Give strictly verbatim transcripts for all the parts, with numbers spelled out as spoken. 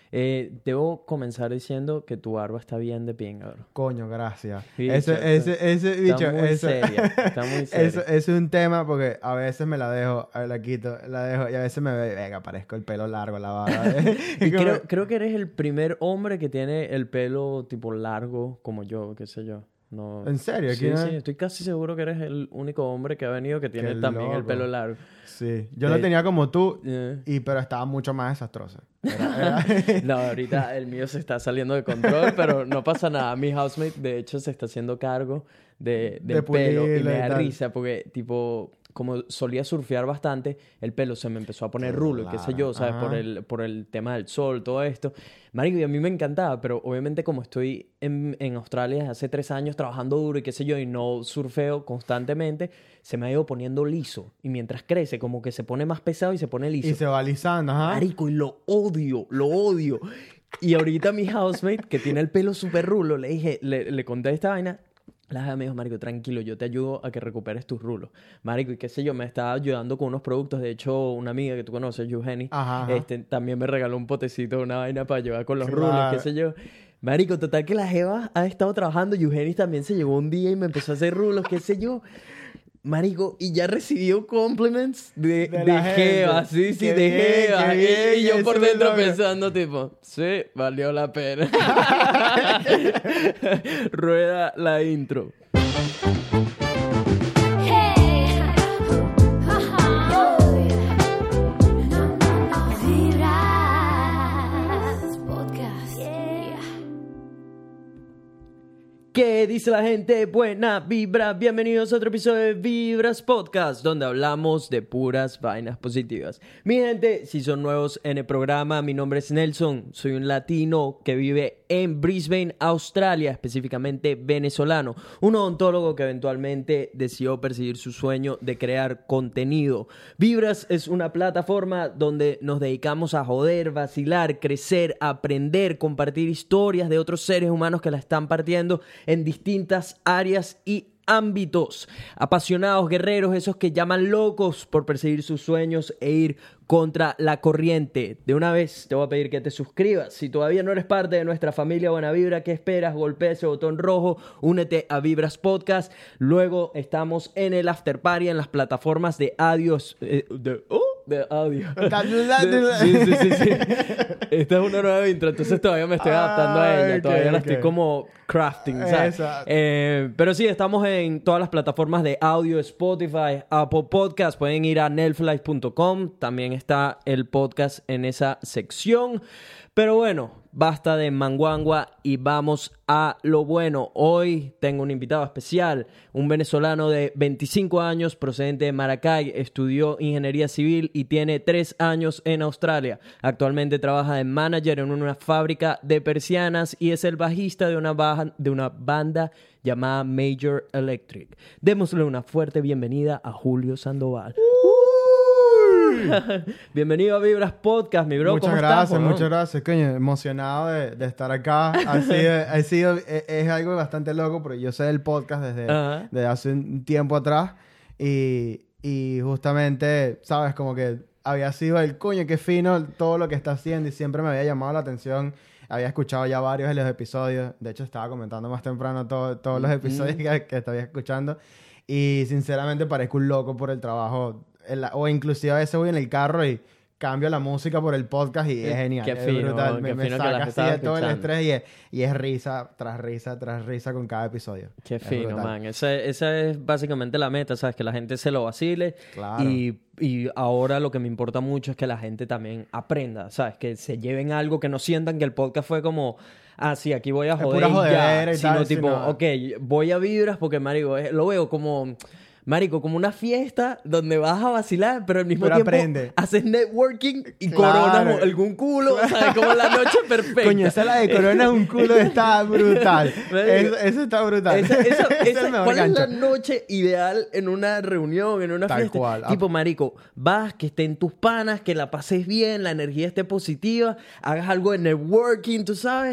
Eh, debo comenzar diciendo que tu barba está bien de pinga, bro. Coño, gracias. Bicho, ese, ese, ese, bicho, está muy eso, seria, está muy seria. eso, eso es un tema porque a veces me la dejo, a ver, la quito, la dejo y a veces me ve, venga, parezco el pelo largo, la barba. Y Como- creo, creo que eres el primer hombre que tiene el pelo tipo largo como yo, qué sé yo. No. ¿En serio? Sí, ¿Quién es? sí, estoy casi seguro que eres el único hombre que ha venido que tiene Qué también el loco. pelo largo. Sí, yo Eh, lo tenía como tú, Eh. y, pero estaba mucho más desastroso. Era- era- No, ahorita el mío se está saliendo de control, pero no pasa nada. Mi housemate, de hecho, se está haciendo cargo de, del De pelo y pulirlo me y da tal. risa porque, tipo, como solía surfear bastante, el pelo se me empezó a poner rulo y qué sé Claro, yo, ¿sabes? Por ajá. el, por el tema del sol, todo esto. Marico, y a mí me encantaba, pero obviamente como estoy en, en Australia desde hace tres años trabajando duro y qué sé yo, y no surfeo constantemente, se me ha ido poniendo liso. Y mientras crece, como que se pone más pesado y se pone liso. y se va alisando, ajá. Marico, y lo odio, lo odio. Y ahorita mi housemate, que tiene el pelo súper rulo, le dije, le, le conté esta vaina. La jefa me dijo, marico, tranquilo, yo te ayudo a que recuperes tus rulos. Marico, y qué sé yo, me estaba ayudando con unos productos. De hecho, una amiga que tú conoces, Eugenie, Ajá, ajá. este, también me regaló un potecito, una vaina para llevar con los Claro. rulos, qué sé yo. Marico, total que la jeva ha estado trabajando. Eugenie también se llegó un día y me empezó a hacer rulos, qué sé yo. Marico, y ya recibió compliments de, De de, la gente. jeva, sí, sí, Qué de bien, jeva. qué Y- bien, y, yo eso por es dentro loco. pensando, tipo, sí, valió la pena. Rueda la intro. Hey, haha, Vibras Podcast. Yeah. ¿Qué dice la gente? Buena vibra. Bienvenidos a otro episodio de Vibras Podcast, donde hablamos de puras vainas positivas. Mi gente, si son nuevos en el programa, mi nombre es Nelson. Soy un latino que vive en Brisbane, Australia, específicamente venezolano. Un odontólogo que eventualmente decidió perseguir su sueño de crear contenido. Vibras es una plataforma donde nos dedicamos a joder, vacilar, crecer, aprender, compartir historias de otros seres humanos que la están partiendo en distintas áreas y ámbitos. Apasionados guerreros, esos que llaman locos por perseguir sus sueños e ir contra la corriente. De una vez te voy a pedir que te suscribas. Si todavía no eres parte de nuestra familia Buena Vibra, ¿qué esperas? Golpea ese botón rojo, únete a Vibras Podcast. Luego estamos en el After Party en las plataformas de audios. Eh, de, oh, de audio. De- sí, sí, sí, sí. Esta es una nueva intro, entonces todavía me estoy adaptando a ella. Ah, ok, Todavía la ok. estoy como crafting, ¿sabes? Exacto. Eh, pero sí, estamos en todas las plataformas de audio, Spotify, Apple Podcast. Pueden ir a netflix punto com. También está el podcast en esa sección. Pero bueno, basta de manguangua y vamos a lo bueno. Hoy tengo un invitado especial, un venezolano de veinticinco años, procedente de Maracay, estudió ingeniería civil y tiene tres años en Australia. Actualmente trabaja de manager en una fábrica de persianas y es el bajista de una, baja, de una banda llamada Major Electric. Démosle una fuerte bienvenida a Julio Sandoval. Bienvenido a Vibras Podcast, mi bro. Muchas ¿Cómo gracias, estás, weón? muchas gracias, coño, emocionado de, de estar acá. Ha sido, ha sido es, es algo bastante loco, porque yo sé del podcast desde, Ajá. desde hace un tiempo atrás y, y justamente, sabes, como que había sido el coño, qué fino todo lo que está haciendo y siempre me había llamado la atención. Había escuchado ya varios de los episodios, de hecho estaba comentando más temprano todo- todos los episodios que, que estaba escuchando y sinceramente parezco un loco por el trabajo. En la- o inclusive a veces voy en el carro y cambio la música por el podcast y es genial. Qué es fino, brutal. Me, qué me fino que saca las así estás de todo el escuchando. estrés y es, y es risa tras risa tras risa con cada episodio. Qué Es fino, brutal. man. Esa, esa es básicamente la meta, ¿sabes? Que la gente se lo vacile. Claro. Y, y ahora lo que me importa mucho es que la gente también aprenda, ¿sabes? Que se lleven algo, que no sientan que el podcast fue como... Ah, sí, aquí voy a Es joder pura y jodedera ya. y Sino tal, tipo, sino- ok, voy a Vibras porque, marico, eh, lo veo como... Marico, como una fiesta donde vas a vacilar, pero al mismo Pero tiempo aprende. haces networking y Claro. coronas algún culo, ¿sabes? Como la noche perfecta. Coño, esa la de Corona un culo está brutal. Marico, eso, eso está brutal. Esa- esa- Ese es esa- el mejor ¿Cuál es gancho. la noche ideal en una reunión, en una Tal fiesta? cual. Tipo, marico, vas, que estén tus panas, que la pases bien, la energía esté positiva, hagas algo de networking, tú sabes,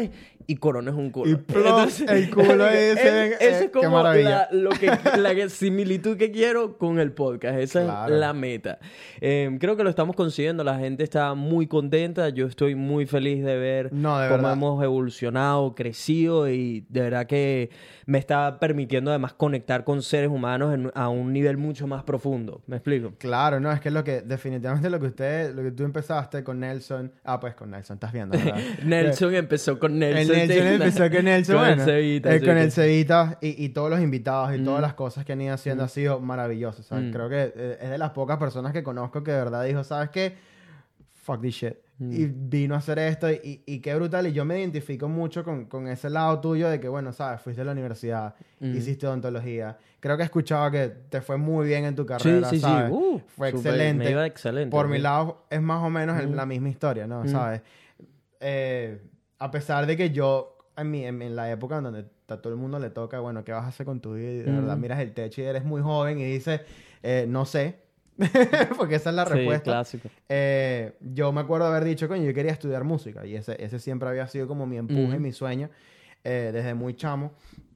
y Corona es un culo. Y plop, el culo ese, es, eh, eso es qué como maravilla. la, lo que, la similitud que quiero con el podcast. Esa Claro. es la meta. Eh, creo que lo estamos consiguiendo. La gente está muy contenta. Yo estoy muy feliz de ver No, de cómo verdad. hemos evolucionado, crecido y de verdad que me está permitiendo además conectar con seres humanos en- a un nivel mucho más profundo. ¿Me explico? Claro, no, es que lo que, definitivamente lo que usted, lo que tú empezaste con Nelson, ah, pues con Nelson, estás viendo, ¿verdad? Nelson empezó con Nelson. El Nelson Tena. empezó con Nelson, Con bueno, el Cevita, eh, sí, con que- el Cevita y, y todos los invitados y Mm. todas las cosas que han ido haciendo ha sido maravilloso, ¿sabes? Mm. Creo que eh, es de las pocas personas que conozco que de verdad dijo, ¿sabes qué? Fuck this shit. Mm. Y vino a hacer esto y, y, y qué brutal. Y yo me identifico mucho con, con ese lado tuyo de que, bueno, ¿sabes? Fuiste a la universidad, Mm. hiciste odontología. Creo que he escuchado que te fue muy bien en tu carrera, Sí, sí, ¿sabes? sí. Uh, Fue súper- excelente. Me iba excelente. Por mi sí. lado es más o menos el- Mm. la misma historia, ¿no? Mm. ¿Sabes? Eh, a pesar de que yo, en, mi, en, en la época en donde a todo el mundo le toca, bueno, ¿qué vas a hacer con tu vida? Y de Mm. verdad miras el techo y eres muy joven y dices, eh, no sé. Porque esa es la Sí, respuesta. clásico. Eh, yo me acuerdo haber dicho, coño, yo quería estudiar música. Y ese, ese siempre había sido como mi empuje y Mm. mi sueño eh, desde muy chamo.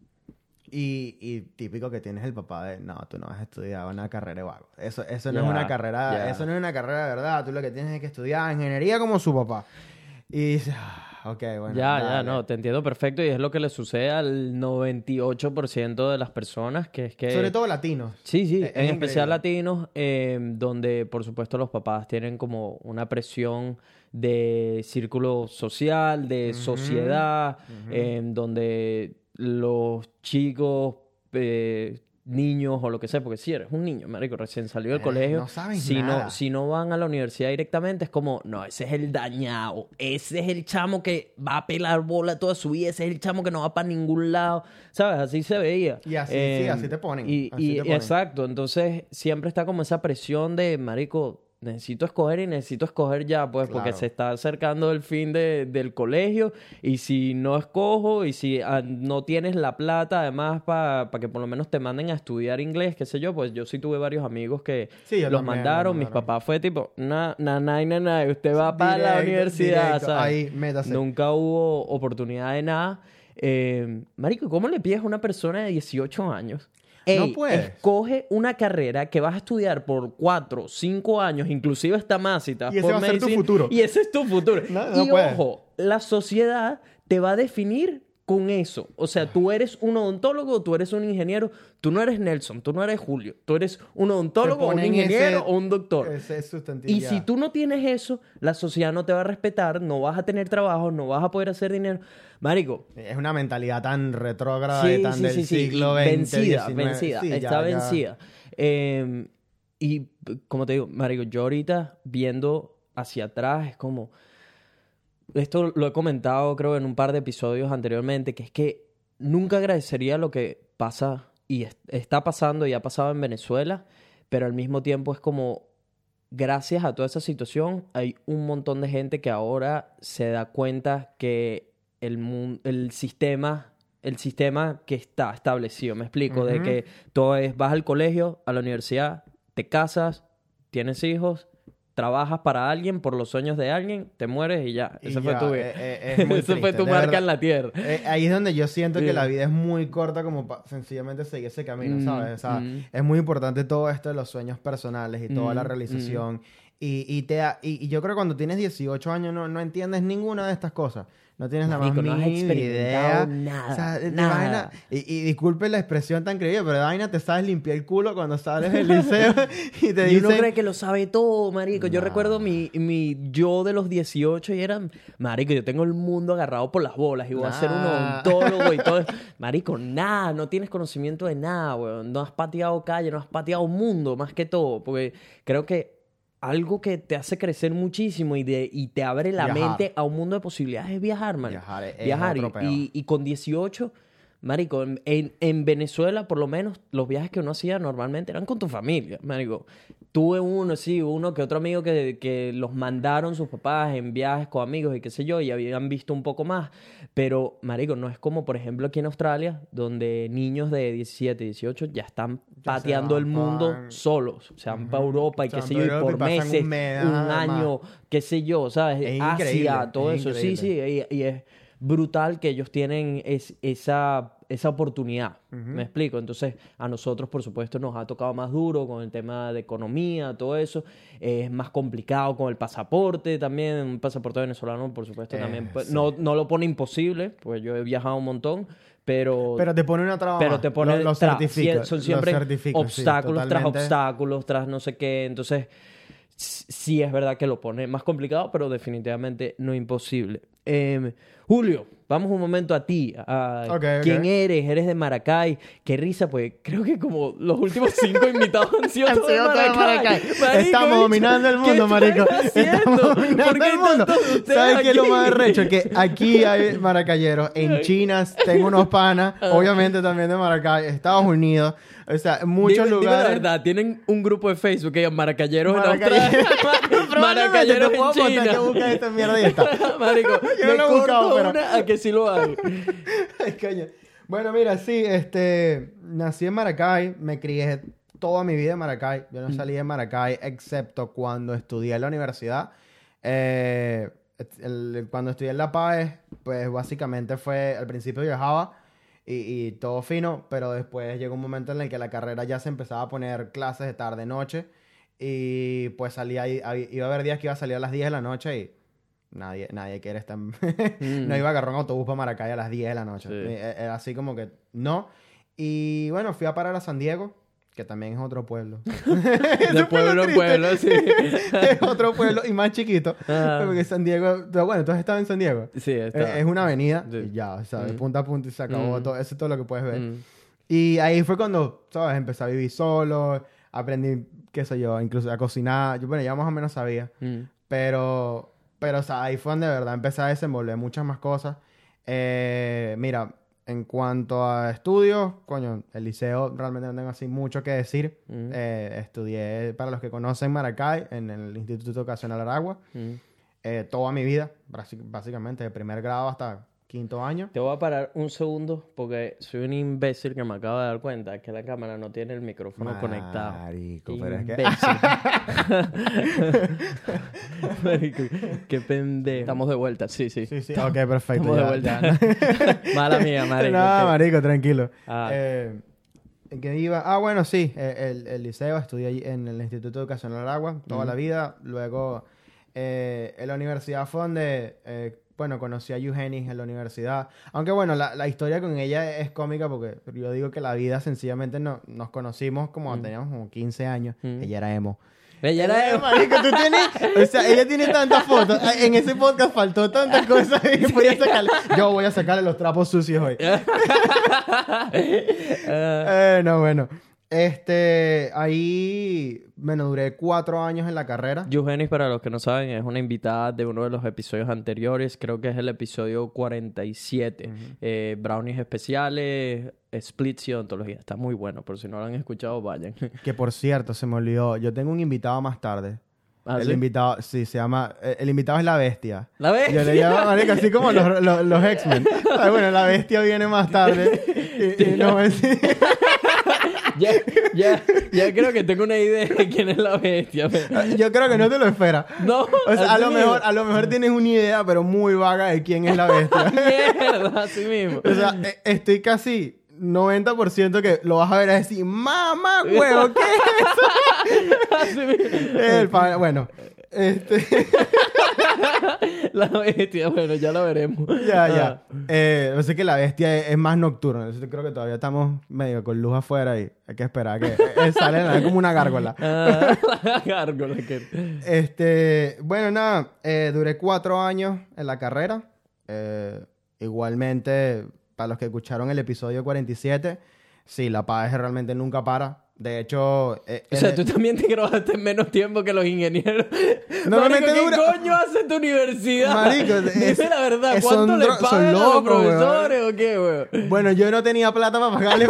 Y, y típico que tienes el papá de, no, tú no vas a estudiar una carrera de vago. Eso, eso no Ya, es una carrera, ya. eso no es una carrera de verdad. Tú lo que tienes es que estudiar ingeniería como su papá. Y dices, ah, ok, bueno. ya, ya, dale. no, te entiendo perfecto y es lo que le sucede al noventa y ocho por ciento de las personas, que es que... Sobre todo latinos. Sí, sí, Es- en es especial increíble. latinos, eh, donde por supuesto los papás tienen como una presión de círculo social, de Ujú, sociedad, ujú. eh, donde los chicos, eh, niños o lo que sea, porque si eres un niño, marico, recién salió del Eh, colegio, no sabes si nada. no, si no van a la universidad directamente, es como, no, ese es el dañado, ese es el chamo que va a pelar bola toda su vida, ese es el chamo que no va para ningún lado, ¿sabes? Así se veía. Y así, sí, así te ponen, Y, así y- te ponen. exacto, entonces siempre está como esa presión de, marico, necesito escoger y necesito escoger ya, pues, porque Claro. se está acercando el fin de- del colegio y si no escojo y si ah, no tienes la plata, además, para que por lo menos te manden a estudiar inglés, qué sé yo, pues yo sí tuve varios amigos que Sí, yo los también, mandaron, los mis mandaron. papás fue tipo, na, na, na, na, na, usted va para la Directo, universidad, directo, ¿sabes? ahí, métase. Nunca hubo oportunidad de nada. Eh, marico, ¿cómo le pides a una persona de dieciocho años? No Ey, puedes. escoge una carrera que vas a estudiar por cuatro, cinco años, inclusive hasta más si te vas Y ese por va a ser tu medicina, futuro. Y ese es tu futuro. No, no y puedes. ojo, la sociedad te va a definir con eso. O sea, tú eres un odontólogo, tú eres un ingeniero, tú no eres Nelson, tú no eres Julio, tú eres un odontólogo, un ponen ingeniero ese- o un doctor. Ese sustantivo. Y si tú no tienes eso, la sociedad no te va a respetar, no vas a tener trabajo, no vas a poder hacer dinero. Marico, Es una mentalidad tan retrógrada sí, y tan sí, del sí, sí, siglo y veinte, vencida, diecinueve. vencida, Sí, ya, está ya. vencida. Eh, y p- como te digo, marico, yo ahorita viendo hacia atrás es como... Esto lo he comentado creo en un par de episodios anteriormente, que es que nunca agradecería lo que pasa y es- está pasando y ha pasado en Venezuela, pero al mismo tiempo es como, gracias a toda esa situación, hay un montón de gente que ahora se da cuenta que el, mun- el sistema, el sistema que está establecido, me explico, de Ujú. que todo es, vas al colegio, a la universidad, te casas, tienes hijos, trabajas para alguien por los sueños de alguien, te mueres y ya. Y Esa fue ya, tu vida. eh, eh, es muy Esa fue triste, tu de marca verdad. en la tierra. Eh, ahí es donde yo siento Sí. que la vida es muy corta como para sencillamente seguir ese camino, Mm, ¿sabes? O sea, mm. es muy importante todo esto de los sueños personales y toda la Mm, realización. Y, y, te, ha- y, y yo creo que cuando tienes dieciocho años no, no entiendes ninguna de estas cosas. No tienes Marico, la no más has mínima idea. experimentado nada, O sea, de- de nada. vaina- y, y disculpe la expresión tan creíble, pero de vaina te sabes limpiar el culo cuando sales del liceo y te Y uno dicen... cree que lo sabe todo, marico. Yo Nah. recuerdo mi, mi yo de los dieciocho y era, marico, yo tengo el mundo agarrado por las bolas y voy a ser un Nah. odontólogo y todo. eso. Marico, nada, no tienes conocimiento de nada, weón. No has pateado calle, no has pateado mundo, más que todo. Porque creo que algo que te hace crecer muchísimo y, de, y te abre la Viajar. mente a un mundo de posibilidades es viajar, man. Viajar es- es Viajar. otro Y- peo. y, y con dieciocho, marico, en, en- en Venezuela, por lo menos, los viajes que uno hacía normalmente eran con tu familia, marico. Tuve uno, sí, uno que otro amigo que, que los mandaron sus papás en viajes con amigos y qué sé yo, y habían visto un poco más. Pero, marico, no es como, por ejemplo, aquí en Australia, donde niños de diecisiete, dieciocho ya están Ya se pateando el van mundo pa- solos. Se van para Europa y Se qué van sé pa' yo, y Europa y por pasan un meses, un, mes, ajá, año, qué sé yo, ¿sabes? Es Asia, increíble, todo es eso. Sí, sí, increíble. y, y es... brutal que ellos tienen es, esa, esa oportunidad. ¿Me explico? Entonces, a nosotros, por supuesto, nos ha tocado más duro con el tema de economía, todo eso. Eh, es más complicado con el pasaporte también. Un pasaporte venezolano, por supuesto, Eh, también pues, sí. no, no lo pone imposible, pues yo he viajado un montón, pero... Pero te pone una traba Pero más. te pone... Lo, lo tra- certifica. sie- son lo siempre certifica, sí, obstáculos tras totalmente. obstáculos, tras no sé qué. Entonces, s- sí es verdad que lo pone más complicado, pero definitivamente no imposible. Eh, Julio, vamos un momento a ti. A Ok, ok. ¿Quién eres? ¿Eres de Maracay? Qué risa, pues creo que como los últimos cinco invitados han sido Han todos de sido todos de Maracay. Maracay. Marico, Estamos bicho, dominando el ¿qué mundo, están marico. haciendo? Estamos ¿Por dominando qué el mundo. tantos de ustedes ¿Sabes qué es lo aquí? más arrecho? Que aquí hay maracayeros. En China tengo unos panas. Obviamente también de Maracay. Estados Unidos. O sea, muchos Dime- dime la lugares. verdad, tienen un grupo de Facebook que es Maracayeros en Maracayeros. Australia, Probablemente Maracayeros te en puedo apostar China. que buscas esta mierda y está. Marico, Yo no me lo he buscado, corto pero- una a que sí lo hago. Ay, coño. Bueno, mira, sí, este, nací en Maracay, me crié toda mi vida en Maracay. Yo no salí de Maracay excepto cuando estudié en la universidad. Eh, el- cuando estudié en La Paz, pues básicamente fue, al principio viajaba y, y todo fino, pero después llegó un momento en el que la carrera ya se empezaba a poner clases de tarde, noche, y pues salía, ahí- ahí- iba a haber días que iba a salir a las diez de la noche y nadie, nadie quiere estar... Mm. No iba a agarrar un autobús para Maracay a las diez de la noche. Sí. Eh, Era así como que no. Y bueno, fui a parar a San Diego, que también es otro pueblo. De pueblo en pueblo, sí. Es otro pueblo y más chiquito. Ah. Porque San Diego... pero bueno, tú has estado en San Diego. Sí, está. Eh, Es una avenida Sí. y ya, o sea, de Mm. punta a punta y se acabó Mm. todo. Eso es todo lo que puedes ver. Mm. Y ahí fue cuando, ¿sabes? Empecé a vivir solo, aprendí, qué sé yo, incluso a cocinar. Yo, bueno, ya más o menos sabía. Mm. Pero, pero, o sea, ahí fue donde de verdad empecé a desenvolver muchas más cosas. Eh, mira, en cuanto a estudios, coño, el liceo realmente no tengo así mucho que decir. Mm. Eh, estudié, para los que conocen Maracay, en el Instituto Vocacional Aragua, Mm. eh, toda mi vida, basi- básicamente, de primer grado hasta quinto año. Te voy a parar un segundo porque soy un imbécil que me acabo de dar cuenta que la cámara no tiene el micrófono conectado. Marico, pero es que... Imbécil. Marico, qué pendejo. Estamos de vuelta, sí, sí. Sí, sí, ok, perfecto. Estamos de ya, vuelta. ya. Mala mía, marico. No, que- marico, tranquilo. Ah. Eh, ¿en qué iba? Ah, bueno, sí. eh, el, el liceo, estudié allí en el Instituto Vocacional Aragua toda la vida. Luego, eh, en la universidad fue donde, eh, bueno, conocí a Eugenis en la universidad. Aunque, bueno, la, la historia con ella es cómica porque yo digo que la vida sencillamente no, nos conocimos como cuando teníamos como quince años. Mm. Ella era emo. Ella era... Marico, tú tienes... O sea, ella tiene tantas fotos. En ese podcast faltó tantas cosas que podía sacarle. Yo voy a sacarle los trapos sucios hoy. Ah, Eh, no, bueno. Este... Ahí... Bueno, duré cuatro años en la carrera. Eugenis, para los que no saben, es una invitada de uno de los episodios anteriores. Creo que es el episodio cuarenta y siete. Eh, brownies especiales, splits y odontología. Está muy bueno. Por si no lo han escuchado, vayan. Que, por cierto, se me olvidó. Yo tengo un invitado más tarde. ¿Ah, el sí? invitado... Sí, se llama... eh, El invitado es La Bestia. ¿La ves? Yo le llamo, marico, así como los, los, los X-Men. Ah, bueno, La Bestia viene más tarde. Y, y no me... ya, ya, ya creo que tengo una idea de quién es la bestia. pero- Yo creo que no te lo esperas. No, O sea, a así lo, mismo. mejor, a lo mejor tienes una idea, pero muy vaga de quién es la bestia. Mierda, así mismo. O sea, e- estoy casi noventa por ciento que lo vas a ver a decir, mamá, huevo, ¿qué Así mismo. es el pa- Bueno, este... La bestia, bueno, ya la veremos. ya, Ah. ya. Eh, yo sé que la bestia es, es más nocturna. Entonces creo que todavía estamos medio con luz afuera y hay que esperar que eh, sale nada, como una gárgola. Ah, la gárgola que... Este, bueno, nada, eh, duré cuatro años en la carrera. Eh, igualmente, para los que escucharon el episodio cuarenta y siete, sí, la paz realmente nunca para. De hecho... eh, O sea, el- tú también te graduaste en menos tiempo que los ingenieros. Normalmente Marico, ¿qué dura- coño hace tu universidad? Marico, es- Dime la verdad, es- ¿cuánto son le dro- son pagan a los locos, weón. profesores o qué, weón? Bueno, yo no tenía plata para pagarle...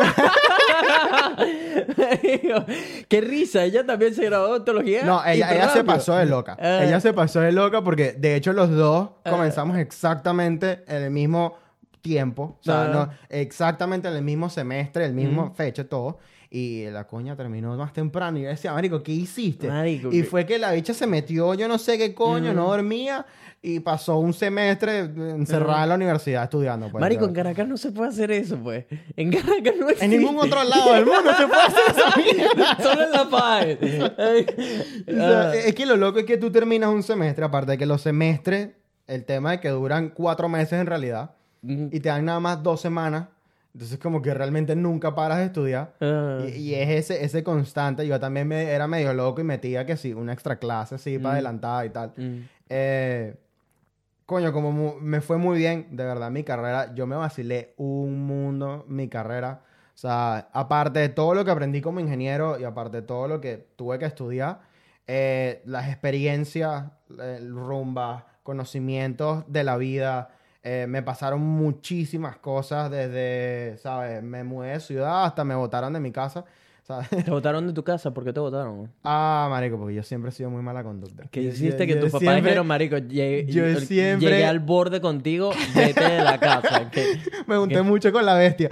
Marico, qué risa, ella también se graduó de odontología. No, ella, hiper ella se rápido. pasó de loca. Ah. Ella se pasó de loca porque, de hecho, los dos comenzamos exactamente en el mismo tiempo. O sea, Ah. no, exactamente en el mismo semestre, el mismo fecha, todo. Y la coña terminó más temprano. Y yo decía, marico, ¿qué hiciste? Marico, y ¿qué? fue que la bicha se metió, yo no sé qué coño, Ujú. no dormía. Y pasó un semestre encerrada Ujú. en la universidad estudiando. Pues, Marico, yo- en Caracas no se puede hacer eso, pues. En Caracas no existe. En ningún otro lado del mundo se puede hacer esa mierda. Solo en La Paz. O sea, es que lo loco es que tú terminas un semestre, aparte de que los semestres, el tema de que duran cuatro meses en realidad, y te dan nada más dos semanas, entonces como que realmente nunca paras de estudiar. Ah. Y, y es ese, ese constante. Yo también me, era medio loco y metía que sí, una extra clase así para Mm. adelantada y tal. Mm. Eh, coño, como mu- me fue muy bien, de verdad, mi carrera, yo me vacilé un mundo mi carrera. O sea, aparte de todo lo que aprendí como ingeniero y aparte de todo lo que tuve que estudiar, eh, las experiencias, eh, rumbas, conocimientos de la vida, eh, me pasaron muchísimas cosas desde, ¿sabes? Me mudé de ciudad hasta me botaron de mi casa. ¿Sabes? ¿Te botaron de tu casa? ¿Por qué te botaron? Ah, marico, porque yo siempre he sido muy mala conducta. ¿Qué Yo- hiciste? yo- Que yo tus papás siempre- dijeron, marico, llegué, yo yo- siempre- llegué al borde contigo, vete de la casa. Que- Me junté mucho con la bestia.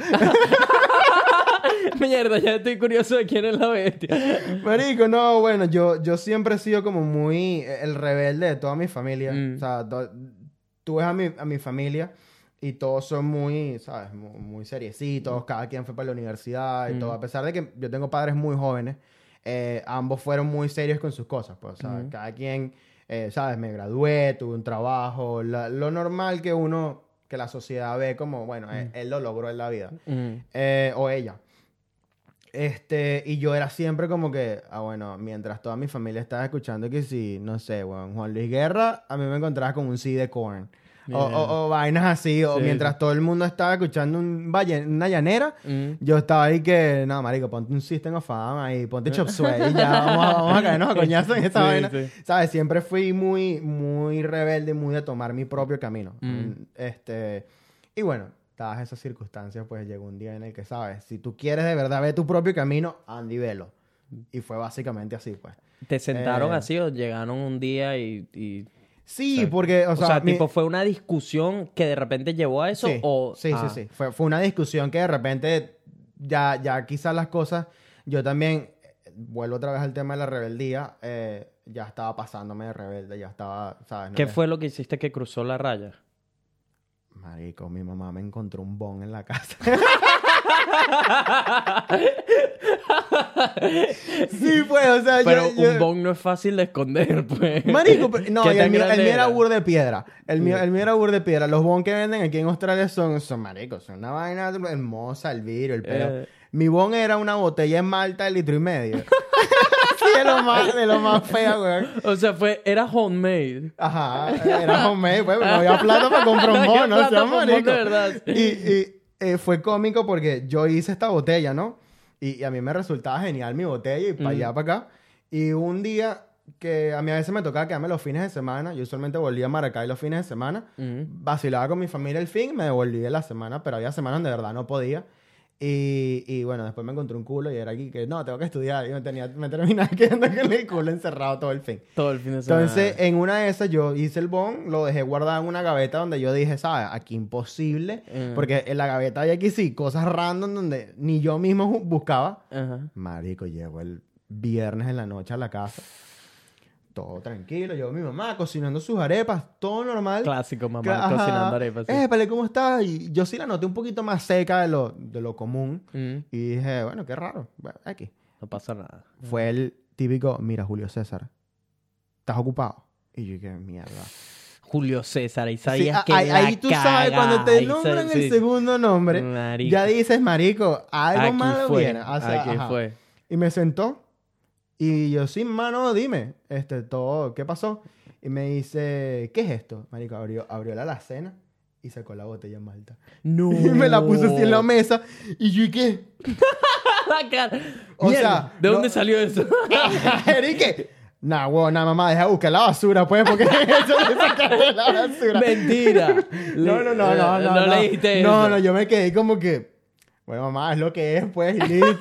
Mierda, ya estoy curioso de quién es la bestia. Marico, no, bueno, yo, yo siempre he sido como muy el rebelde de toda mi familia. Mm. O sea, to- tú ves a mi, a mi familia y todos son muy, ¿sabes? Muy, muy seriecitos. Cada quien fue para la universidad y Mm. todo. A pesar de que yo tengo padres muy jóvenes, eh, ambos fueron muy serios con sus cosas. Pues, o sea, Mm. cada quien, eh, ¿sabes? Me gradué, tuve un trabajo. la- lo normal que uno, que la sociedad ve como, bueno, él, él lo logró en la vida. Mm. Eh, o ella. Este, y yo era siempre como que, ah, bueno, mientras toda mi familia estaba escuchando que si, no sé, weón, Juan Luis Guerra, a mí me encontraba con un C D de Korn. O, Yeah. o- o vainas así, o Sí, mientras sí. todo el mundo estaba escuchando un valle- una llanera, Mm. yo estaba ahí que, no, marico, ponte un System of a Down ahí, ponte Chop Suey y ya, vamos a, vamos a caernos a coñazo en esa Sí, vaina. sí. ¿Sabes? Siempre fui muy, muy rebelde, muy de tomar mi propio camino. Mm. Este, y bueno, dadas esas circunstancias, pues llegó un día en el que, ¿sabes? Si tú quieres de verdad ver tu propio camino, anda y velo. Y fue básicamente así, pues. ¿Te sentaron Eh. así o llegaron un día y... y- Sí, o sea, porque, o O sea, sea, mi- tipo, ¿fue una discusión que de repente llevó a eso sí, o...? sí, Ah. sí, sí. Fue, fue una discusión que de repente ya, ya quizás las cosas, yo también, eh, vuelvo otra vez al tema de la rebeldía, eh, ya estaba pasándome de rebelde, ya estaba, ¿sabes? No ¿Qué me- fue lo que hiciste que cruzó la raya? Marico, mi mamá me encontró un bon en la casa. Sí, pues, o sea, Pero yo... yo- un bong no es fácil de esconder, pues. Marico, pero- no, ¿Qué y tan el mío, el grande mío era era? bur de piedra. El mío, el mío era bur de piedra. Los bon que venden aquí en Australia son, son maricos, son una vaina hermosa, el vidrio, el pelo. Eh. Mi bon era una botella en malta de litro y medio. Sí, de lo más, de lo más fea, güey. O sea, fue... Era homemade. Ajá, era homemade, pues, no había plata para comprar un No había bon, ¿no? plata O sea, para un bon de marico. verdad. Y, y eh, fue cómico porque yo hice esta botella, ¿no? Y, y a mí me resultaba genial mi botella y para Mm. allá, para acá. Y un día que a mí a veces me tocaba quedarme los fines de semana, yo usualmente volvía a Maracay los fines de semana, Mm. vacilaba con mi familia el fin, me devolví de la semana, pero había semanas donde de verdad no podía. Y, y bueno, después me encontré un culo y era aquí que no, tengo que estudiar. Y me, tenía, me terminaba quedando con el culo encerrado todo el fin. Todo el fin de semana. Entonces, en una de esas, yo hice el bon, lo dejé guardado en una gaveta donde yo dije, ¿sabes? Aquí imposible. Mm. Porque en la gaveta hay aquí sí, cosas random donde ni yo mismo ju- buscaba. Ajá. Marico, llego el viernes en la noche a la casa. Todo tranquilo. Llegó mi mamá cocinando sus arepas. Todo normal. Clásico, mamá, Ajá. cocinando arepas. sí. Épale, ¿cómo estás? Y yo sí la noté un poquito más seca de lo, de lo común. Mm. Y dije, bueno, qué raro. Bueno, aquí. No pasa nada. Fue el típico, mira, Julio César, ¿estás ocupado? Y yo dije, mierda. Julio César, ahí Sí, sabías a- que ahí, la ahí tú sabes, cuando te caga, ahí nombran sa- el sí. segundo nombre, Marico. ya dices, marico, algo Aquí malo fue, viene. O sea, aquí ajá. fue. Y me sentó. Y yo, sí, mano, dime, este, todo, ¿qué pasó? Y me dice, ¿qué es esto? Marico, abrió, abrió la alacena y sacó la botella en Malta. No. Y me la puso así en la mesa. Y yo, ¿y qué? La cara. O Mierda, sea, ¿de no- dónde salió eso? Enrique. Nah, huevón, nada, mamá, deja buscar la basura, pues, porque eso le sacaron la basura. Mentira. No, no, no, no, no. No le dijiste No, eso. no, yo me quedé como que, bueno, mamá, es lo que es, pues, y listo.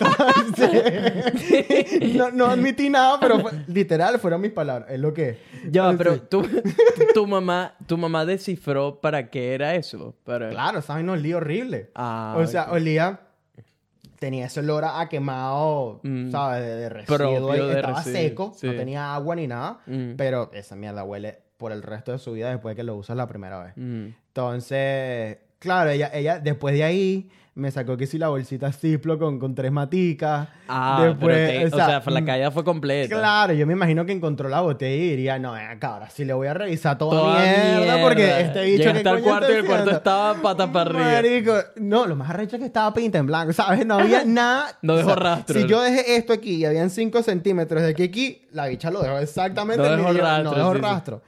Sí. no, no admití nada, pero fue- literal fueron mis palabras, es lo que es. Ya, va, Entonces, pero tú, tu mamá, tu mamá descifró para qué era eso. Para... Claro, esa vaina olía horrible. Ah, o sea, ok. olía... tenía ese olor a a quemado, Mm. ¿sabes? De, de residuo. Propio ahí, de estaba residuo, seco, sí. no tenía agua ni nada. Mm. Pero esa mierda huele por el resto de su vida después de que lo usas la primera vez. Mm. Entonces, claro, ella, ella después de ahí me sacó que sí la bolsita Ziploc con, con tres maticas. Ah, Después, pero te- o sea, la mm, caída fue completa. Claro, yo me imagino que encontró la botella y diría, no, ven acá, ahora sí le voy a revisar toda, Toda mierda, mierda. porque este bicho Llegaste ¿qué al coño cuarto está y el cuarto haciendo? estaba pata para arriba. Marico, no, lo más arrecho es que estaba pinta en blanco, ¿sabes? No había nada. No dejó o sea, rastro. Si yo dejé esto aquí y habían cinco centímetros de aquí a aquí, la bicha lo dejó exactamente No el dejó mismo- rastro, No dejó sí, sí. rastro.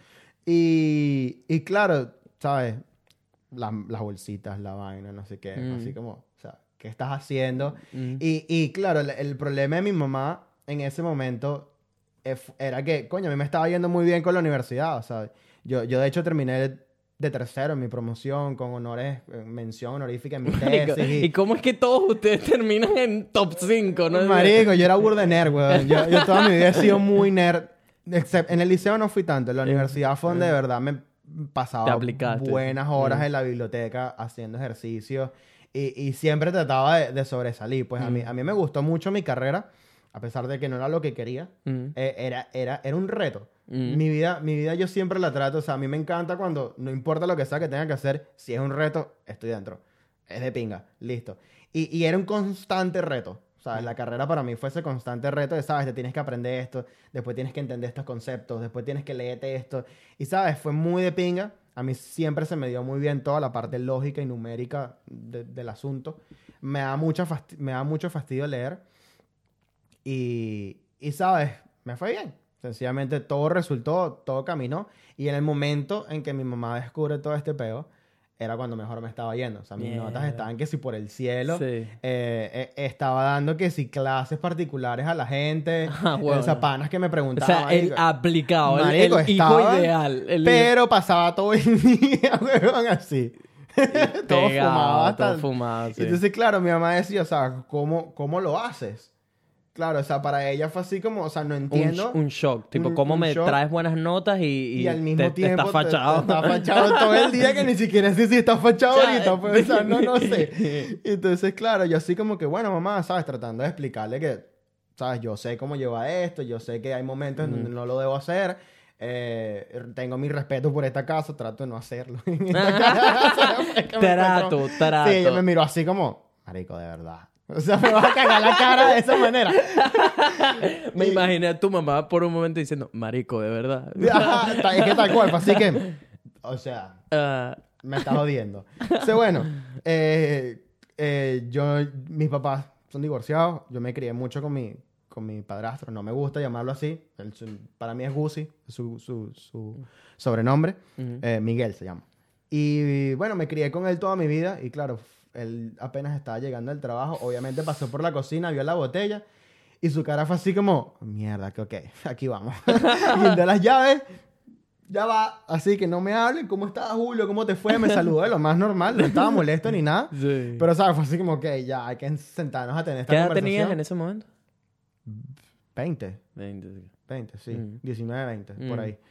Y, y claro, ¿sabes? La- las bolsitas, la vaina, no sé qué. Mm. Así como, o sea, ¿qué estás haciendo? Mm. Y, y claro, el, el problema de mi mamá en ese momento eh, fu- era que, coño, a mí me estaba yendo muy bien con la universidad, o sea, yo, yo de hecho terminé de tercero en mi promoción, con honores, eh, mención honorífica en mi Marico, tesis. ¿y cómo es que todos ustedes terminan en top cinco? ¿No? Marico, yo era burda de nerd, weón. Yo, yo toda mi vida he sido muy nerd. Except- en el liceo no fui tanto. En la universidad fue donde de verdad me Te pasaba aplicaste. buenas horas Mm. en la biblioteca haciendo ejercicio. Y, y siempre trataba de, de sobresalir. Pues a, mí, a mí me gustó mucho mi carrera, a pesar de que no era lo que quería. Mm. Eh, era, era, era un reto. Mm. Mi vida, mi vida yo siempre la trato. O sea, a mí me encanta cuando, no importa lo que sea que tenga que hacer, si es un reto, estoy dentro. Es de pinga. Listo. Y, y era un constante reto. O sea, la carrera para mí fue ese constante reto de, ¿sabes? Te tienes que aprender esto, después tienes que entender estos conceptos, después tienes que leerte esto. Y, ¿sabes? Fue muy de pinga. A mí siempre se me dio muy bien toda la parte lógica y numérica de- del asunto. Me da, mucha fasti- me da mucho fastidio leer. Y, y, ¿sabes? Me fue bien. Sencillamente todo resultó, todo caminó. Y en el momento en que mi mamá descubre todo este peo, era cuando mejor me estaba yendo. O sea, mis Mierda. notas estaban que si por el cielo. Sí. Eh, eh, estaba dando que si clases particulares a la gente. Ah, bueno. Esas panas que me O preguntaban. sea, el marico. aplicado, el- Marico, el, hijo estaba, ideal. El Pero pasaba todo el día, weón, así. todo pegado, fumado hasta... todo fumado, sí. Entonces, claro, mi mamá decía, o sea, ¿cómo, cómo lo haces? Claro, o sea, para ella fue así como, o sea, no un, entiendo. sh- un shock. Tipo, Un- ¿cómo un me shock. traes buenas notas y, y, Y al mismo te, te tiempo estás fachado? Te, te estás fachado todo el día que ni siquiera sé si estás fachado Ya, ahorita. Pues, o sea, no, no sé. Entonces, claro, yo así como que, bueno, mamá, ¿sabes? Tratando de explicarle que, ¿sabes? Yo sé cómo lleva esto, yo sé que hay momentos en donde no lo debo hacer. Eh, tengo mi respeto por esta casa, trato de no hacerlo. En esta casa, es que me Trato, encuentro- trato. Sí, ella me miró así como, marico, de verdad. O sea, me vas a cagar la cara de esa manera. Me imaginé a tu mamá por un momento diciendo, marico, de verdad. Ajá, ta- es que tal cual, pues, así que, o sea, Ah, me está jodiendo. Entonces, bueno, eh, eh, yo, mis papás son divorciados. Yo me crié mucho con mi, con mi padrastro. No me gusta llamarlo así. Él, su- para mí es Gusi, su, su, su sobrenombre. Ujú. Eh, Miguel se llama. Y bueno, me crié con él toda mi vida. Y claro, él apenas estaba llegando del trabajo. Obviamente pasó por la cocina, vio la botella. Y su cara fue así como, mierda, que ok, aquí vamos. Guindó las llaves. Ya va, así que no me hablen. ¿Cómo estás, Julio? ¿Cómo te fue? Me saludó de lo más normal. No estaba molesto ni nada. sí. Pero, ¿sabes? Fue así como, ok, ya hay que sentarnos a tener esta ¿Qué edad conversación. tenías en ese momento? veinte. veinte, sí. veinte, sí. Mm. diecinueve, veinte, por Mm. ahí.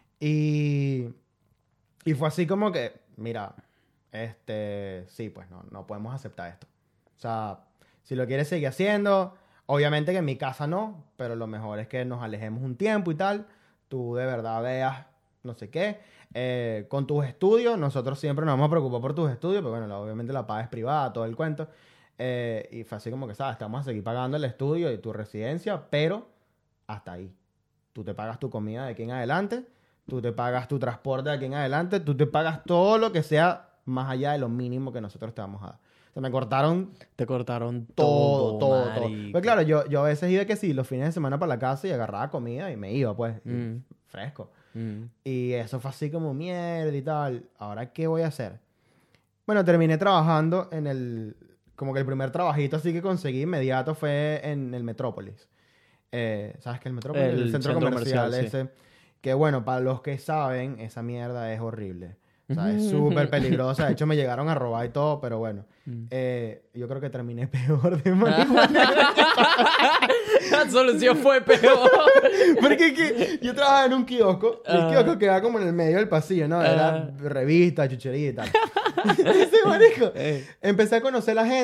Y, y fue así como que, mira, este, sí, pues no, no podemos aceptar esto. O sea, si lo quieres seguir haciendo, obviamente que en mi casa no, pero lo mejor es que nos alejemos un tiempo y tal. Tú de verdad veas no sé qué. Eh, con tus estudios, nosotros siempre nos vamos a preocupar por tus estudios, pero bueno, la- obviamente la paga es privada, todo el cuento. Eh, y fue así como que, ¿sabes? Te vamos a seguir pagando el estudio y tu residencia, pero hasta ahí. Tú te pagas tu comida de aquí en adelante, tú te pagas tu transporte de aquí en adelante, tú te pagas todo lo que sea más allá de lo mínimo que nosotros te vamos a dar. O sea, me cortaron Te cortaron todo, todo, todo, todo. marico. Pues claro, yo, yo a veces iba que sí, los fines de semana para la casa y agarraba comida y me iba, pues, y Mm. fresco. Mm. Y eso fue así como mierda y tal. ¿Ahora qué voy a hacer? Bueno, terminé trabajando en el... Como que el primer trabajito así que conseguí inmediato fue en el Metrópolis. Eh, ¿Sabes qué es el Metrópolis? El El, centro, centro comercial, comercial, ese. Que bueno, para los que saben, esa mierda es horrible. O sea, es súper peligrosa. De hecho, me llegaron a robar y todo, pero bueno. Mm. Eh, yo creo que terminé peor de marihuana. La solución fue peor. Porque es que yo trabajaba en un kiosco. Y el Ah. kiosco quedaba como en el medio del pasillo, ¿no? Era Ah. revista, chuchería y tal. Ese marico. Eh. Empecé a conocer a la gente.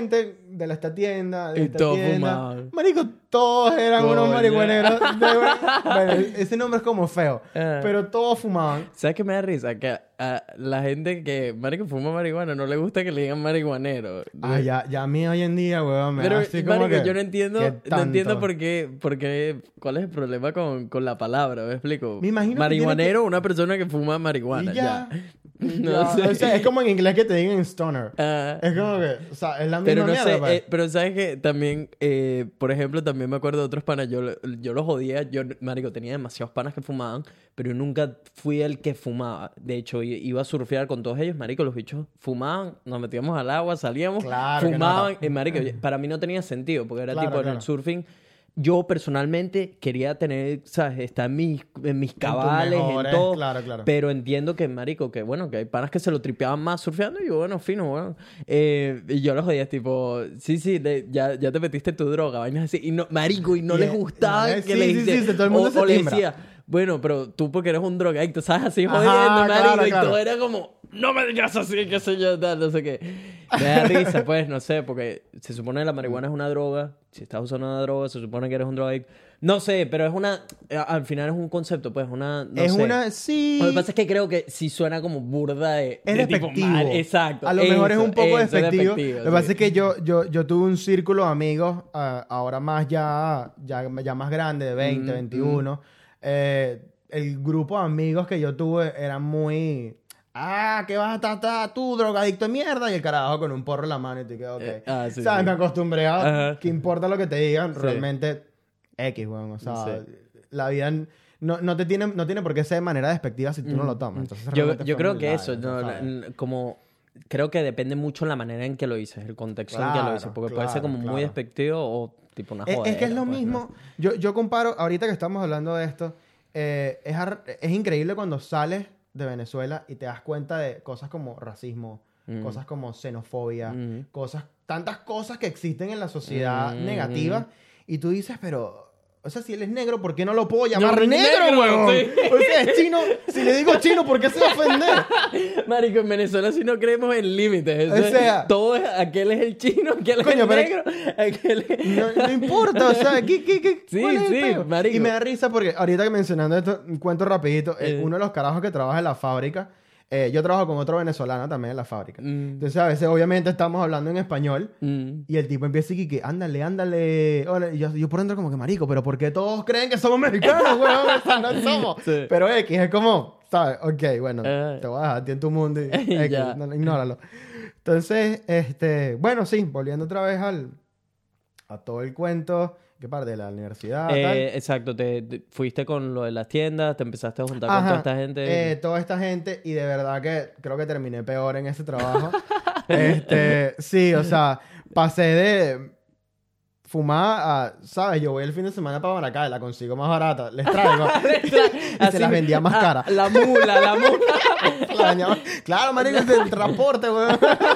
de la, esta tienda, de Y esta todos tienda. fumaban. Marico, todos eran unos Coño. marihuaneros. De- bueno, ese nombre es como feo, Ah. pero todos fumaban. ¿Sabes qué me da risa? Que a, a la gente que, marico, fuma marihuana no le gusta que le digan marihuanero. Ah, ya, ya a mí hoy en día, weón, me Pero, da así como marico, que... yo no entiendo, ¿qué no entiendo tanto? por qué, por qué, cuál es el problema con, con la palabra, ¿me explico? Me imagino que Marihuanero, una persona que fuma marihuana, Y ya. ya. Y No ya. sé. O sea, es como en inglés que te digan stoner. Ah. Es como que, o sea, es la misma Pero no mierda, sé, pues. eh, pero sabes que también, eh, por ejemplo, también me acuerdo de otros panas, yo, yo los odiaba, yo, marico, tenía demasiados panas que fumaban, pero yo nunca fui el que fumaba. De hecho, i- iba a surfear con todos ellos, marico, los bichos fumaban, nos metíamos al agua, salíamos, Claro que fumaban, nota. y marico, para mí no tenía sentido, porque era Claro, tipo en claro. el surfing. Yo personalmente quería tener, ¿sabes? Estar en mis, en mis cabales, en, mejores, todo. claro, claro. Pero entiendo que, marico, que bueno, que hay panas que se lo tripeaban más surfeando y yo, bueno, fino, bueno. Eh, y yo los jodía, tipo, sí, sí, le- ya, ya te metiste tu droga, vainas así. Y no, marico, y no Y, les eh, gustaba no, eh, que sí, le sí, hiciera- sí, sí, todo el mundo o, se o le timbra. decía, bueno, pero tú porque eres un drogadicto, ¿sabes? Así Ajá, jodiendo, marico. claro, Y claro. todo era como, no me digas así, qué sé yo, tal, no sé qué. Me da risa, pues, no sé, porque se supone que la marihuana es una droga. Si estás usando una droga, se supone que eres un drogadicto. No sé, pero es una... a- Al final es un concepto, pues, una... No es sé. una... Sí. Lo que pasa es que creo que sí suena como burda de... Es de tipo despectivo. mal. Exacto. A lo mejor es eso, un poco eso, despectivo. despectivo, Lo que sí. pasa es que yo, yo, yo tuve un círculo de amigos, ah, ahora más ya, ya, ya más grande, de veinte, Mm, veintiuno. Eh, el grupo de amigos que yo tuve era muy... Ah, ¿qué vas a estar, estar tú, drogadicto de mierda? Y el carajo con un porro en la mano y te quedas, ok. Eh, ah, sí, ¿Sabes? sí. Me acostumbré a Ajá. que importa lo que te digan. Sí. Realmente, X, weón. O sea, Sí. la vida no, no, te tiene, no tiene por qué ser de manera despectiva si tú no lo tomas. Entonces, Mm. Yo, realmente yo fue creo muy que light, eso, no, ¿sabes? n- como... Creo que depende mucho la manera en que lo dices, el contexto en que lo Claro, dices. Porque puede ser claro, como muy claro. despectivo o tipo una Es, jodera. es que es lo pues, ¿no? mismo. Yo, yo comparo, ahorita que estamos hablando de esto, eh, es, ar- es increíble cuando sales de Venezuela y te das cuenta de cosas como racismo, Mm. cosas como xenofobia, Mm. cosas, tantas cosas que existen en la sociedad Mm. negativa. Y tú dices, pero... O sea, si él es negro, ¿por qué no lo puedo llamar No, negro, negro, huevón? sí. O sea, es chino. Si le digo chino, ¿por qué se va a ofender? Marico, en Venezuela sí no creemos en límites. O Eso es- sea- todo es... Aquel es el chino, aquel Coño, es pero- el negro, aquel es... No, no importa, o sea, ¿qué, qué, qué, Sí, cuál es el sí, peo? marico. Y me da risa porque ahorita que mencionando esto, un cuento rapidito, eh, Eh. uno de los carajos que trabaja en la fábrica, eh, yo trabajo con otro venezolano también en la fábrica. Mm. Entonces a veces obviamente estamos hablando en español Mm. y el tipo empieza a decir que ándale, ándale. Hola. Y yo, yo por dentro como que marico, pero ¿por qué todos creen que somos mexicanos, weón? O sea, no somos. Sí. Pero X es como, ¿sabes? Ok, bueno, Eh. te voy a dejar a ti en tu mundo y X, Ya. no, no, ignóralo. Entonces, este, bueno, sí, volviendo otra vez al, a todo el cuento, ¿qué parte? De la universidad, tal. Eh, exacto, te, te- fuiste con lo de las tiendas, te empezaste a juntar con Ajá, toda esta gente. eh, toda esta gente, y de verdad que creo que terminé peor en ese trabajo. este, sí, o sea, pasé de fumar a, ¿sabes? Yo voy el fin de semana para Maracay, la consigo más barata, les traigo. y se Así- las vendía más ah, cara. La mula, la mula. La vendía- claro, marico, es del transporte, weón.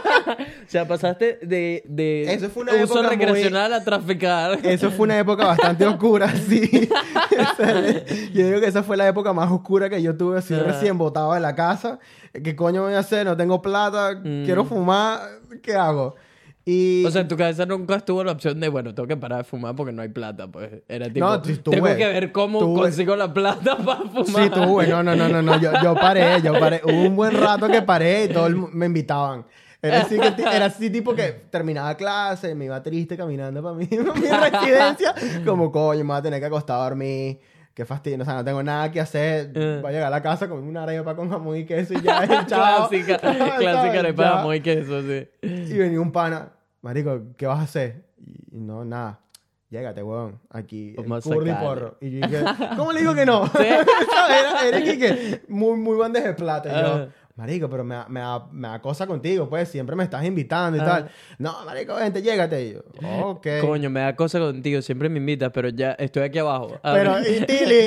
O sea, pasaste de, de Eso fue una uso época muy- recreacional a traficar. Eso fue una época bastante oscura, sí. O sea, yo digo que esa fue la época más oscura que yo tuve, así Ajá. recién botado de la casa. ¿Qué coño voy a hacer? No tengo plata, Mm. quiero fumar, ¿qué hago? Y... O sea, en tu cabeza nunca estuvo la opción de, bueno, tengo que parar de fumar porque no hay plata, pues. Era tipo, No, sí, tuve. tengo que ver cómo Tuve. consigo la plata para fumar. sí, tuve. No, no, no, no, no. Yo, yo paré, yo paré. Hubo un buen rato que paré y todos el mu- me invitaban. Era así, que, ti- era así tipo que terminaba clase, me iba triste caminando para mi, pa' mi residencia. Como, coño, me voy a tener que acostar a dormir. Qué fastidio. O sea, no tengo nada que hacer. Eh. Voy a llegar a la casa con una arepa con jamón y queso y ya. Chao. Clásica, ¿Sabes? clásica arepa Ya. de jamón y queso, sí. Y venía un pana. Marico, ¿qué vas a hacer? Y, y no, nada. Llégate, weón. Aquí, el Vamos a curry sacarle. porro. Y yo dije, ¿cómo le digo que no? ¿Sabes? Era, era que, que muy, muy bandeja de plata. Y yo, Ah. marico, pero me, da- me, da- me da cosa contigo, pues. Siempre me estás invitando y Ah. tal. No, marico, vente, llégate. Y yo, ok. Coño, me da cosa contigo, siempre me invitas, pero ya estoy aquí abajo. Ah, Pero, y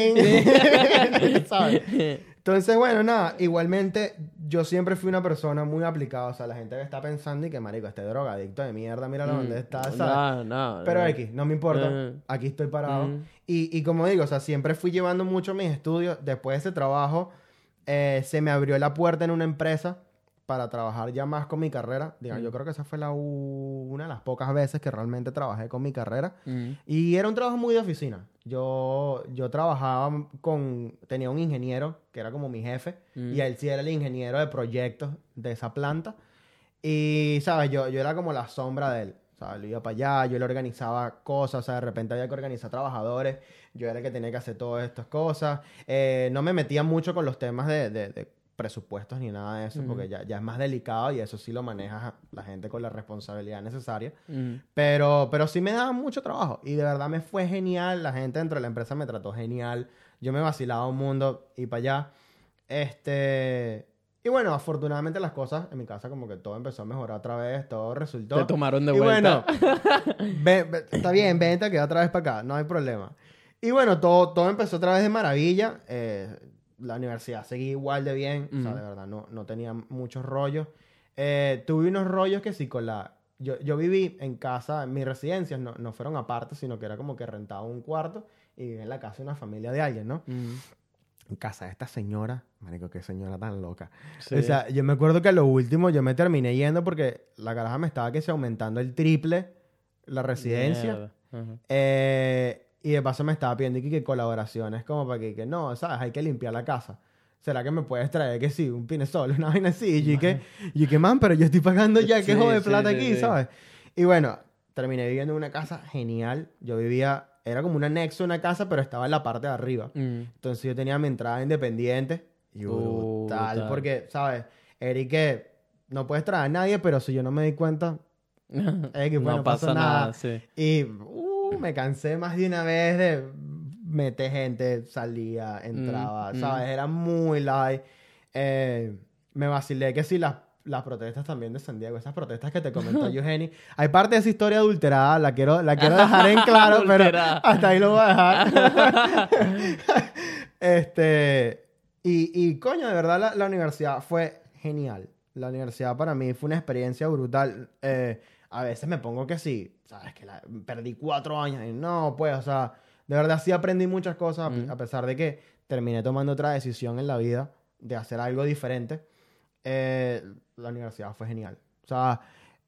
tiling. ¿Sabes? Entonces, bueno, nada. Igualmente, yo siempre fui una persona muy aplicada. O sea, la gente que está pensando y que, marico, este drogadicto de mierda, míralo Mm, dónde está, ¿sabes? No, no. Pero no. X, no me importa. Eh. Aquí estoy parado. Mm. Y, y como digo, o sea, siempre fui llevando mucho mis estudios. Después de ese trabajo, eh, se me abrió la puerta en una empresa para trabajar ya más con mi carrera. Diga, Mm. Yo creo que esa fue la u- una de las pocas veces que realmente trabajé con mi carrera. Mm. Y era un trabajo muy de oficina. Yo, yo trabajaba con... Tenía un ingeniero que era como mi jefe. Mm. Y él sí era el ingeniero de proyectos de esa planta. Y, ¿sabes? Yo, yo era como la sombra de él. ¿Sabes? Yo iba para allá, yo le organizaba cosas. O sea, de repente había que organizar trabajadores. Yo era el que tenía que hacer todas estas cosas. Eh, no me metía mucho con los temas de, de- de presupuestos ni nada de eso. Mm. Porque ya, ya es más delicado y eso sí lo maneja la gente con la responsabilidad necesaria. Mm. Pero, pero sí me daba mucho trabajo y de verdad me fue genial. La gente dentro de la empresa me trató genial. Yo me vacilaba un mundo y para allá. Este... Y bueno, afortunadamente las cosas en mi casa como que todo empezó a mejorar otra vez. Todo resultó. Te tomaron de y vuelta. bueno, ve- ve- está bien, vente, queda otra vez para acá. No hay problema. Y bueno, todo, todo empezó otra vez de maravilla. Eh, la universidad seguía igual de bien. O sea, Ujú. de verdad, no, no tenía muchos rollos. Eh, tuve unos rollos que sí con la... Yo, yo viví en casa, en mis residencias no, no fueron aparte, sino que era como que rentaba un cuarto y vivía en la casa de una familia de alguien, ¿no? Mm. En casa de esta señora, marico, qué señora tan loca. Sí. O sea, yo me acuerdo que a lo último yo me terminé yendo porque la caraja me estaba que se aumentando el triple la residencia. Mierda. Ajá. Eh, y de paso me estaba pidiendo que, que colaboraciones como para que, que no, ¿sabes? Hay que limpiar la casa. ¿Será que me puedes traer que sí, un pinesol, una vaina así? Y yo que, y yo que, man, pero yo estoy pagando ya, que Sí, jode sí, plata sí, aquí, sí. ¿sabes? Y bueno, terminé viviendo en una casa genial. Yo vivía, era como un anexo a una casa, pero estaba en la parte de arriba. Mm. Entonces yo tenía mi entrada independiente y brutal, Brutal. porque, ¿sabes? Eric, que no puedes traer a nadie, pero si yo no me di cuenta, es que, bueno, no pasa nada, sí. y uh, me cansé más de una vez de meter gente, salía, entraba, Mm, ¿sabes? mm. Era muy light. Eh, me vacilé que si las, las protestas también de San Diego, esas protestas que te comentó Eugeni. Hay parte de esa historia adulterada, la quiero, la quiero dejar en claro, pero Adulterada. hasta ahí lo voy a dejar. este, y, y coño, de verdad la, la universidad fue genial. La universidad para mí fue una experiencia brutal. Eh, a veces me pongo que sí, sabes que la- perdí cuatro años y no, pues, o sea, de verdad sí aprendí muchas cosas, a pe- Mm. a pesar de que terminé tomando otra decisión en la vida de hacer algo diferente. Eh, la universidad fue genial. O sea,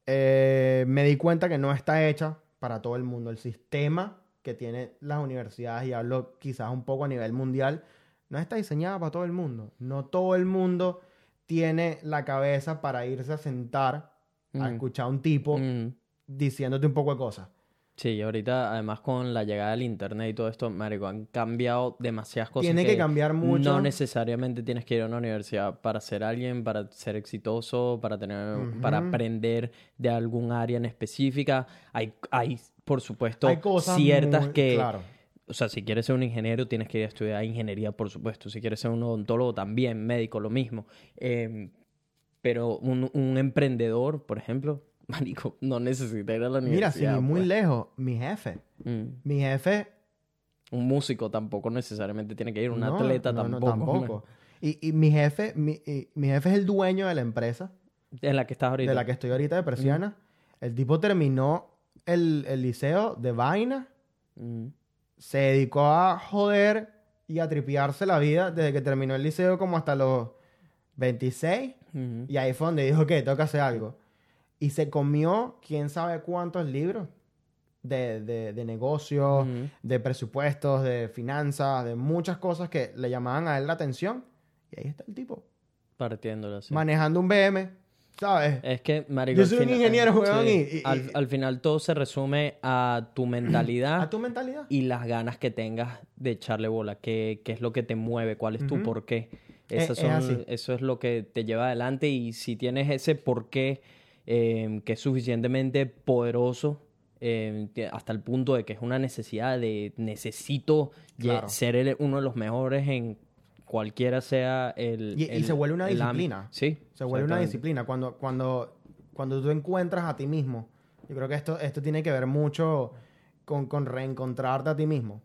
eh, me di cuenta que no está hecha para todo el mundo. El sistema que tienen las universidades, y hablo quizás un poco a nivel mundial, no está diseñada para todo el mundo. No todo el mundo tiene la cabeza para irse a sentar a Mm. escuchar a un tipo Mm. diciéndote un poco de cosas. Sí, y ahorita además con la llegada del internet y todo esto, marico, han cambiado demasiadas cosas. Tiene que cambiar mucho. No necesariamente tienes que ir a una universidad para ser alguien, para ser exitoso, para tener, Ujú. para aprender de algún área en específica. Hay, hay, por supuesto, Hay cosas ciertas muy- que, claro. o sea, si quieres ser un ingeniero tienes que ir a estudiar ingeniería, por supuesto. Si quieres ser un odontólogo también, médico, lo mismo. Eh, pero un, un emprendedor, por ejemplo, marico, no necesita ir a la Mira, universidad. sin ir muy pues. lejos, mi jefe. Mm. Mi jefe Un músico tampoco necesariamente tiene que ir, un No, atleta no, no, tampoco. tampoco. Y, y mi jefe, mi, y- mi jefe es el dueño de la empresa En la que estás ahorita. de la que estoy ahorita de Persiana. El tipo terminó el, el liceo de vaina, Mm. se dedicó a joder y a tripearse la vida desde que terminó el liceo como hasta los veintiséis. Ujú. Y ahí fue donde dijo que tengo que hacer algo. Y se comió quién sabe cuántos libros de, de, de negocios, Ujú. de presupuestos, de finanzas, de muchas cosas que le llamaban a él la atención. Y ahí está el tipo, Partiéndolo así. manejando un B M, ¿sabes? Es que, marico, Yo al soy un final- ingeniero, eh, weón, sí. y- y- al, y- al final todo se resume a tu mentalidad A tu mentalidad. y las ganas que tengas de echarle bola. ¿Qué, qué es lo que te mueve? ¿Cuál es tu Ujú. porqué? Es- Esas es son- así. Eso es lo que te lleva adelante. Y si tienes ese porqué eh, que es suficientemente poderoso, eh, que- hasta el punto de que es una necesidad de necesito lle- Claro. ser el- uno de los mejores en cualquiera sea el... Y- y el- se vuelve una el ámbito. disciplina. Sí. Se vuelve una exactamente. disciplina. Cuando, cuando, cuando tú encuentras a ti mismo, yo creo que esto, esto tiene que ver mucho con, con reencontrarte a ti mismo.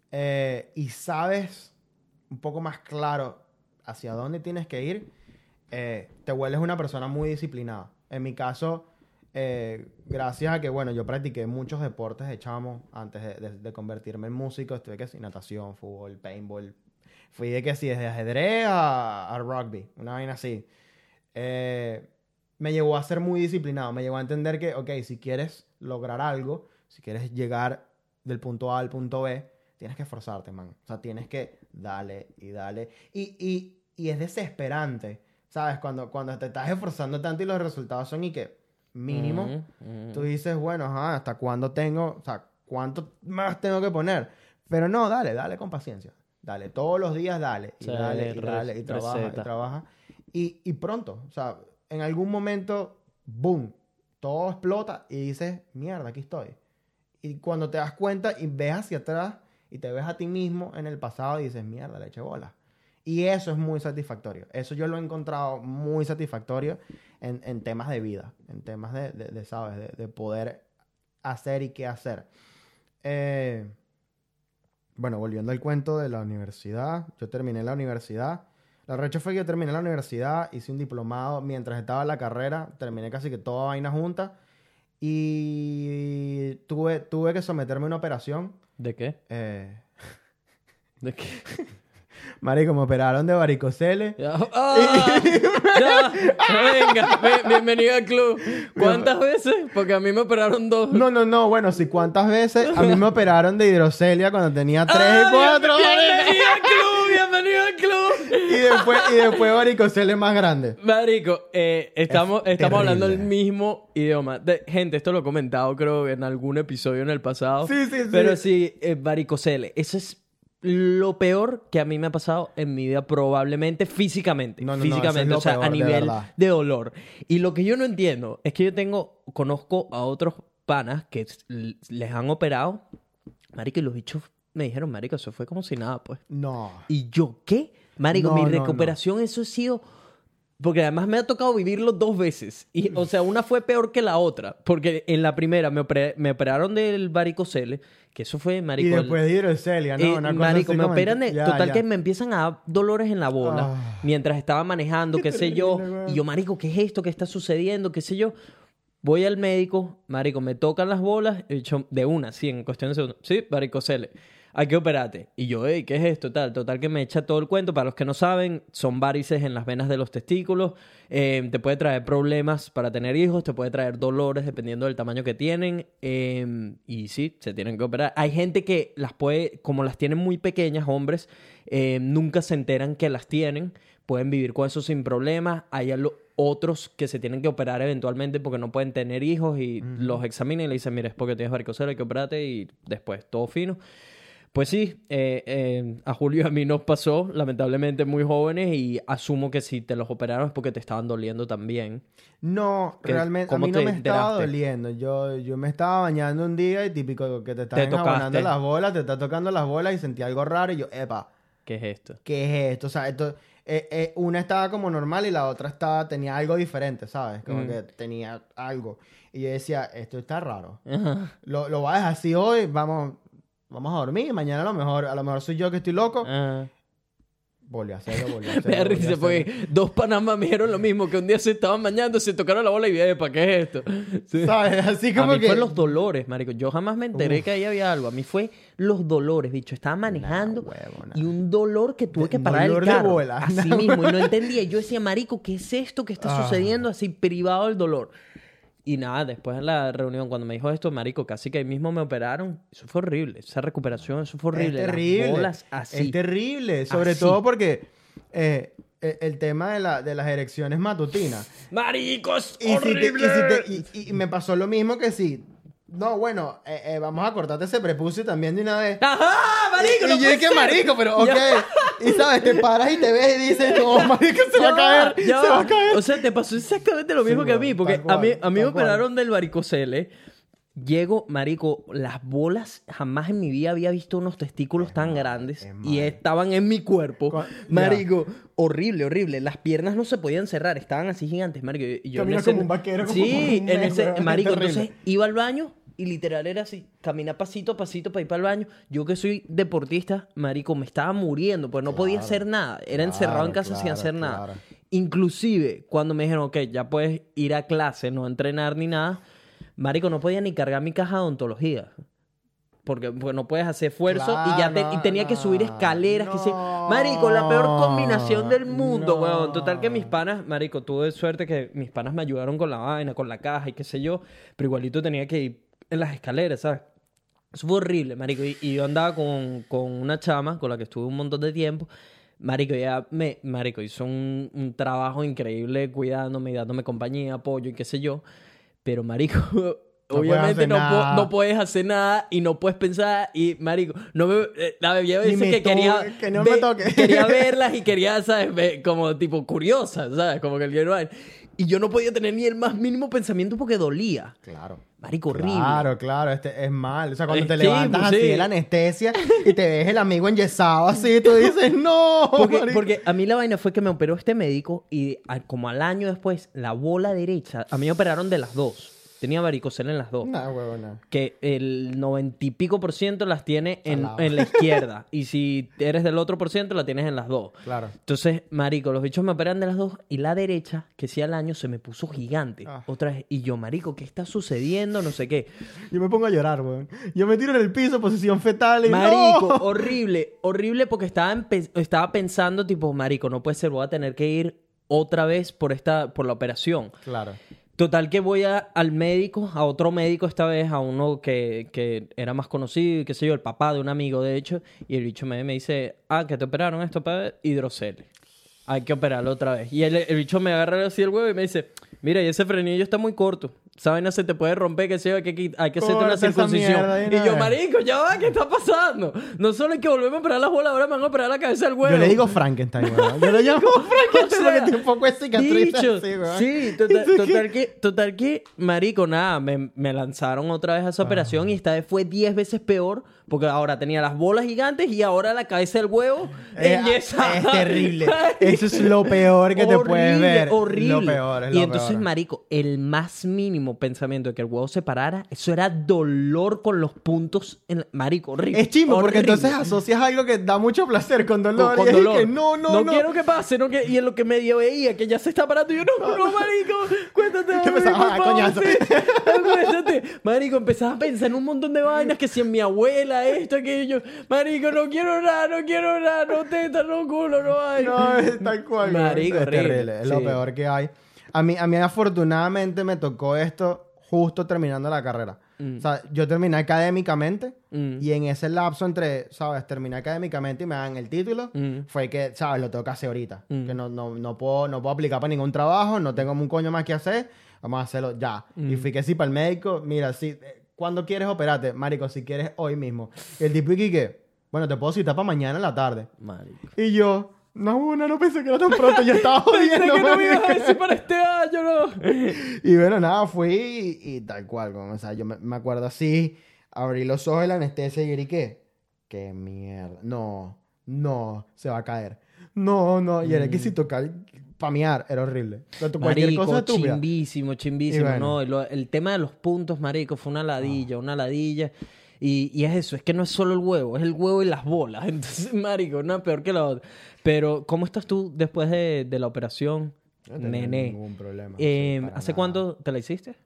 Eh, y sabes un poco más claro hacia dónde tienes que ir, eh, te vuelves una persona muy disciplinada. En mi caso, eh, gracias a que, bueno, yo practiqué muchos deportes de chamo antes de, de- de convertirme en músico. Estuve que sí, natación, fútbol, paintball. Fui de que sí, desde ajedrez a, a rugby, una vaina así. eh, me llevó a ser muy disciplinado. Me llevó a entender que, ok, si quieres lograr algo, si quieres llegar del punto A al punto B, tienes que esforzarte, man. O sea, tienes que darle y darle. Y, y, y es desesperante, ¿sabes? Cuando, cuando te estás esforzando tanto y los resultados son y que mínimo, Mm, mm. tú dices, bueno, ajá, ¿hasta cuándo tengo? O sea, ¿cuánto más tengo que poner? Pero no, dale, dale con paciencia. Dale, todos los días dale. Y Sí, dale, y re- dale, y trabaja, y receta. trabaja. Y, y pronto, o sea, en algún momento, boom, todo explota y dices, mierda, aquí estoy. Y cuando te das cuenta y ves hacia atrás y te ves a ti mismo en el pasado y dices, mierda, le eché bola. Y eso es muy satisfactorio. Eso yo lo he encontrado muy satisfactorio en, en temas de vida, en temas de, de, de, ¿sabes? De, de poder hacer y qué hacer. Eh, bueno, volviendo al cuento de la universidad, yo terminé la universidad. La recha fue que yo terminé la universidad, hice un diplomado mientras estaba en la carrera, terminé casi que toda vaina junta y tuve, tuve que someterme a una operación. ¿De qué? Eh, ¿De qué? marico, me operaron de varicocele. Ya. ¡Ah! Ya. Venga, ven- bienvenido al club. ¿Cuántas veces? Porque a mí me operaron dos. No, no, no, bueno, sí, ¿cuántas veces? A mí me operaron de hidrocelia cuando tenía tres ¡Ah! y cuatro. bien- Bienvenido al club, bienvenido al club. Y después, y después varicocele más grande. Marico, eh, estamos, Es estamos hablando el terrible. mismo idioma. De- gente, esto lo he comentado creo en algún episodio en el pasado. Sí, sí, sí. Pero sí, eh, varicocele. Eso es lo peor que a mí me ha pasado en mi vida, probablemente físicamente. No, no, no, eso es físicamente, lo o sea, peor, a de nivel verdad. de dolor. Y lo que yo no entiendo es que yo tengo, conozco a otros panas que s- l- les han operado. Marico, y los bichos me dijeron, marico, eso fue como si nada, pues. No. ¿Y yo qué? Marico, No, mi no, recuperación, eso ha sido... Porque además me ha tocado vivirlo dos veces. Y, o sea, una fue peor que la otra. Porque en la primera me, operé- me operaron del varicocele, que eso fue, marico... Y el- después de hidrocelia, ¿no? eh, Una cosa marico, así me como- operan de... Ya, total ya. que me empiezan a dar dolores en la bola Ah. mientras estaba manejando, qué, sé yo. terrible, weón. Y yo, marico, ¿qué es esto? ¿Qué está sucediendo? ¿Qué sé yo? Voy al médico, marico, me tocan las bolas, he dicho de una, sí, en cuestión de segundos. Sí, varicocele. Hay que operarte. Y yo, hey, ¿qué es esto? Tal, total que me echa todo el cuento. Para los que no saben, son varices en las venas de los testículos. Eh, te puede traer problemas para tener hijos, te puede traer dolores dependiendo del tamaño que tienen. Eh, y sí, se tienen que operar. Hay gente que las puede, como las tienen muy pequeñas, hombres, eh, nunca se enteran que las tienen. Pueden vivir con eso sin problemas. Hay alo- otros que se tienen que operar eventualmente porque no pueden tener hijos y los examinan y le dicen, mira, es porque tienes varicocele, hay que operarte y después todo fino. Pues sí, eh, eh, a Julio y a mí nos pasó, lamentablemente muy jóvenes, y asumo que si te los operaron es porque te estaban doliendo también. No, ¿Qué- realmente a cómo mí no te me estaba enteraste? doliendo. Yo, yo me estaba bañando un día y típico que te estás Te tocaste. enjabonando las bolas, te está tocando las bolas y sentí algo raro y yo, epa, ¿Qué es esto? ¿qué es esto? O sea, esto, eh, eh, una estaba como normal y la otra estaba, tenía algo diferente, ¿sabes? Como Mm. que tenía algo. Y yo decía, esto está raro. Ajá. Lo, lo voy a dejar así hoy, vamos, vamos a dormir. Mañana a lo mejor, a lo mejor soy yo que estoy loco. Ajá. Volví a hacerlo, volví a Me hacerlo. da volví a risa hacerlo. porque dos panamas me dijeron lo mismo, que un día se estaban bañando, se tocaron la bola y dije, ¿para qué es esto? Sí. ¿Sabes? Así A como mí que... fue los dolores, marico. Yo jamás me enteré Uf. que ahí había algo. A mí fue los dolores, bicho. Estaba manejando Nah, huevo, nah. y un dolor que tuve De- que parar dolor el de carro. bola. Así Nah, mismo. Y no entendía. Y yo decía, marico, ¿qué es esto que está Ah. sucediendo? Así privado del dolor. Y nada, después en la reunión, cuando me dijo esto, marico, casi que ahí mismo me operaron. Eso fue horrible. Esa recuperación, eso fue horrible. Es Las terrible. bolas así. Es terrible. Sobre Así. todo porque eh, eh, el tema de, la, de las erecciones matutinas. ¡Maricos! Y, si te- y, ¡Horrible! si te- y- y me pasó lo mismo que si... No, bueno, eh, eh, vamos a cortarte ese prepucio también de una vez. ¡Ajá! ¡Marico! Y no yo puede dije, ser! marico, pero ok. Ya. Y sabes, te paras y te ves y dices, no, marico, se va a caer. ya se va a caer. O sea, te pasó exactamente lo mismo Sí, que a weón, mí, porque tal a mí, cual, a mí me tal cual. operaron del varicocele. Llego, marico, las bolas, jamás en mi vida había visto unos testículos tan grandes es y mal. estaban en mi cuerpo. Cu- Marico, horrible, horrible. Las piernas no se podían cerrar, estaban así gigantes, marico. Y yo en Camina ese- como un vaquero, como Sí, por un en mes, ese, weón, es marico, terrible. entonces iba al baño y literal era así, caminar pasito a pasito para ir para el baño. Yo que soy deportista, marico, me estaba muriendo, pues no podía Claro, hacer nada. Era claro, encerrado en casa sin claro, hacer nada. claro. Inclusive, cuando me dijeron, ok, ya puedes ir a clase, no entrenar ni nada, marico, no podía ni cargar mi caja de odontología. Porque, porque no puedes hacer esfuerzo Claro, y ya te- y tenía que subir escaleras. Que sí. Marico, la peor combinación del mundo, no. weón. Total que mis panas, marico, tuve suerte que mis panas me ayudaron con la vaina, con la caja y qué sé yo. Pero igualito tenía que ir en las escaleras, ¿sabes? Eso fue horrible, marico. Y, y yo andaba con, con una chama con la que estuve un montón de tiempo. Marico, ya me... Marico, hizo un, un trabajo increíble cuidándome y dándome compañía, apoyo y qué sé yo. Pero, marico... No Obviamente puedes hacer no, pu- nada. no puedes hacer nada y no puedes pensar y, marico, no me, eh, la bebía a Ni veces me que quería toque, que no me toque. quería verlas y quería, ¿sabes? Ve- como tipo curiosa, ¿sabes? Como que el quiero ver. Y yo no podía tener ni el más mínimo pensamiento porque dolía. Claro. Marico, horrible. Claro, claro, este es mal. O sea, cuando Eh, te sí, levantas pues, así sí. de la anestesia y te ves el amigo enyesado así, tú dices, no. Porque, marico". porque a mí la vaina fue que me operó este médico y a- como al año después, la bola derecha, a mí me operaron de las dos. Tenía varicocele en las dos. Nah, huevona. Que el noventa y pico por ciento las tiene en, Salado. en la izquierda. Y si eres del otro por ciento, la tienes en las dos. Claro. Entonces, marico, los bichos me operan de las dos y la derecha, que sí al año, se me puso gigante. Ah. Otra vez. Y yo, marico, ¿qué está sucediendo? No sé qué. Yo me pongo a llorar, weón. Yo me tiro en el piso, posición fetal y Marico, ¡no! horrible. Horrible porque estaba, empe- estaba pensando, tipo, marico, no puede ser, voy a tener que ir otra vez por, esta, por la operación. Claro. Total que voy a- al médico, a otro médico esta vez, a uno que, que era más conocido y qué sé yo, el papá de un amigo de hecho, y el bicho me, me dice, ah, que te operaron esto para hidrocele. Hay que operarlo otra vez. Y el, el bicho me agarra así el huevo y me dice, mira, y ese frenillo está muy corto. Esa vaina se te puede romper, que sé yo, hay que, quit- hay que hacerte una Corta esa circuncisión. mierda de Y una yo, vez. marico, ya va, ¿qué está pasando? No solo hay que volverme a operar las bolas, ahora me van a operar la cabeza del huevo. Yo le digo Frankenstein, weón. Yo lo llamo Frankenstein O sea, porque tiene un poco de cicatrices dicho, así, weón. sí, total, total que, total que, marico, nada, me, me lanzaron otra vez a esa Ah. operación y esta vez fue diez veces peor porque ahora tenía las bolas gigantes y ahora la cabeza del huevo Eh, enyesada. es terrible. Eso es lo peor que te puedes Horrible, ver. Horrible. Lo peor, es y lo entonces, peor. marico, el más mínimo pensamiento de que el huevo se parara, eso era dolor con los puntos en la- marico, horrible. Es chimbo porque horrible. entonces asocias algo que da mucho placer con dolor. Con y es dolor. que no, no, no. quiero que pase, no que... y en lo que medio veía que ya se está parando, y yo, no, no, marico, cuéntate, Te mami, empezaba por a dar favor, coñazo. sí. Acuéstate. Marico, empezaba a pensar en un montón de vainas, que si en mi abuela, esto, aquello. Marico, no quiero nada, no quiero nada, no teta, no culo, no hay. No, es tal cual. güey. Marico, es horrible. terrible. Es lo Sí. peor que hay. A mí, a mí afortunadamente me tocó esto justo terminando la carrera. Mm. O sea, yo terminé académicamente Mm. y en ese lapso entre, ¿sabes? Terminé académicamente y me dan el título. Mm. Fue que, ¿sabes? Lo tengo que hacer ahorita. Mm. Que no, no, no, puedo, no puedo aplicar para ningún trabajo, no tengo un coño más que hacer. Vamos a hacerlo ya. Mm. Y fui que sí para el médico. Mira, sí, eh, ¿cuándo quieres operarte? Marico, si quieres hoy mismo. Y el tipo, ¿y qué? Bueno, te puedo citar para mañana en la tarde. Marico. Y yo, no, una, no pensé que era tan pronto. Yo estaba Pensé jodiendo. que no me ibas a marico. decir para este año, no. Y bueno, nada, fui y, y tal cual. como, O sea, yo me, me acuerdo así, abrí los ojos de la anestesia y dije, ¿qué? ¿Qué mierda? No, no, se va a caer. No, no. Y era que si tocar, pamear, era horrible. Pero tú- cualquier Marico, cosa estúpida. chimbísimo, chimbísimo. Y bueno. No, Y lo- el tema de los puntos, marico, fue una ladilla, una ladilla. Y, y es eso, es que no es solo el huevo, es el huevo y las bolas. Entonces, marico, una peor que la otra. Pero, ¿cómo estás tú después de, de la operación, No tenía nene? ningún problema. Eh, sí, para ¿Hace nada. cuánto te la hiciste?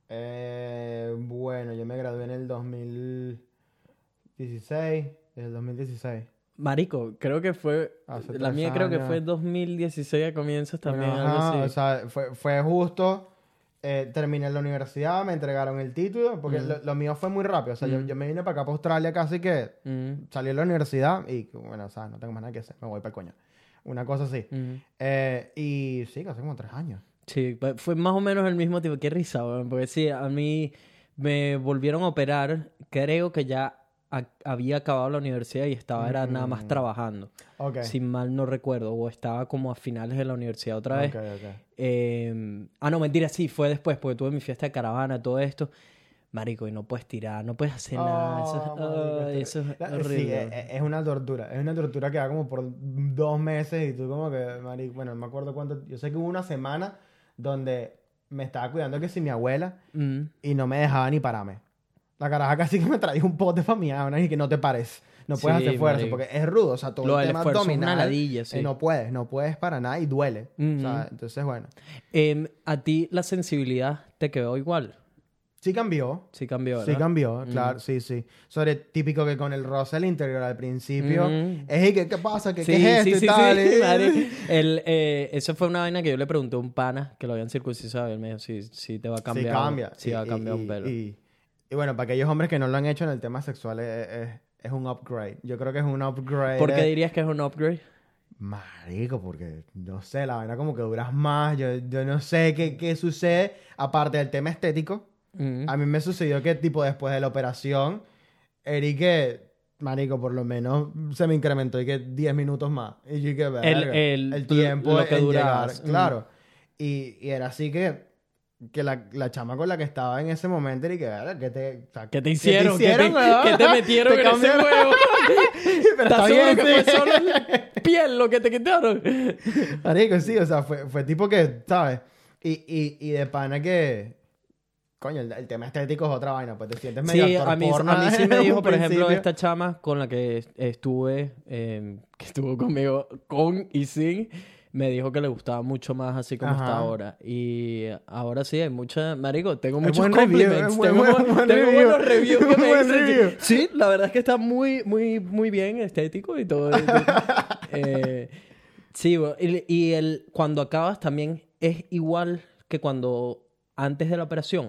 Eh, bueno, yo me gradué en el dos mil dieciséis. En el dos mil dieciséis. Marico, creo que fue... Hace La tres mía creo que años. fue dos mil dieciséis a comienzos también, Bueno, algo ajá, así. o sea, fue, fue justo. eh, terminé la universidad, me entregaron el título, porque Mm. lo, lo mío fue muy rápido. O sea, yo, Mm. yo me vine para acá, para Australia, casi que Mm, salí de la universidad y, bueno, o sea, no tengo más nada que hacer, me voy para el coño. Una cosa así. mm. Eh, y sí, hace como tres años. Sí, pa- fue más o menos el mismo tipo. Qué risa, weón. Porque sí, a mí me volvieron a operar. Creo que ya a- había acabado la universidad y estaba era nada más Mm. trabajando. Ok. Si mal no recuerdo. O estaba como a finales de la universidad otra vez. Ok, ok. Eh, ah, no, mentira, sí, fue después. Porque tuve mi fiesta de caravana, todo esto. Marico, y no puedes tirar, no puedes hacer nada. Eso, es- Oh, marico, ay, esto- eso es la- Sí, horrible. es, es una tortura. Es una tortura que va como por dos meses y tú como que, marico, bueno, no me acuerdo cuánto. Yo sé que hubo una semana donde me estaba cuidando que si mi abuela Mm. y no me dejaba ni pararme. La caraja casi que me traía un pote familiar y que no te pares. No puedes Sí, hacer esfuerzo marico. porque es rudo. O sea, todo Lo el del tema esfuerzo es una abdominal. ladilla, sí. eh, no puedes, no puedes para nada y duele. O sea, Ujú. entonces, bueno. Em, ¿a ti la sensibilidad te quedó igual? Sí cambió. Sí cambió, Sí ¿verdad? cambió, Mm. claro, sí, sí. Sobre típico que con el rosa del interior al principio Mm. es ¿y qué, qué pasa? ¿Qué, Sí, qué es sí, esto sí, y tal? sí, Y- madre. El, eh, eso fue una vaina que yo le pregunté a un pana que lo habían circuncisado y él me dijo, sí, sí te va a cambiar. Sí cambia. Sí Y- va a y- cambiar y- un pelo. Y, y bueno, para aquellos hombres que no lo han hecho en el tema sexual es, es, es un upgrade. Yo creo que es un upgrade. ¿Por qué dirías que es un upgrade? Marico, porque no sé, la vaina como que duras más. Yo, yo no sé qué, qué sucede. Aparte del tema estético, Mm. a mí me sucedió que, tipo, después de la operación, Eric, que, marico, por lo menos se me incrementó y que diez minutos más. Y yo que, verga, el- tiempo lo que en durabas. llegar, claro. Y, y era así que, que la, la chama con la que estaba en ese momento, Eric, que, verga, ¿qué te, o sea, ¿Qué te hicieron? ¿Qué te, weón? qué te metieron Te en ese cambiaron. huevo? Pero ¿Estás está seguro bien, que sí. fue solo la piel lo que te quitaron? Marico, sí, o sea, fue, fue tipo que, ¿sabes? Y, y, y de pana que... Coño, el, el tema estético es otra vaina, pues te sientes medio Sí, actor a mí, porno a mí sí me en dijo, un por ejemplo, principio. esta chama con la que estuve, eh, que estuvo conmigo con y sin, me dijo que le gustaba mucho más así como Ajá. está ahora. Y ahora sí, hay mucha... Marico, tengo Es muchos buen review, compliments. es buen- tengo buen- bu- buen tengo review. buenos reviews que me Buen dicen. review. que- Sí, la verdad es que está muy, muy, muy bien estético y todo. Eh, sí, bo- y, y el, cuando acabas también es igual que cuando antes de la operación.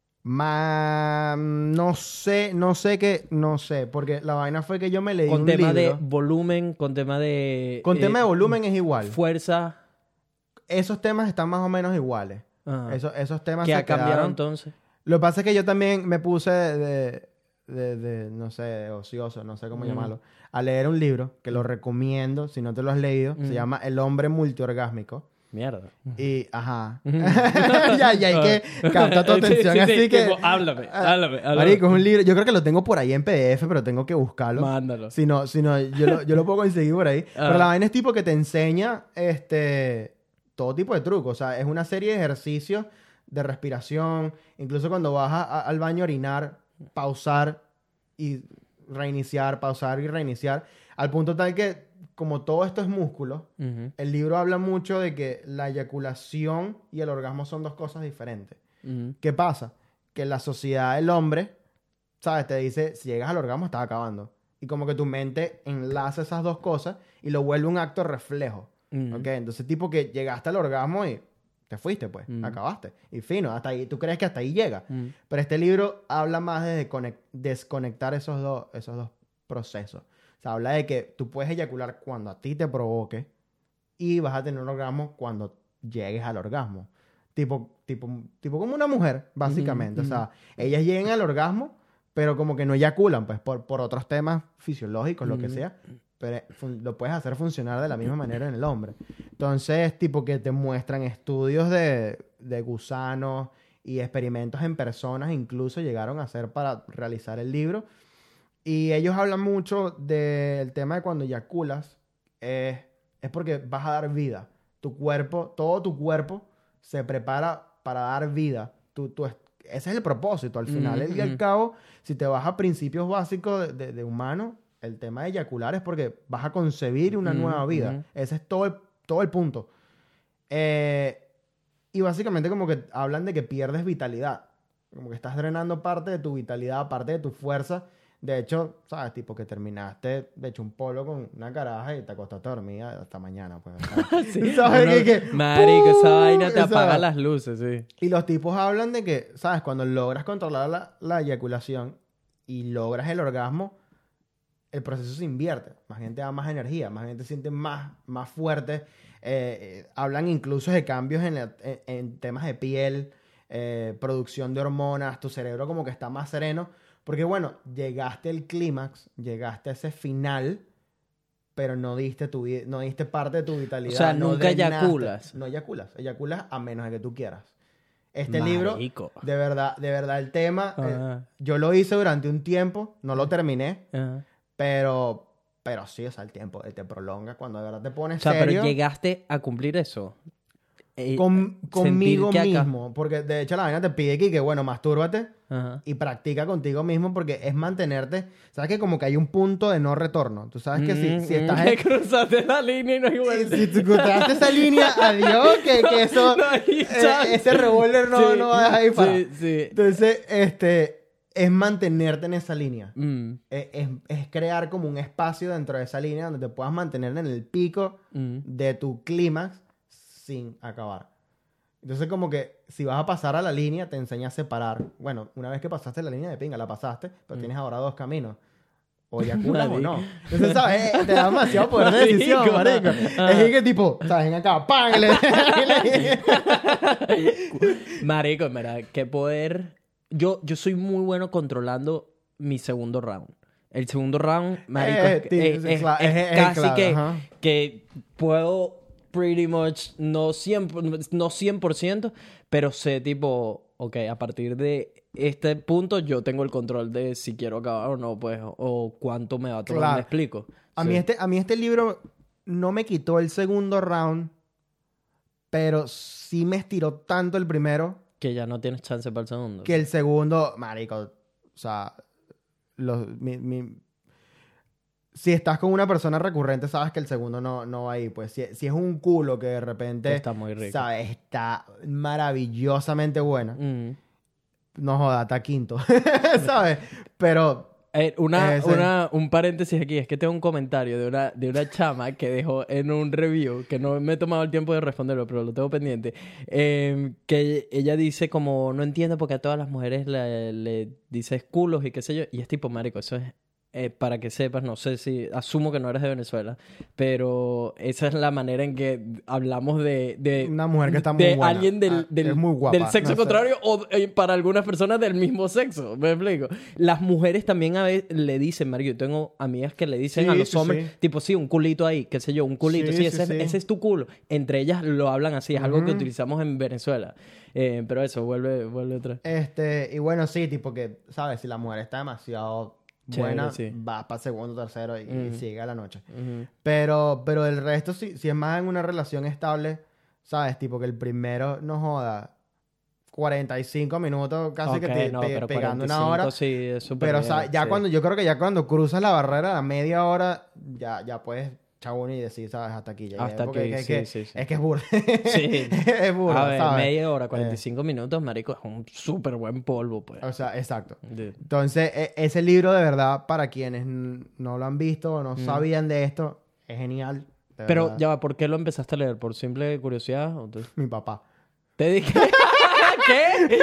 Ma... No sé, no sé qué... No sé, porque la vaina fue que yo me leí Con un tema de libro. volumen, con tema de... Con eh, tema de volumen es igual. Fuerza. Esos temas están más o menos iguales. Ajá. Esos, esos temas ¿Qué se ha cambiado quedaron... entonces? Lo que pasa es que yo también me puse de, de, de, no sé, de ocioso, no sé cómo Mm. llamarlo, a leer un libro que lo recomiendo, si no te lo has leído, Mm. se llama El hombre multiorgásmico. Mierda. Y, ajá. Ujú. ya, ya hay que captar tu Sí, atención, sí, sí, así que... tipo, háblame, háblame, háblame. Marico, es un libro, yo creo que lo tengo por ahí en P D F, pero tengo que buscarlo. Mándalo. Si no, si no yo, lo, yo lo puedo conseguir por ahí. Ah. Pero la vaina es tipo que te enseña este, todo tipo de trucos. O sea, es una serie de ejercicios de respiración. Incluso cuando vas a- a- al baño a orinar, pausar y reiniciar, pausar y reiniciar. Al punto tal que, como todo esto es músculo, Ujú, el libro habla mucho de que la eyaculación y el orgasmo son dos cosas diferentes. ujú. ¿Qué pasa? Que en la sociedad del hombre, ¿sabes? Te dice, si llegas al orgasmo, estás acabando. Y como que tu mente enlaza esas dos cosas y lo vuelve un acto reflejo. Ujú. ¿Ok? Entonces, tipo que llegaste al orgasmo y te fuiste, pues. Mm. Acabaste. Y fino, hasta ahí. Tú crees que hasta ahí llega. Ujú. Pero este libro habla más de desconec- desconectar esos dos, esos dos procesos. O sea, habla de que tú puedes eyacular cuando a ti te provoque y vas a tener un orgasmo cuando llegues al orgasmo. Tipo, tipo, tipo como una mujer, básicamente. Ujú, O sea, ellas llegan al orgasmo, pero como que no eyaculan, pues, por, por otros temas fisiológicos, lo que Ujú. sea. Pero fun- lo puedes hacer funcionar de la misma manera en el hombre. Entonces, tipo que te muestran estudios de, de gusanos y experimentos en personas, incluso llegaron a hacer para realizar el libro. Y ellos hablan mucho del tema de cuando eyaculas, eh, es porque vas a dar vida. Tu cuerpo, todo tu cuerpo se prepara para dar vida. Tú, tú es- ese es el propósito. Al final Ujú, y al ujú. cabo, si te vas a principios básicos de, de- de humano, el tema de eyacular es porque vas a concebir una Ujú, nueva vida. ujú. Ese es todo el, todo el punto. Eh, y básicamente como que hablan de que pierdes vitalidad. Como que estás drenando parte de tu vitalidad, parte de tu fuerza. De hecho, ¿sabes? Tipo que terminaste de hecho un polo con una caraja y te acostaste dormida hasta mañana, pues. ¿Sabes? Sí. ¿Sabes? Uno- Que- que- Marico, esa ¡pum! vaina te Esa- apaga las luces, sí. Y los tipos hablan de que, ¿sabes? Cuando logras controlar la, la eyaculación y logras el orgasmo, el proceso se invierte. Más gente da más energía, más gente se siente más, más fuerte. Eh, eh, hablan incluso de cambios en, la- en- en temas de piel, eh, producción de hormonas, tu cerebro como que está más sereno. Porque bueno, llegaste al clímax, llegaste a ese final, pero no diste, tu, vi- no diste parte de tu vitalidad. O sea, no nunca drenaste. eyaculas. No eyaculas. Eyaculas a menos de que tú quieras. Este libro, Marico. de verdad, de verdad, el tema, eh, Ajá. yo lo hice durante un tiempo, no lo terminé, Ajá. pero, pero sí, o sea, el tiempo eh, te prolonga cuando de verdad te pones O sea, serio. pero llegaste a cumplir eso. eh, Con- conmigo sentir que acá- mismo. Porque de hecho la vaina te pide que, que bueno, mastúrbate Ajá. y practica contigo mismo porque es mantenerte. Sabes que como que hay un punto de no retorno. Tú sabes que si, Mm, si mm, estás que en, cruzaste la línea y no hay vuelta. si tú cruzaste esa línea, adiós, que, que eso, No hay eh, chance. ese revólver no, Sí, no va a dejar disparar. Sí, sí. Entonces, este, es mantenerte en esa línea. Mm, Es, es- es crear como un espacio dentro de esa línea donde te puedas mantener en el pico mm. de tu clímax sin acabar. Entonces, como que si vas a pasar a la línea, te enseña a separar. Bueno, una vez que pasaste la línea de pinga, la pasaste, pero tienes ahora dos caminos. O eyaculas o no. Entonces, ¿sabes? Eh, te da demasiado poder de decisión, Marico. marico. Ajá. Es que tipo, ¿sabes? Ven acá, ¡pam! Y le- y le- Marico, en verdad, qué poder. Yo, yo soy muy bueno controlando mi segundo round. El segundo round, marico, Eh, es, tío, es- es es- cla- es es- es casi clave, que, ajá. que puedo pretty much, no cien, no cien por ciento, pero sé tipo, ok, a partir de este punto yo tengo el control de si quiero acabar o no, pues, o, o cuánto me va a tomar, Claro. me explico. A, Sí. mí este, a mí este libro no me quitó el segundo round, pero sí me estiró tanto el primero Que ya no tienes chance para el segundo. que el segundo, marico, o sea, los, mi- mi- si estás con una persona recurrente, sabes que el segundo no, no va ahí. Pues si, si es un culo que de repente, Está muy rico. sabes, está maravillosamente buena. Mm. No joda, está quinto, ¿sabes? Pero Eh, una, Ese. una, un paréntesis aquí, es que tengo un comentario de una, de una chama que dejó en un review, que no me he tomado el tiempo de responderlo, pero lo tengo pendiente, eh, que ella dice como, no entiendo por qué a todas las mujeres le, le dices culos y qué sé yo, y es tipo, marico, eso es, eh, para que sepas, no sé si, asumo que no eres de Venezuela, pero esa es la manera en que hablamos de... de una mujer que está muy de buena. alguien del, Ah, del, es muy guapa. del sexo no sé. contrario o eh, para algunas personas del mismo sexo, me explico. Las mujeres también a veces le dicen, Mario, yo tengo amigas que le dicen Sí, a los sí, hombres, sí. tipo, sí, un culito ahí, qué sé yo, un culito, sí, Sí, ese, sí, es- sí. ese es tu culo. Entre ellas lo hablan así, es algo que Ujú. utilizamos en Venezuela. Eh, pero eso, vuelve, vuelve otra. Este, y bueno, sí, tipo que, ¿sabes? Si la mujer está demasiado Chévere, buena, sí. va para segundo, tercero y, y Mm. sigue a la noche. Ujú. Pero, pero el resto, si, si es más en una relación estable, ¿sabes? Tipo que el primero, no joda, cuarenta y cinco minutos casi Ok, que te, no, pe- pero pegando una cuarenta y cinco hora. sí, es súper Pero, bien, ¿sabes? Ya sí. cuando, yo creo que ya cuando cruzas la barrera a media hora, ya, ya puedes chabón y decir, ¿sabes? Hasta aquí llegué. Hasta Porque aquí, es, sí, que, sí, sí. es que es burda. Sí. es burda, A ver, ¿sabes? media hora, cuarenta y Eh. cinco minutos, marico, es un súper buen polvo, pues. O sea, exacto. De- Entonces, e- ese libro de verdad, para quienes n- no lo han visto o no Mm. sabían de esto, es genial. de Pero verdad. ya va, ¿por qué lo empezaste a leer? ¿Por simple curiosidad? ¿O tú- Mi papá. Te dije, ¿qué?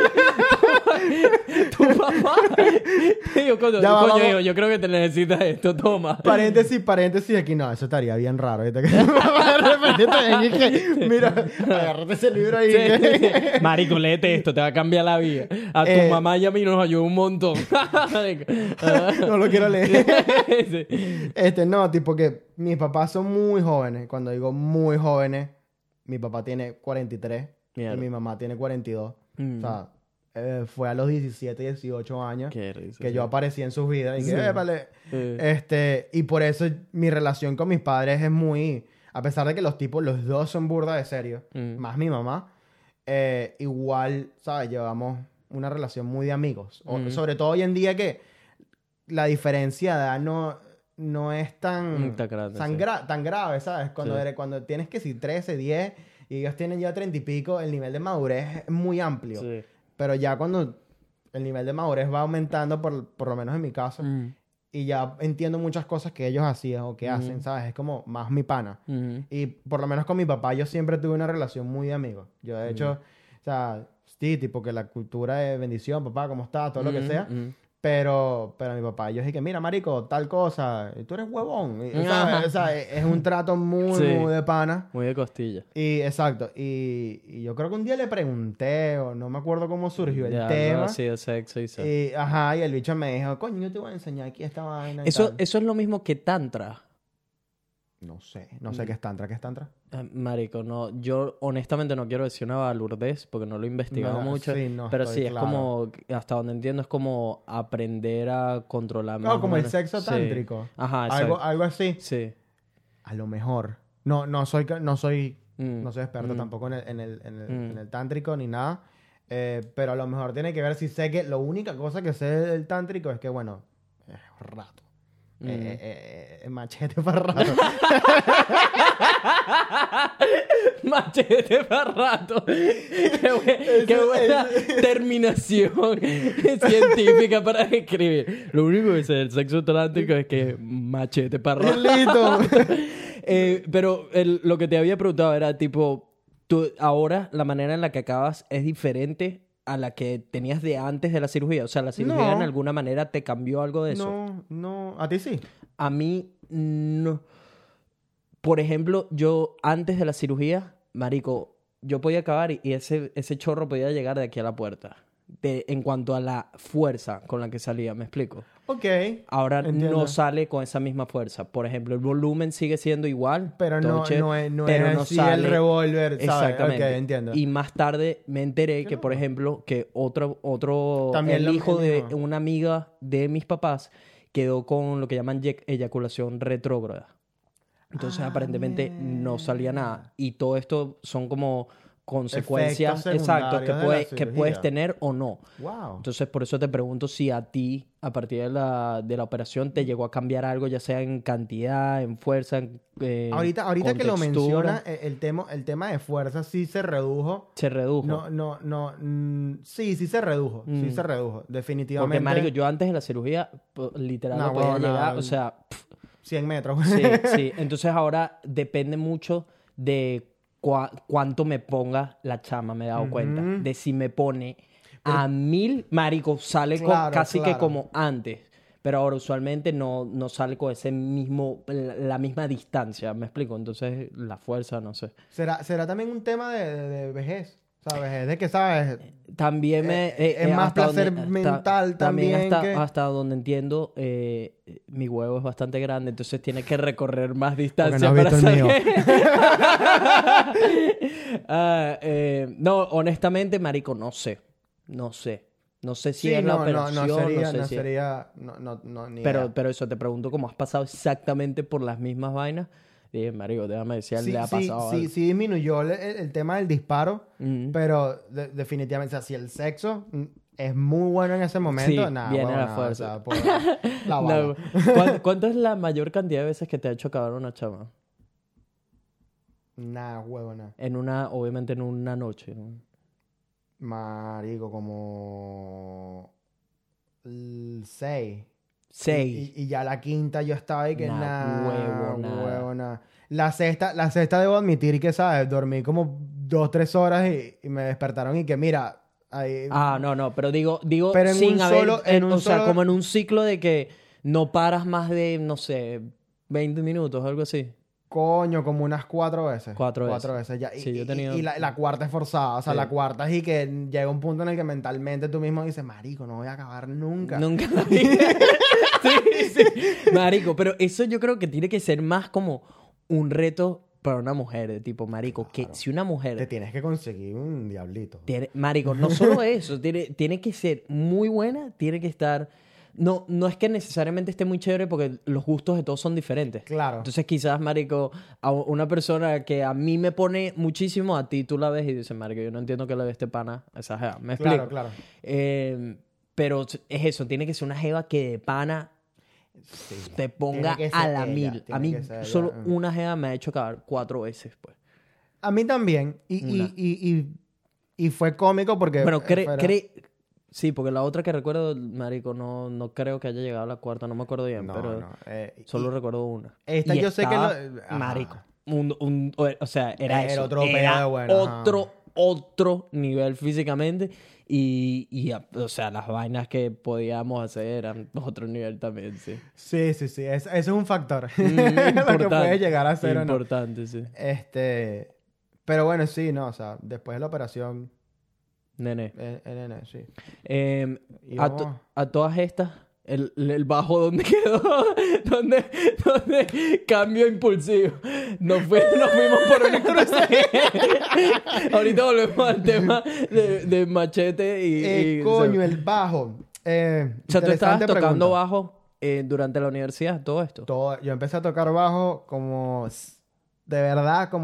¿Tu papá? Te digo, coño, Ya va, coño, vamos. hijo, yo creo que te necesitas esto, toma. Paréntesis, paréntesis aquí. No, eso estaría bien raro. ¿viste? Que de repente te ven y que, mira, agárrate ese libro ahí. Sí, sí, sí. Marico, léete esto, te va a cambiar la vida. A tu Eh. mamá y a mí nos ayudó un montón. Marico. Ah. No lo quiero leer. Sí. Este, no, tipo que mis papás son muy jóvenes. Cuando digo muy jóvenes, mi papá tiene cuarenta y tres Mierda. y mi mamá tiene cuarenta y dos. Mm. O sea, eh, fue a los diecisiete, dieciocho años Qué risa. que sí. yo aparecí en sus vidas. Y Sí. que, "Épale". Sí. Este, y por eso mi relación con mis padres es muy... A pesar de que los tipos, los dos son burda de serios, Mm. más mi mamá, eh, igual, ¿sabes? Llevamos una relación muy de amigos. O- Mm. Sobre todo hoy en día que la diferencia de edad no, no es tan, Mm, tan grande, tan, sí. gra- tan grave, ¿sabes? Cuando, Sí. eres, cuando tienes que si trece, diez y ellos tienen ya treinta y pico, el nivel de madurez es muy amplio. Sí. Pero ya cuando el nivel de madurez va aumentando, por, por lo menos en mi caso, Mm. y ya entiendo muchas cosas que ellos hacían o que Ujú. hacen, ¿sabes? Es como más mi pana. Mm. Y por lo menos con mi papá yo siempre tuve una relación muy de amigos. Yo de hecho, o sea, sí, tipo que la cultura de bendición, papá, ¿cómo estás? Todo lo que Mm, sea. mm. Pero, pero mi papá, yo dije, mira, marico, tal cosa, y tú eres huevón. Y, ¿sabes? Ajá. O sea, es es un trato muy, Sí. muy de pana. Muy de costilla. Y exacto. Y, y yo creo que un día le pregunté, o no me acuerdo cómo surgió el Ya, tema. no ha sido sexo y sexo. Y, ajá, y el bicho me dijo, coño, yo te voy a enseñar aquí esta vaina. y Eso, tal". eso es lo mismo que Tantra. No sé, no sé Mm. qué es tantra, ¿qué es tantra? Eh, Marico, no, yo honestamente no quiero decir una balurdez porque no lo he investigado No, mucho. sí, no pero estoy sí, es claro. como, hasta donde entiendo, es como aprender a controlar más No, o como el menos. sexo Sí. tántrico. Ajá, Algo, exacto. algo así. Sí. A lo mejor. No, no soy, ca- no soy Mm. No soy experto Mm. tampoco en el, en el, en el, Mm. en el tántrico ni nada. Eh, pero a lo mejor tiene que ver si sé que... La única cosa que sé del tántrico es que, bueno, es rato. Mm. Eh, eh, eh, eh, machete para rato. Machete para rato. Qué, buen- qué buena terminación científica para escribir. Lo único que sé del sexo atlántico es que machete para rato. Listo. Eh, pero el- lo que te había preguntado era tipo, tú ahora la manera en la que acabas es diferente a la que tenías de antes de la cirugía. O sea, la cirugía No. en alguna manera te cambió algo de eso. No, no. ¿A ti sí? A mí no. Por ejemplo, yo antes de la cirugía, marico, yo podía acabar y y ese, ese chorro podía llegar de aquí a la puerta. De, en cuanto a la fuerza con la que salía, ¿me explico? Ok. Ahora Entiendo. no sale con esa misma fuerza. Por ejemplo, el volumen sigue siendo igual. Pero todo no, chévere, no es, no pero es no así sale- el revólver, ¿sabes? Exactamente. Ok, entiendo. Y más tarde me enteré Qué que, por loco. ejemplo, que otro, otro También el lo- hijo el de mismo. una amiga de mis papás quedó con lo que llaman ye- eyaculación retrógrada. Entonces, Ah, aparentemente no salía nada. Y todo esto son como consecuencias Efectos exactos que, secundarios de la puede- que cirugía. puedes tener o no. Wow. Entonces, por eso te pregunto si a ti, a partir de la, de la operación, te llegó a cambiar algo, ya sea en cantidad, en fuerza, en eh, Ahorita, ahorita que lo contextura. menciona, eh, el tema, el tema de fuerza sí se redujo. Se redujo. No, no, no. mm, sí, sí se redujo. Sí Mm. se redujo. Definitivamente. Porque, marico, yo antes de la cirugía, po- literal, No, no podía huevona, llegar, o sea, pff, cien metros. sí, sí. Entonces ahora depende mucho de cua- cuánto me ponga la chama, me he dado cuenta. Ujú. De si me pone a mil, marico, sale con- Claro, casi que claro. como antes. Pero ahora usualmente no, no sale con ese mismo, la, la misma distancia, ¿me explico? Entonces la fuerza, no sé. ¿Será, será también un tema de, de- de vejez? ¿Sabes? De que, ¿sabes? También me... Eh, eh, es eh, más hasta placer donde- mental también hasta, que- hasta donde entiendo, eh, mi huevo es bastante grande, entonces tiene que recorrer más distancia no has para visto el mío. salir. Ah, eh, no, honestamente, marico, no sé. No sé. No sé si Sí, es la no, no, operación, no sería, no sé no si es- sería, no, no, no, ni Pero, idea. pero eso, te pregunto cómo has pasado exactamente por las mismas vainas. Dije, marico, déjame decir, sí, le ha sí, pasado sí, algo. sí disminuyó el, el- el tema del disparo, Mm. pero de- definitivamente, o sea, si el sexo mm, es muy bueno en ese momento, Sí, nada, viene huevón, la nada, fuerza. o sea, por la bala. No. ¿Cuán- ¿Cuánto es la mayor cantidad de veces que te ha hecho acabar una chama? Nada, huevo, nada. En una, obviamente en una noche, ¿no? Marico, como l- seis. Seis. Y, y ya la quinta yo estaba ahí que Nah, nada, huevo, nada. huevo, nada. La sexta, la sexta debo admitir que, ¿sabes? Dormí como dos, tres horas y, y me despertaron y que, mira, ahí... Ah, no, no, pero digo, digo Pero en sin un haber, solo- en en- un o sea, solo- como en un ciclo de que no paras más de, no sé, veinte minutos, algo así. Coño, como unas cuatro veces. Cuatro Cuatro veces ya. Y, Sí, yo he y- tenido- y la, la cuarta es forzada. O sea, Sí. la cuarta es y que llega un punto en el que mentalmente tú mismo dices, marico, no voy a acabar nunca. Nunca la vi. Sí, sí. Marico, pero eso yo creo que tiene que ser más como un reto para una mujer, de tipo, marico, que si una Te mujer tienes que conseguir un diablito. tiene, marico, no solo eso, tiene, tiene que ser muy buena, tiene que estar, no, no es que necesariamente esté muy chévere porque los gustos de todos son diferentes. Claro. Entonces quizás, marico, a una persona que a mí me pone muchísimo, a ti tú la ves y dices, marico, yo no entiendo que le ve este pana a esa jeva. ¿Me explico? Claro, claro. Eh, pero es eso, tiene que ser una jeva que de pana Sí. te ponga Tiene que a ser la ella, mil. tiene A mí que ser ella, solo mm. una jeva me ha hecho acabar cuatro veces, pues. A mí también. Y, y, Una. y, y, y fue cómico porque... Bueno, eh, cree... fuera- cree- Sí, porque la otra que recuerdo, marico, no, no creo que haya llegado a la cuarta, no me acuerdo bien, No, pero no. eh, solo y- recuerdo una. Esta Y yo sé que estaba, lo- ajá. marico, un, un- o sea, era, Era eso, otro era pedo de bueno, ajá. otro, otro nivel físicamente y, y, o sea, las vainas que podíamos hacer eran otro nivel también, sí. Sí, sí, sí. es- Eso es un factor. Mm, Lo que importante, puede llegar a ser o no. Importante, sí. Este... Pero bueno, sí, no. O sea, después de la operación... Nene. Eh, eh, nene, sí. Eh, Y a, to- vamos- a todas estas, el, el bajo, ¿dónde quedó? ¿Dónde, dónde cambio impulsivo? Nos, fui- nos fuimos por una cruce. Ahorita volvemos al tema de, de machete y... Eh, y- coño, o sea, el bajo. Eh, o sea, tú estabas interesante tocando pregunta. bajo eh, durante la universidad, todo esto. Todo- yo empecé a tocar bajo como... s- De verdad, como en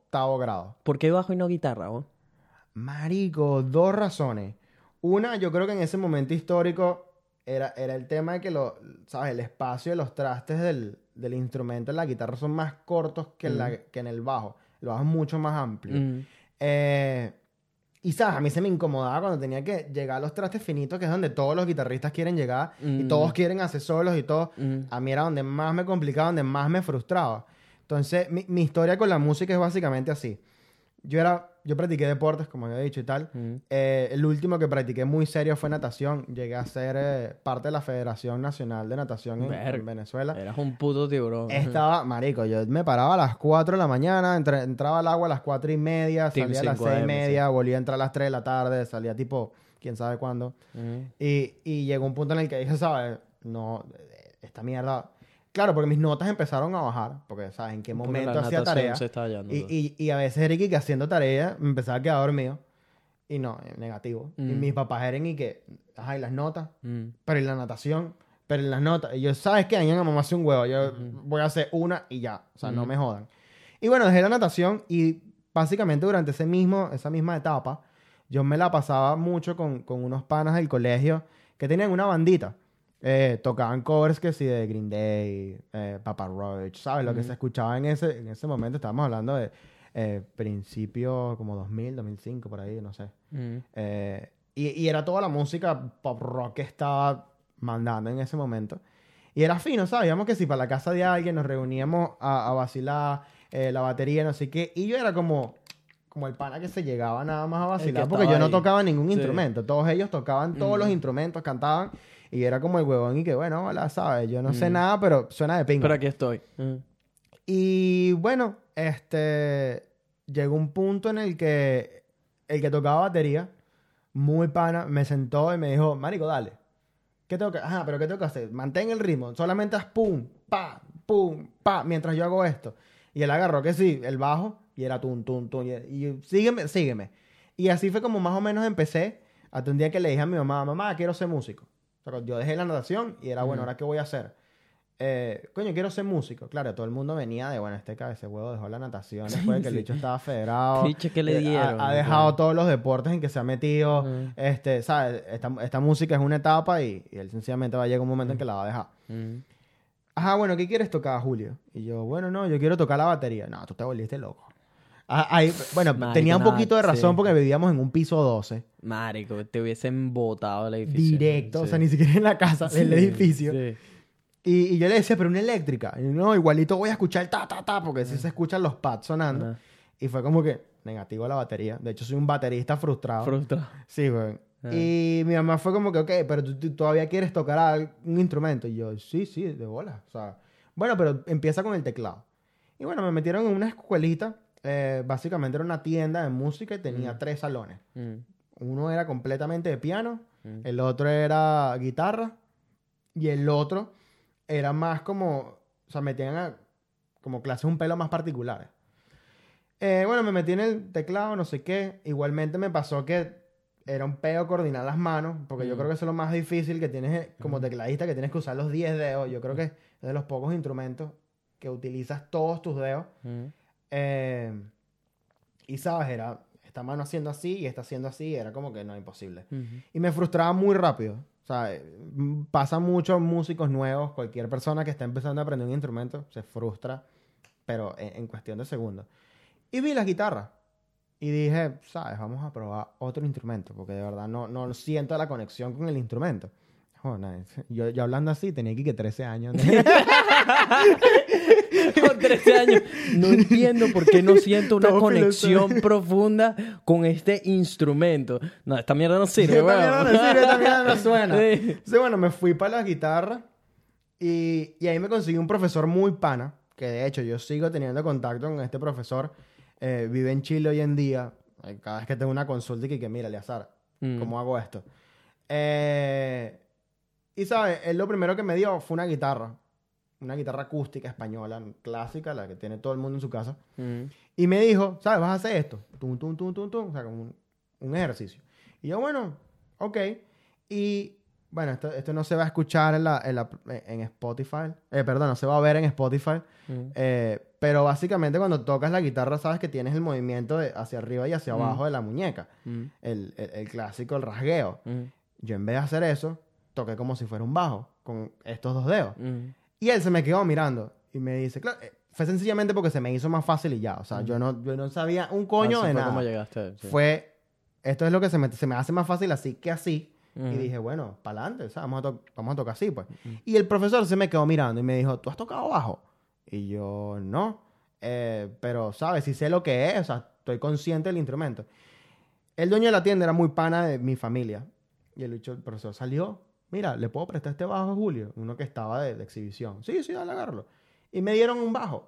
octavo grado. ¿Por qué bajo y no guitarra, vos? Marico, dos razones. Una, yo creo que en ese momento histórico era, era el tema de que lo, ¿sabes? El espacio de los trastes del, del instrumento en la guitarra son más cortos que, en la- que en el bajo. El bajo es mucho más amplio. Mm. Eh, y, ¿sabes? A mí se me incomodaba cuando tenía que llegar a los trastes finitos, que es donde todos los guitarristas quieren llegar y Mm. todos quieren hacer solos y todo. Mm. A mí era donde más me complicaba, donde más me frustraba. Entonces, mi, mi historia con la música es básicamente así. Yo era, yo practiqué deportes, como había dicho y tal. Mm. Eh, el último que practiqué muy serio fue natación. Llegué a ser eh, parte de la Federación Nacional de Natación en, Verga. en Venezuela. Eras un puto tiburón. Estaba, marico, yo me paraba a las cuatro de la mañana, entre- entraba al agua a las cuatro y media, Team salía a las cinco seis y A M, media, volvía a entrar a las tres de la tarde, salía tipo, quién sabe cuándo. Mm. Y, y llegó un punto en el que dije, ¿sabes? No, eh, esta mierda... Claro, porque mis notas empezaron a bajar, porque, ¿sabes? En qué Porque momento la hacía natación tarea. se está hallando, Y, ¿no? y, y a veces Eric, que haciendo tarea, me empezaba a quedar dormido. Y no, eh, negativo. Y Mm. mis papás eran y que, ajá, y las notas, Mm. pero y la natación, pero y las notas. Y yo, ¿sabes qué? A mí me mamá hace un huevo. Yo voy a hacer una y ya. O sea, no me jodan. Y bueno, dejé la natación y básicamente durante ese mismo, esa misma etapa, yo me la pasaba mucho con, con unos panas del colegio que tenían una bandita. Eh, tocaban covers que sí de Green Day, eh, Papa Roach, ¿sabes? Lo que se escuchaba en ese, en ese momento. Estábamos hablando de eh, principios como dos mil, dos mil cinco, por ahí, no sé. Mm. Eh, y, y era toda la música pop rock que estaba mandando en ese momento. Y era fino, ¿sabes? Íbamos que si para la casa de alguien nos reuníamos a, a vacilar, eh, la batería, no sé qué. Y yo era como, como el pana que se llegaba nada más a vacilar, porque yo estaba no ahí. tocaba ningún Sí. instrumento. Todos ellos tocaban todos los instrumentos, cantaban. Y era como el huevón y que, bueno, hola, ¿sabes? Yo no sé nada, pero suena de pingo. Pero aquí estoy. Mm. Y bueno, este llegó un punto en el que el que tocaba batería, muy pana, me sentó y me dijo, marico, dale. ¿Qué tengo que Ajá, pero ¿qué tengo que hacer? Mantén el ritmo. Solamente haz pum, pa, pum, pa, mientras yo hago esto. Y él agarró que sí, el bajo, y era tum, tum, tum. Y, y sígueme, sígueme. Y así fue como más o menos empecé. Hasta un día que le dije a mi mamá, mamá, quiero ser músico. O sea, yo dejé la natación y era, bueno, ¿ahora qué voy a hacer? Eh, coño, quiero ser músico. Claro, todo el mundo venía de, bueno, este cabeza huevo dejó la natación después de que el bicho estaba federado. Piche, ¿qué le Eh, dieron? Ha, ha dejado todos los deportes en que se ha metido. Ujú. Este, ¿sabes? Esta, esta música es una etapa y, y él sencillamente va a llegar un momento en que la va a dejar. Mm. Ajá, bueno, ¿qué quieres tocar, Julio? Y yo, bueno, no, yo quiero tocar la batería. No, tú te volviste loco. Ah, ahí, bueno, Marico, tenía un nada, poquito de razón sí. porque vivíamos en un piso doce. Marico, te hubiesen botado el edificio. Directo, o Sí. sea, ni siquiera en la casa, en el Sí, edificio. sí. Y, y yo le decía, pero una eléctrica. Y no, igualito voy a escuchar el ta, ta, ta, porque sí se escuchan los pads sonando. Ajá. Y fue como que negativo a la batería. De hecho, soy un baterista frustrado. Frustrado. Sí, güey. Ah. Y mi mamá fue como que, ok, pero tú, tú todavía quieres tocar al- un instrumento. Y yo, sí, sí, de bola. O sea, bueno, pero empieza con el teclado. Y bueno, me metieron en una escuelita. eh, básicamente era una tienda de música y tenía tres salones. Mm. Uno era completamente de piano, Mm. el otro era guitarra y el otro era más como, o sea, metían a, como clases un pelo más particulares. Eh, bueno, me metí en el teclado, no sé qué. Igualmente me pasó que era un peo coordinar las manos, porque yo Mm. creo que eso es lo más difícil que tienes eh, como tecladista, que tienes que usar los diez dedos. Yo creo que es de los pocos instrumentos que utilizas todos tus dedos. Mm. Eh, y sabes, era esta mano haciendo así y esta haciendo así, era como que no, imposible. Ujú. Y me frustraba muy rápido. O sea, eh, m- pasa mucho músicos nuevos, cualquier persona que está empezando a aprender un instrumento se frustra, pero en, en cuestión de segundos. Y vi las guitarras y dije, sabes, vamos a probar otro instrumento, porque de verdad no, no siento la conexión con el instrumento. Oh, nice. yo, yo hablando así tenía aquí que trece años. Con trece años. No entiendo por qué no siento una Todo conexión profunda con este instrumento. No, esta mierda no sirve, Esta weón. mierda no sirve, esta mierda no suena. Sí. Entonces, bueno, me fui para la guitarra y, y ahí me conseguí un profesor muy pana, que de hecho yo sigo teniendo contacto con este profesor. Eh, vive en Chile hoy en día. Eh, Cada vez que tengo una consulta y que, que mira, Eleazar, Mm. ¿cómo hago esto? Eh, y, ¿sabes? Él lo primero que me dio fue una guitarra. Una guitarra acústica española, clásica, la que tiene todo el mundo en su casa. Mm. Y me dijo, ¿sabes? Vas a hacer esto. Tum, tum, tum, tum, tum. O sea, como un, un ejercicio. Y yo, bueno, ok. Y, bueno, esto, esto no se va a escuchar en, la, en, la- en Spotify. Eh, perdón, no se va a ver en Spotify. Mm. Eh, pero básicamente cuando tocas la guitarra sabes que tienes el movimiento de hacia arriba y hacia Mm. abajo de la muñeca. Mm. El, el, el clásico, el rasgueo. Mm. Yo en vez de hacer eso, toqué como si fuera un bajo, con estos dos dedos. Mm. Y él se me quedó mirando y me dice, claro, eh, fue sencillamente porque se me hizo más fácil y ya. O sea, yo, no, yo no sabía un coño Así de fue nada. como llegaste. Sí. Fue, esto es lo que se me, se me hace más fácil así que así. Ujú. Y dije, bueno, para adelante, o sea, vamos, a to- vamos a tocar así, pues. Y el profesor se me quedó mirando y me dijo, ¿tú has tocado bajo? Y yo, no. Eh, pero, ¿sabes? Sí sé lo que es, o sea, estoy consciente del instrumento. El dueño de la tienda era muy pana de mi familia. Y el, bicho, el profesor salió, mira, ¿le puedo prestar este bajo a Julio? Uno que estaba de, de exhibición. Sí, sí, dale, agárralo. Y me dieron un bajo.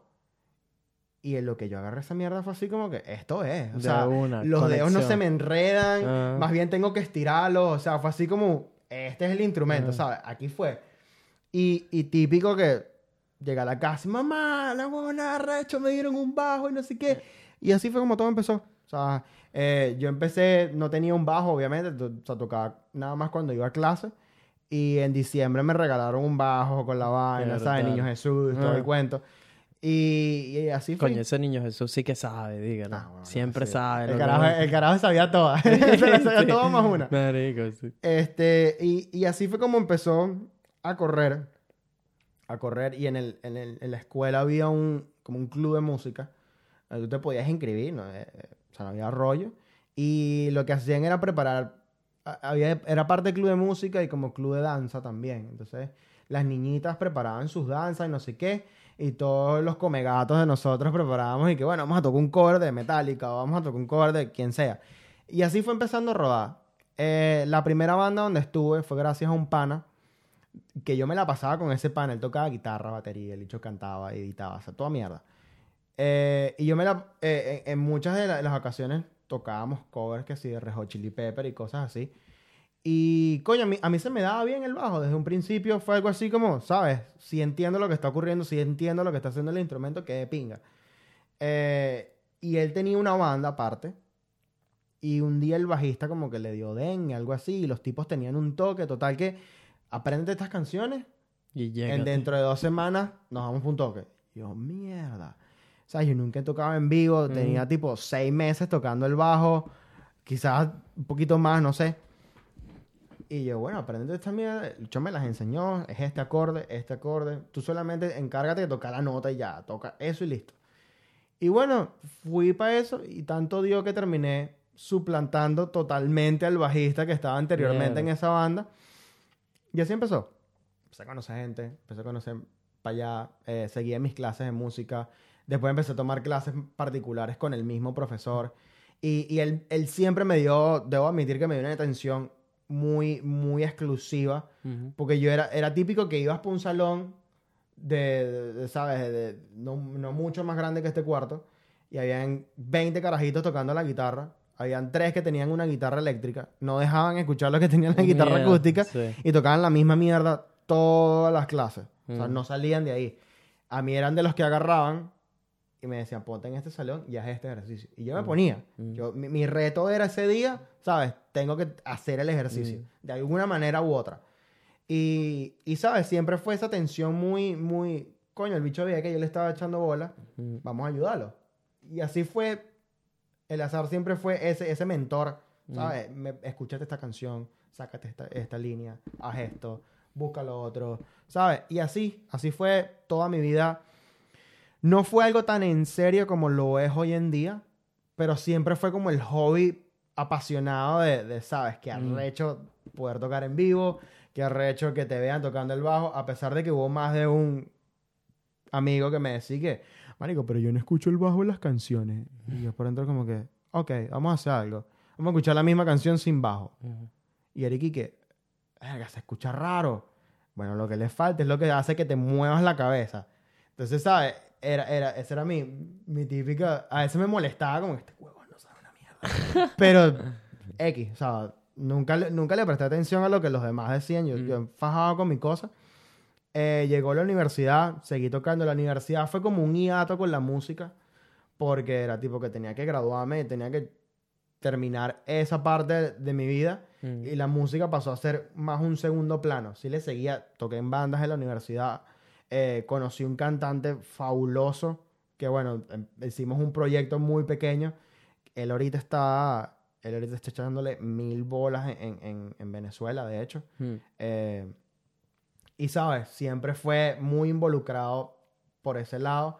Y en lo que yo agarré esa mierda fue así como que, esto es. O De sea, una los dedos no conexión. se me enredan, Ah. más bien tengo que estirarlos. O sea, fue así como, este es el instrumento, Ah. ¿sabes? Aquí fue. Y, y típico que llega a la casa, mamá, la huevona arrecho, me dieron un bajo y no sé qué. Y así fue como todo empezó. O sea, eh, yo empecé, no tenía un bajo, obviamente, to- o sea, tocaba nada más cuando iba a clase. Y en diciembre me regalaron un bajo con la vaina, Qué ¿sabes? brutal. Niño Jesús, todo Ah. el cuento. Y, y así fue. Coño, ese niño Jesús sí que sabe, dígalo. Ah, bueno, Siempre sí. sabe. El lo carajo, que- el carajo sabía todas. Se la sabía Sí. todas más una. Marico, sí. Este, y, y así fue como empezó a correr. A correr. Y en, el, en, el, en la escuela había un, como un club de música. Donde tú te podías inscribir, ¿no? Eh, eh, o sea, no había rollo. Y lo que hacían era preparar. a- Había, era parte del club de música y como club de danza también. Entonces, las niñitas preparaban sus danzas y no sé qué. Y todos los comegatos de nosotros preparábamos y que, bueno, vamos a tocar un cover de Metallica o vamos a tocar un cover de quien sea. Y así fue empezando a rodar. Eh, la primera banda donde estuve fue gracias a un pana que yo me la pasaba con ese pana. Él tocaba guitarra, batería, el bicho cantaba, editaba, o sea, toda mierda. Eh, y yo me la... eh, en, en muchas de, la- de las ocasiones tocábamos covers que sí, de Red Hot Chili Pepper y cosas así. Y, coño, a mí, a mí se me daba bien el bajo. Desde un principio fue algo así como, ¿sabes? Si entiendo lo que está ocurriendo, si entiendo lo que está haciendo el instrumento, que de pinga. Eh, y él tenía una banda aparte. Y un día el bajista como que le dio dengue, algo así. Y los tipos tenían un toque. Total que, apréndete estas canciones. Y llega. En dentro de dos semanas nos vamos por un toque. Y yo, mierda. O sea, yo nunca he tocado en vivo. Mm. Tenía tipo seis meses tocando el bajo. Quizás un poquito más, no sé. Y yo, bueno, aprende esta mierda. El chon me las enseñó. Es este acorde, este acorde. Tú solamente encárgate de tocar la nota y ya. Toca eso y listo. Y bueno, fui para eso. Y tanto dio que terminé suplantando totalmente al bajista que estaba anteriormente Mierda. en esa banda. Y así empezó. Empecé a conocer gente. Empecé a conocer para allá. Eh, seguí en mis clases de música. Después empecé a tomar clases particulares con el mismo profesor. Y, y él, él siempre me dio, debo admitir que me dio una atención muy, muy exclusiva. Ujú. Porque yo era, era típico que ibas por un salón de, de- de, ¿sabes? De, de- no, no mucho más grande que este cuarto. Y habían veinte carajitos tocando la guitarra. Habían tres que tenían una guitarra eléctrica. No dejaban escuchar los que tenían la guitarra Mierda, acústica. sí. Y tocaban la misma mierda todas las clases. O sea, Mm. no salían de ahí. A mí eran de los que agarraban y me decían, ponte en este salón y haz este ejercicio. Y yo me Mm. ponía. Mm. Yo, mi, mi reto era ese día, ¿sabes? Tengo que hacer el ejercicio. Mm. De alguna manera u otra. Y, y, ¿sabes? Siempre fue esa tensión muy, muy... Coño, el bicho veía que yo le estaba echando bola. Mm. Vamos a ayudarlo. Y así fue... El azar siempre fue ese, ese mentor, ¿sabes? Me, escúchate esta canción, sácate esta, esta línea, haz esto, busca lo otro, ¿sabes? Y así, así fue toda mi vida. No fue algo tan en serio como lo es hoy en día, pero siempre fue como el hobby apasionado de, de ¿sabes? Que Mm. arrecho poder tocar en vivo, que arrecho que te vean tocando el bajo, a pesar de que hubo más de un amigo que me decía que, marico, pero yo no escucho el bajo en las canciones. Y yo por dentro como que, ok, vamos a hacer algo. Vamos a escuchar la misma canción sin bajo. Ujú. Y Eric, y que, verga, se escucha raro. Bueno, lo que le falta es lo que hace que te muevas la cabeza. Entonces, ¿sabes? Era, era, esa era mi, mi típica... A veces me molestaba como, este huevón no sabe una mierda. Pero, X, o sea, nunca, le- nunca le presté atención a lo que los demás decían. Yo, Mm. yo fajaba con mi cosa. Eh, llegó la universidad, seguí tocando. La universidad fue como un hiato con la música, porque era tipo que tenía que graduarme, tenía que terminar esa parte de, de mi vida, Mm. y la música pasó a ser más un segundo plano. Sí le seguía, toqué en bandas en la universidad, eh, conocí un cantante fabuloso que bueno, em- hicimos un proyecto muy pequeño. Él ahorita está, él ahorita está echándole mil bolas en, en, en Venezuela, de hecho. Mm. Eh, y, ¿sabes? Siempre fue muy involucrado por ese lado.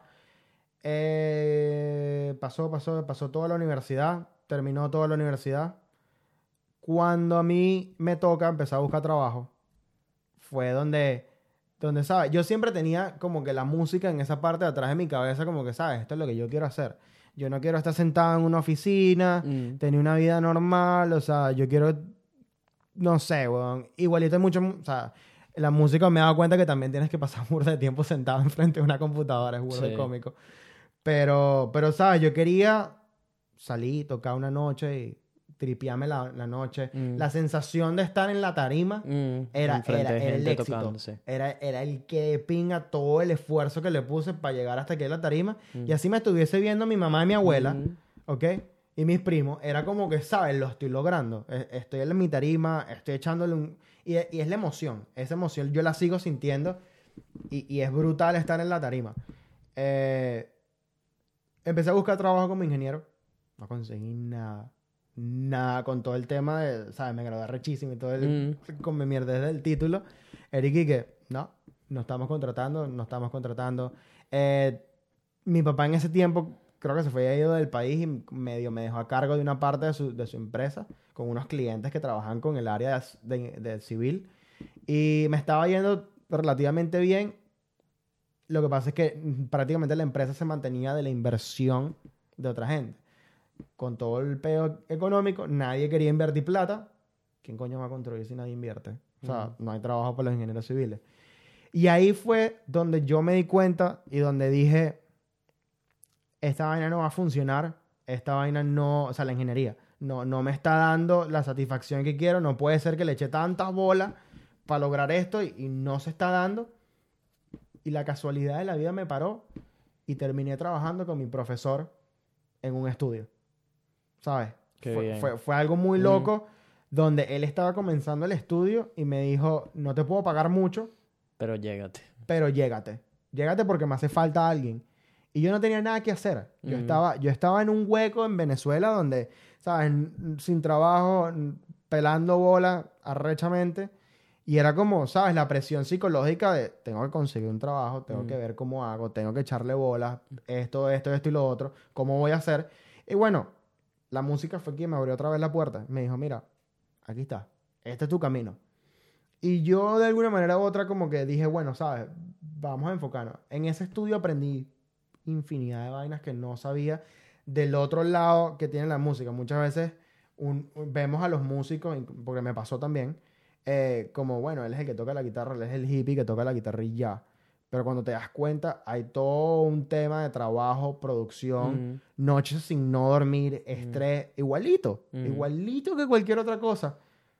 Eh, pasó, pasó, pasó toda la universidad. Terminó toda la universidad. Cuando a mí me toca empezar a buscar trabajo, fue donde, donde, ¿sabes? Yo siempre tenía como que la música en esa parte de atrás de mi cabeza, como que, ¿sabes? Esto es lo que yo quiero hacer. Yo no quiero estar sentado en una oficina, Mm. tener una vida normal, o sea, yo quiero, no sé, weón. Igualito hay mucho, o sea, la música me he dado cuenta que también tienes que pasar burda de tiempo sentado enfrente de una computadora, es burda de Sí. cómico. Pero, pero, ¿sabes? Yo quería salir, tocar una noche y tripearme la, la noche. Mm. La sensación de estar en la tarima Mm. era, Enfrente era, de era el gente éxito. tocándose. Era, era el que de pinga todo el esfuerzo que le puse para llegar hasta aquí en la tarima. Mm. Y así me estuviese viendo mi mamá y mi abuela, Mm. ¿ok? Y mis primos. Era como que, ¿sabes? Lo estoy logrando. E- Estoy en mi tarima, estoy echándole un... Y, y es la emoción. Esa emoción yo la sigo sintiendo. Y, y es brutal estar en la tarima. Eh, empecé a buscar trabajo como ingeniero. No conseguí nada. Nada con todo el tema de, ¿sabes? Me gradué rechísimo y todo el... Con mi mierda del título. Eric y que, no, no estamos contratando, no estamos contratando. Eh, mi papá en ese tiempo creo que se fue ido del país y medio me dejó a cargo de una parte de su, de su empresa con unos clientes que trabajan con el área de, de- de civil. Y me estaba yendo relativamente bien. Lo que pasa es que mm, prácticamente la empresa se mantenía de la inversión de otra gente. Con todo el peo económico, nadie quería invertir plata. ¿Quién coño va a construir si nadie invierte? O sea, Ujú. no hay trabajo para los ingenieros civiles. Y ahí fue donde yo me di cuenta y donde dije, esta vaina no va a funcionar, esta vaina no, o sea, la ingeniería, no, no me está dando la satisfacción que quiero, no puede ser que le eche tantas bolas para lograr esto y, y no se está dando. Y la casualidad de la vida me paró y terminé trabajando con mi profesor en un estudio. ¿Sabes? Qué Fue, bien. fue, fue algo muy Mm. loco donde él estaba comenzando el estudio y me dijo, no te puedo pagar mucho, Pero llégate. pero llégate. Llégate porque me hace falta alguien. Y yo no tenía nada que hacer. Yo, Mm. estaba, yo estaba en un hueco en Venezuela donde, ¿sabes? N- Sin trabajo, n- pelando bola arrechamente. Y era como, ¿sabes? La presión psicológica de tengo que conseguir un trabajo, tengo Mm. que ver cómo hago, tengo que echarle bolas, esto, esto, esto y lo otro, ¿cómo voy a hacer? Y bueno, la música fue quien me abrió otra vez la puerta. Me dijo, mira, aquí está, este es tu camino. Y yo de alguna manera u otra como que dije, bueno, ¿sabes? Vamos a enfocarnos. En ese estudio aprendí infinidad de vainas que no sabía del otro lado que tiene la música. Muchas veces un- un- vemos a los músicos, inc- porque me pasó también, eh, como, bueno, él es el que toca la guitarra, él es el hippie que toca la guitarra y ya. Pero cuando te das cuenta, hay todo un tema de trabajo, producción, Mm. noches sin no dormir, estrés, igualito, Mm. igualito que cualquier otra cosa.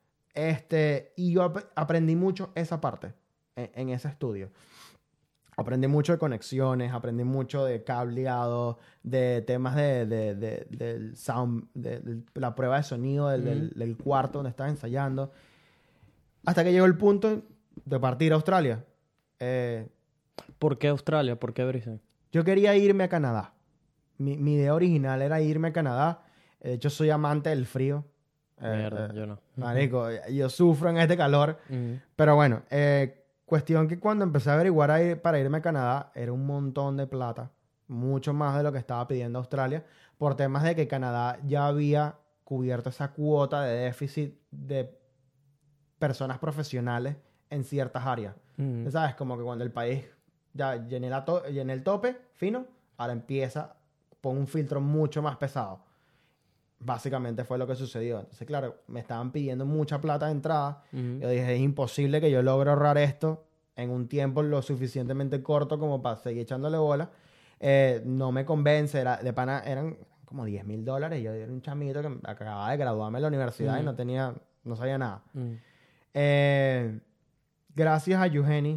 Este, y yo ap- aprendí mucho esa parte en, en ese estudio. Aprendí mucho de conexiones, aprendí mucho de cableado, de temas de, de- de- del sound, de, de la prueba de sonido del, del- Ujú. del cuarto donde estaba ensayando. Hasta que llegó el punto de partir a Australia. Eh, ¿Por qué Australia? ¿Por qué Brisbane? yo quería irme a Canadá. Mi, mi idea original era irme a Canadá. De hecho, soy amante del frío. Eh, Mierda, eh, yo no. Marico, yo sufro en este calor. Mm. Pero bueno, eh, cuestión que cuando empecé a averiguar a ir- para irme a Canadá, era un montón de plata. Mucho más de lo que estaba pidiendo Australia. Por temas de que Canadá ya había cubierto esa cuota de déficit de personas profesionales en ciertas áreas. Mm. ¿Sabes? Como que cuando el país ya llené, la to- llené el tope fino, ahora empieza, pon un filtro mucho más pesado. Básicamente fue lo que sucedió. Entonces, claro, me estaban pidiendo mucha plata de entrada. Mm. Yo dije, es imposible que yo logre ahorrar esto en un tiempo lo suficientemente corto como para seguir echándole bola. Eh, no me convence. Era, de pana eran como diez mil dólares. Yo era un chamito que acababa de graduarme de la universidad y Mm. no tenía, no sabía nada. Mm. Eh, gracias a Eugenie,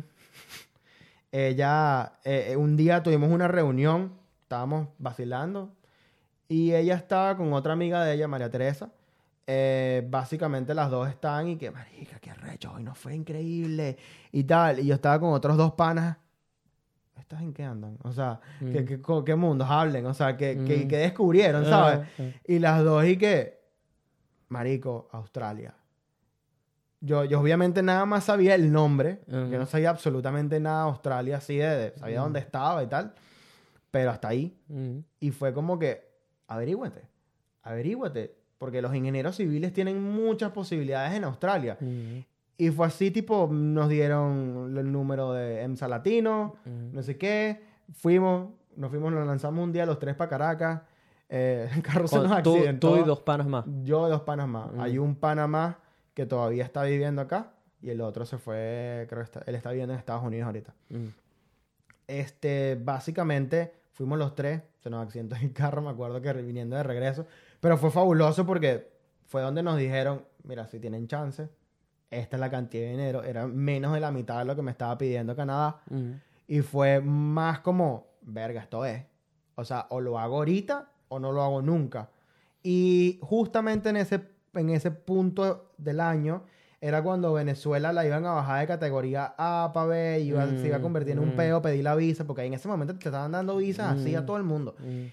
ella, eh, eh, un día tuvimos una reunión, estábamos vacilando, y ella estaba con otra amiga de ella, María Teresa. Eh, básicamente las dos estaban y que, marica, qué recho, hoy nos fue increíble y tal. Y yo estaba con otros dos panas. ¿estas en qué andan? O sea, Mm. ¿qué, qué, co- qué mundos hablen? O sea, ¿qué, qué, Mm. qué descubrieron, sabes? Ah, ah. Y las dos y que, marico, Australia. Yo, yo obviamente nada más sabía el nombre. Ujú. Yo no sabía absolutamente nada de Australia, así de, de- sabía Mm. dónde estaba y tal. Pero hasta ahí. Mm. Y fue como que, averíguate, averíguate. Porque los ingenieros civiles tienen muchas posibilidades en Australia. Mm. Y fue así, tipo, nos dieron el número de EMSA Latino, Mm. no sé qué. Fuimos, nos fuimos, nos lanzamos un día los tres para Caracas. Eh, el carro se Con- nos tú, accidentó. tú y dos panas más. Yo y dos panas más. Mm. Hay un pana más que todavía está viviendo acá. Y el otro se fue, creo que está- él está viviendo en Estados Unidos ahorita. Mm. Este, básicamente, fuimos los tres. Se nos accidentó el carro, me acuerdo que viniendo de regreso. Pero fue fabuloso porque fue donde nos dijeron, mira, si tienen chance, esta es la cantidad de dinero. Era menos de la mitad de lo que me estaba pidiendo Canadá. Mm. Y fue más como, verga, esto es. O sea, o lo hago ahorita o no lo hago nunca. Y justamente en ese, en ese punto del año era cuando Venezuela la iban a bajar de categoría A para B, y iba, Mm, se iba a convertir en un mm. peo pedir la visa, porque en ese momento te estaban dando visas así a Mm. todo el mundo. Mm.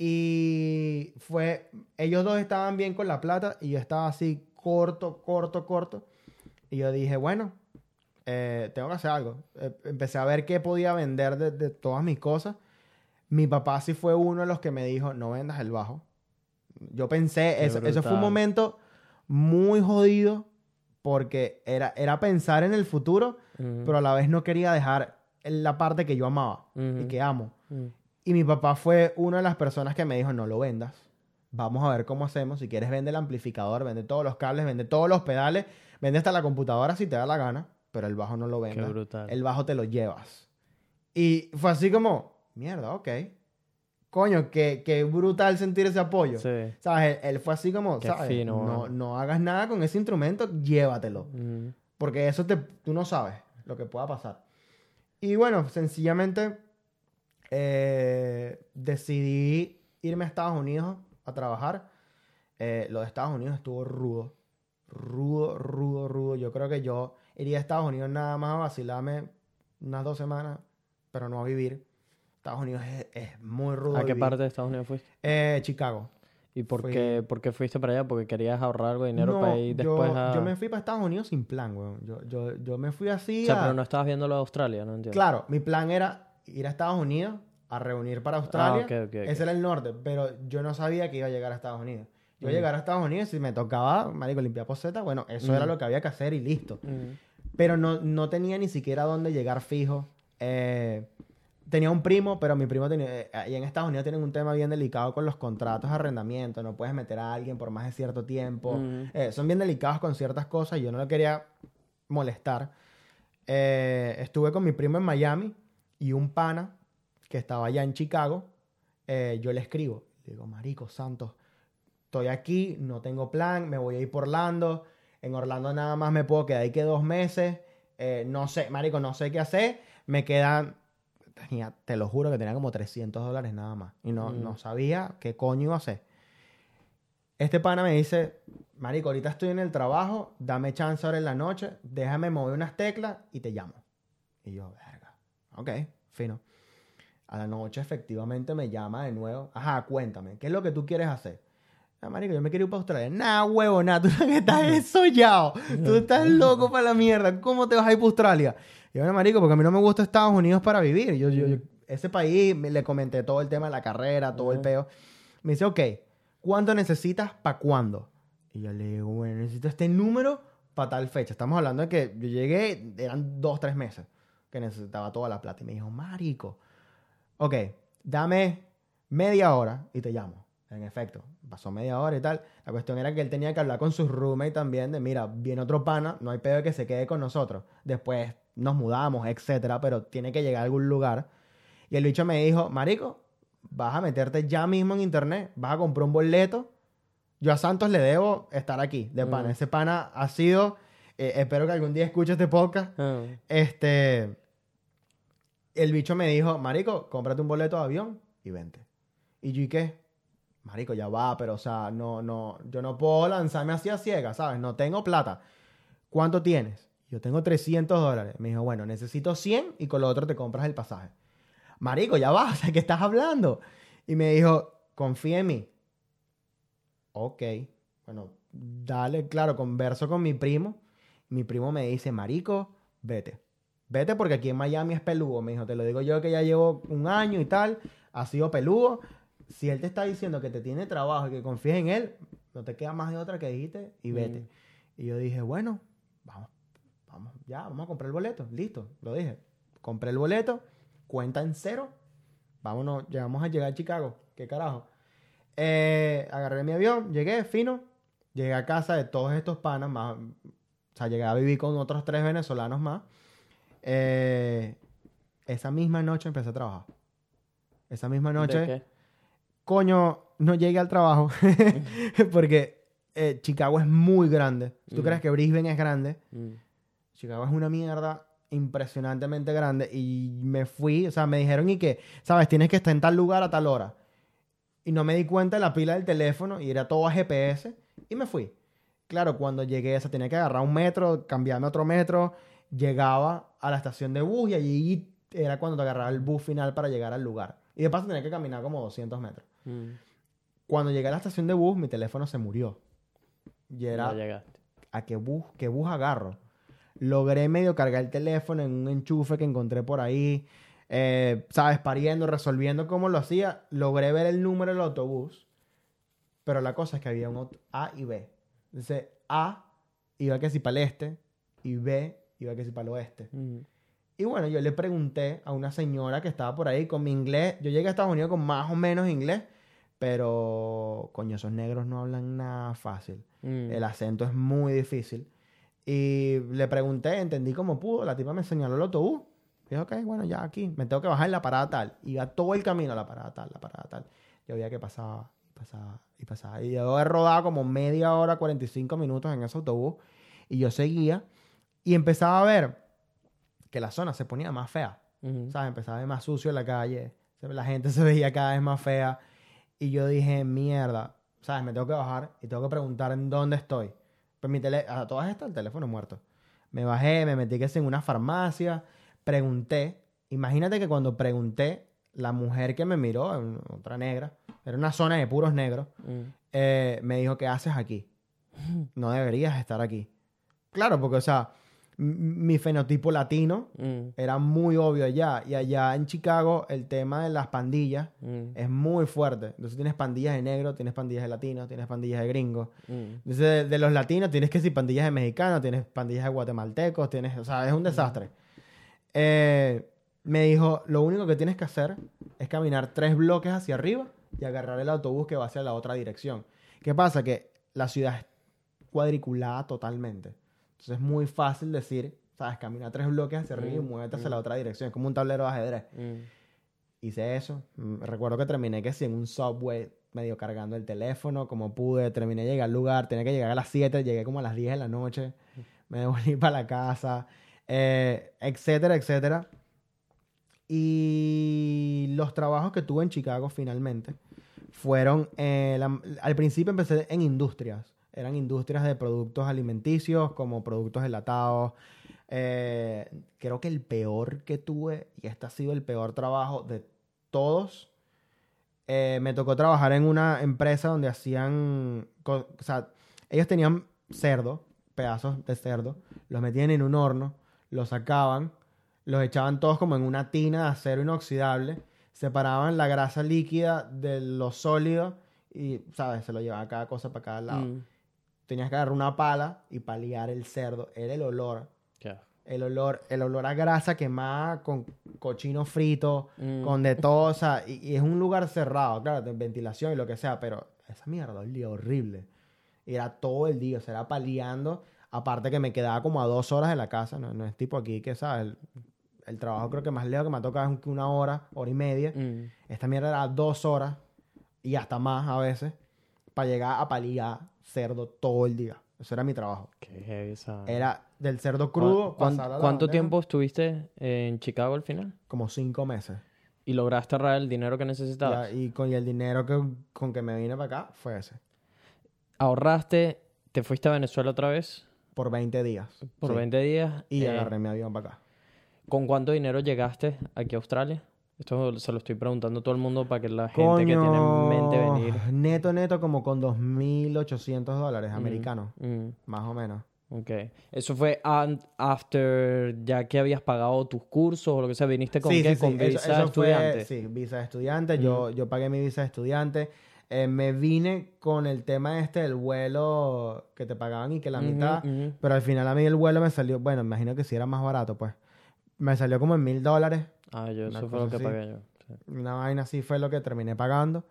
Y fue, ellos dos estaban bien con la plata y yo estaba así corto, corto, corto. Y yo dije, bueno, eh, tengo que hacer algo. Eh, empecé a ver qué podía vender de, de todas mis cosas. Mi papá sí fue uno de los que me dijo, no vendas el bajo. Yo pensé, Qué eso, eso fue un brutal. momento muy jodido porque era, era pensar en el futuro, Mm. pero a la vez no quería dejar la parte que yo amaba Ujú. y que amo. Mm. Y mi papá fue una de las personas que me dijo, no lo vendas. Vamos a ver cómo hacemos. Si quieres, vende el amplificador, vende todos los cables, vende todos los pedales, vende hasta la computadora si te da la gana, pero el bajo no lo Qué vendas. brutal. El bajo te lo llevas. Y fue así como, mierda, ok. Coño, qué, qué brutal sentir ese apoyo. Sí. ¿Sabes? Él, él fue así como, Qué ¿sabes? fino, no, mano. no hagas nada con ese instrumento, llévatelo. Mm. Porque eso te, tú no sabes lo que pueda pasar. Y bueno, sencillamente eh, decidí irme a Estados Unidos a trabajar. Eh, lo de Estados Unidos estuvo rudo. Rudo, rudo, rudo. Yo creo que yo iría a Estados Unidos nada más a vacilarme unas dos semanas, pero no a vivir. Estados Unidos es, es muy rudo. ¿A qué vivir. parte de Estados Unidos fuiste? Eh, Chicago. ¿Y por, Fui- qué, por qué fuiste para allá? ¿Porque querías ahorrar algo de dinero No, para ir yo, después a...? yo me fui para Estados Unidos sin plan, weón. Yo, yo, yo me fui así O sea, a... pero no estabas viendo lo de Australia, no entiendo. Claro, mi plan era ir a Estados Unidos a reunir para Australia. Ah, ok, ok, ok. Ese era el norte, pero yo no sabía que iba a llegar a Estados Unidos. Yo iba a Mm. llegar a Estados Unidos y si me tocaba, marico, limpiar poseta, bueno, eso Mm. era lo que había que hacer y listo. Mm. Pero no, no tenía ni siquiera dónde llegar fijo. Eh, tenía un primo, pero mi primo tenía... eh, ahí en Estados Unidos tienen un tema bien delicado con los contratos de arrendamiento. No puedes meter a alguien por más de cierto tiempo. Mm. Eh, son bien delicados con ciertas cosas y yo no lo quería molestar. Eh, estuve con mi primo en Miami y un pana que estaba allá en Chicago. Eh, yo le escribo. Le digo, marico, Santos, estoy aquí, no tengo plan, me voy a ir por Orlando. En Orlando nada más me puedo quedar ahí que dos meses. Eh, no sé, marico, no sé qué hacer. Me quedan... Tenía, te lo juro que tenía como trescientos dólares nada más. Y no, Mm. no sabía qué coño iba a hacer. Este pana me dice, marico, ahorita estoy en el trabajo, dame chance ahora en la noche, déjame mover unas teclas y te llamo. Y yo, verga, ok, fino. A la noche efectivamente me llama de nuevo. Ajá, cuéntame, ¿qué es lo que tú quieres hacer? Ah, marico, yo me quiero ir para Australia. Nah, huevo, nada, tú lo que estás es soñado. Tú estás loco para la mierda. ¿Cómo te vas a ir para Australia? Y yo, bueno, marico, porque a mí no me gusta Estados Unidos para vivir. Yo, yo, yo- ese país, me- le comenté todo el tema de la carrera, todo el Ujú. peo. Me dice, ok, ¿cuánto necesitas para cuándo? Y yo le digo, bueno, necesito este número para tal fecha. Estamos hablando de que yo llegué, eran dos, tres meses que necesitaba toda la plata. Y me dijo, marico, ok, dame media hora y te llamo. En efecto, pasó media hora y tal. La cuestión era que él tenía que hablar con sus roommates también de, mira, viene otro pana, no hay pedo de que se quede con nosotros. Después nos mudamos, etcétera, pero tiene que llegar a algún lugar. Y el bicho me dijo, marico, vas a meterte ya mismo en internet, vas a comprar un boleto. Yo a Santos le debo estar aquí, de pana. Mm. Ese pana ha sido, eh, espero que algún día escuche este podcast. Ah. Este, el bicho me dijo, marico, cómprate un boleto de avión y vente. Y yo, ¿y qué? Marico, ya va, pero o sea, no, no, yo no puedo lanzarme así a ciegas, ¿sabes? No tengo plata. ¿Cuánto tienes? Yo tengo trescientos dólares. Me dijo, bueno, necesito cien y con lo otro te compras el pasaje. marico, ya va, o sea, ¿qué estás hablando? Y me dijo, confía en mí. Ok, bueno, dale, claro, converso con mi primo. Mi primo me dice, marico, vete. Vete porque aquí en Miami es peludo. Me dijo, te lo digo yo que ya llevo un año y tal, ha sido peludo. Si él te está diciendo que te tiene trabajo y que confíes en él, no te queda más de otra que dijiste y vete. Mm. Y yo dije, bueno, vamos, vamos, ya, vamos a comprar el boleto. Listo, lo dije. Compré el boleto, cuenta en cero. Vámonos, llegamos a llegar a Chicago. ¿Qué carajo? Eh, agarré mi avión, llegué, fino. Llegué a casa de todos estos panas más. O sea, llegué a vivir con otros tres venezolanos más. Eh, esa misma noche empecé a trabajar. Esa misma noche, ¿De qué? coño, no llegué al trabajo. Porque eh, Chicago es muy grande. Si tú Mm. crees que Brisbane es grande, Mm. Chicago es una mierda impresionantemente grande. Y me fui, o sea, me dijeron y que, ¿sabes? Tienes que estar en tal lugar a tal hora. Y no me di cuenta de la pila del teléfono y era todo a G P S. Y me fui. Claro, cuando llegué, o sea, tenía que agarrar un metro, cambiarme a otro metro. Llegaba a la estación de bus y allí era cuando te agarraba el bus final para llegar al lugar. Y de paso tenía que caminar como doscientos metros. Mm. Cuando llegué a la estación de bus, mi teléfono se murió. Y Ya era, llegaste. ¿a qué bus, qué bus agarro? Logré medio cargar el teléfono en un enchufe que encontré por ahí. Eh, ¿Sabes? Pariendo, resolviendo cómo lo hacía. Logré ver el número del autobús. Pero la cosa es que había un auto- A y B. Entonces, A iba que si para el este y B iba que si para el oeste. Mm. Y bueno, yo le pregunté a una señora que estaba por ahí con mi inglés. Yo llegué a Estados Unidos con más o menos inglés, pero coño, esos negros no hablan nada fácil. Mm. El acento es muy difícil. Y le pregunté, entendí cómo pudo. La tipa me señaló el autobús. Dije, ok, bueno, ya aquí. Me tengo que bajar en la parada tal. Iba todo el camino a la parada tal, la parada tal. Yo veía que pasaba, y pasaba, y pasaba. Y yo he rodado como media hora, cuarenta y cinco minutos en ese autobús. Y yo seguía. Y empezaba a ver que la zona se ponía más fea. Ujú. ¿Sabes? Empezaba a ver más sucio en la calle. La gente se veía cada vez más fea. Y yo dije, mierda, ¿sabes? Me tengo que bajar y tengo que preguntar en dónde estoy. Pues mi tele... A todas estas el teléfono muerto. Me bajé, me metí que es en una farmacia. Pregunté. Imagínate que cuando pregunté, la mujer que me miró, otra negra, era una zona de puros negros, Mm. eh, me dijo, ¿qué haces aquí? No deberías estar aquí. Claro, porque, o sea, m- mi fenotipo latino Mm. era muy obvio allá. Y allá en Chicago el tema de las pandillas Mm. es muy fuerte. Entonces tienes pandillas de negros, tienes pandillas de latinos, tienes pandillas de gringos. Mm. Entonces de, de los latinos tienes que si pandillas de mexicanos, tienes pandillas de guatemaltecos, tienes, o sea, es un desastre. Eh, me dijo, lo único que tienes que hacer es caminar tres bloques hacia arriba y agarrar el autobús que va hacia la otra dirección. ¿Qué pasa? Que la ciudad es cuadriculada totalmente. Entonces es muy fácil decir, sabes, camina tres bloques hacia arriba y Mm, muévete hacia mm. la otra dirección. Es como un tablero de ajedrez. Mm. Hice eso. Mm, Recuerdo que terminé que sí en un subway medio cargando el teléfono, como pude. Terminé de llegar al lugar. Tenía que llegar a las siete. Llegué como a las diez de la noche. Me devolví para la casa. eh, etcétera, etcétera. Y los trabajos que tuve en Chicago finalmente fueron... eh, la- al principio empecé en industrias. Eran industrias de productos alimenticios, como productos enlatados. Eh, creo que el peor que tuve, y este ha sido el peor trabajo de todos, eh, me tocó trabajar en una empresa donde hacían... co- O sea, ellos tenían cerdo, pedazos de cerdo, los metían en un horno, los sacaban, los echaban todos como en una tina de acero inoxidable, separaban la grasa líquida de lo sólido y, ¿sabes? Se lo llevaban cada cosa para cada lado. Mm. Tenías que agarrar una pala y paliar el cerdo. Era el olor. Claro. El olor, el olor a grasa quemada con cochino frito, Mm. con de todo, o sea, y, y es un lugar cerrado, claro, de ventilación y lo que sea, pero esa mierda olía horrible. Y era todo el día, o sea, era paliando, aparte que me quedaba como a dos horas de la casa, no, no es tipo aquí que, ¿sabes? El, el trabajo creo que más lejos que me ha tocado es una hora, hora y media. Mm. Esta mierda era dos horas y hasta más a veces para llegar a paliar cerdo todo el día. Eso era mi trabajo. Qué heavy esa... Era del cerdo crudo. ¿Cuán- pasar a la ¿Cuánto bandeja. tiempo estuviste en Chicago al final? Como cinco meses. ¿Y lograste ahorrar el dinero que necesitabas? Ya, y con y el dinero que, con que me vine para acá fue ese. ¿Ahorraste? ¿Te fuiste a Venezuela otra vez? Por veinte días. Por Sí. veinte días. Y eh, agarré mi avión para acá. ¿Con cuánto dinero llegaste aquí a Australia? Esto se lo estoy preguntando a todo el mundo para que la gente que tiene en mente venir... Neto, neto, como con dos mil ochocientos dólares Mm, americanos, mm, más o menos. ok. Eso fue an- after ya que habías pagado tus cursos o lo que sea. ¿Viniste con Sí, qué? sí, ¿Con sí. Eso, visa eso estudiante? fue, sí, visa de estudiante. Yo, yo pagué mi visa de estudiante. Eh, me vine con el tema este del vuelo que te pagaban y que la Ujú, mitad, ujú. pero al final a mí el vuelo me salió, bueno, imagino que sí era más barato, pues. Me salió como en mil dólares. Ah, yo, Una eso fue lo cosa que así. pagué yo. Sí. Una vaina así fue lo que terminé pagando.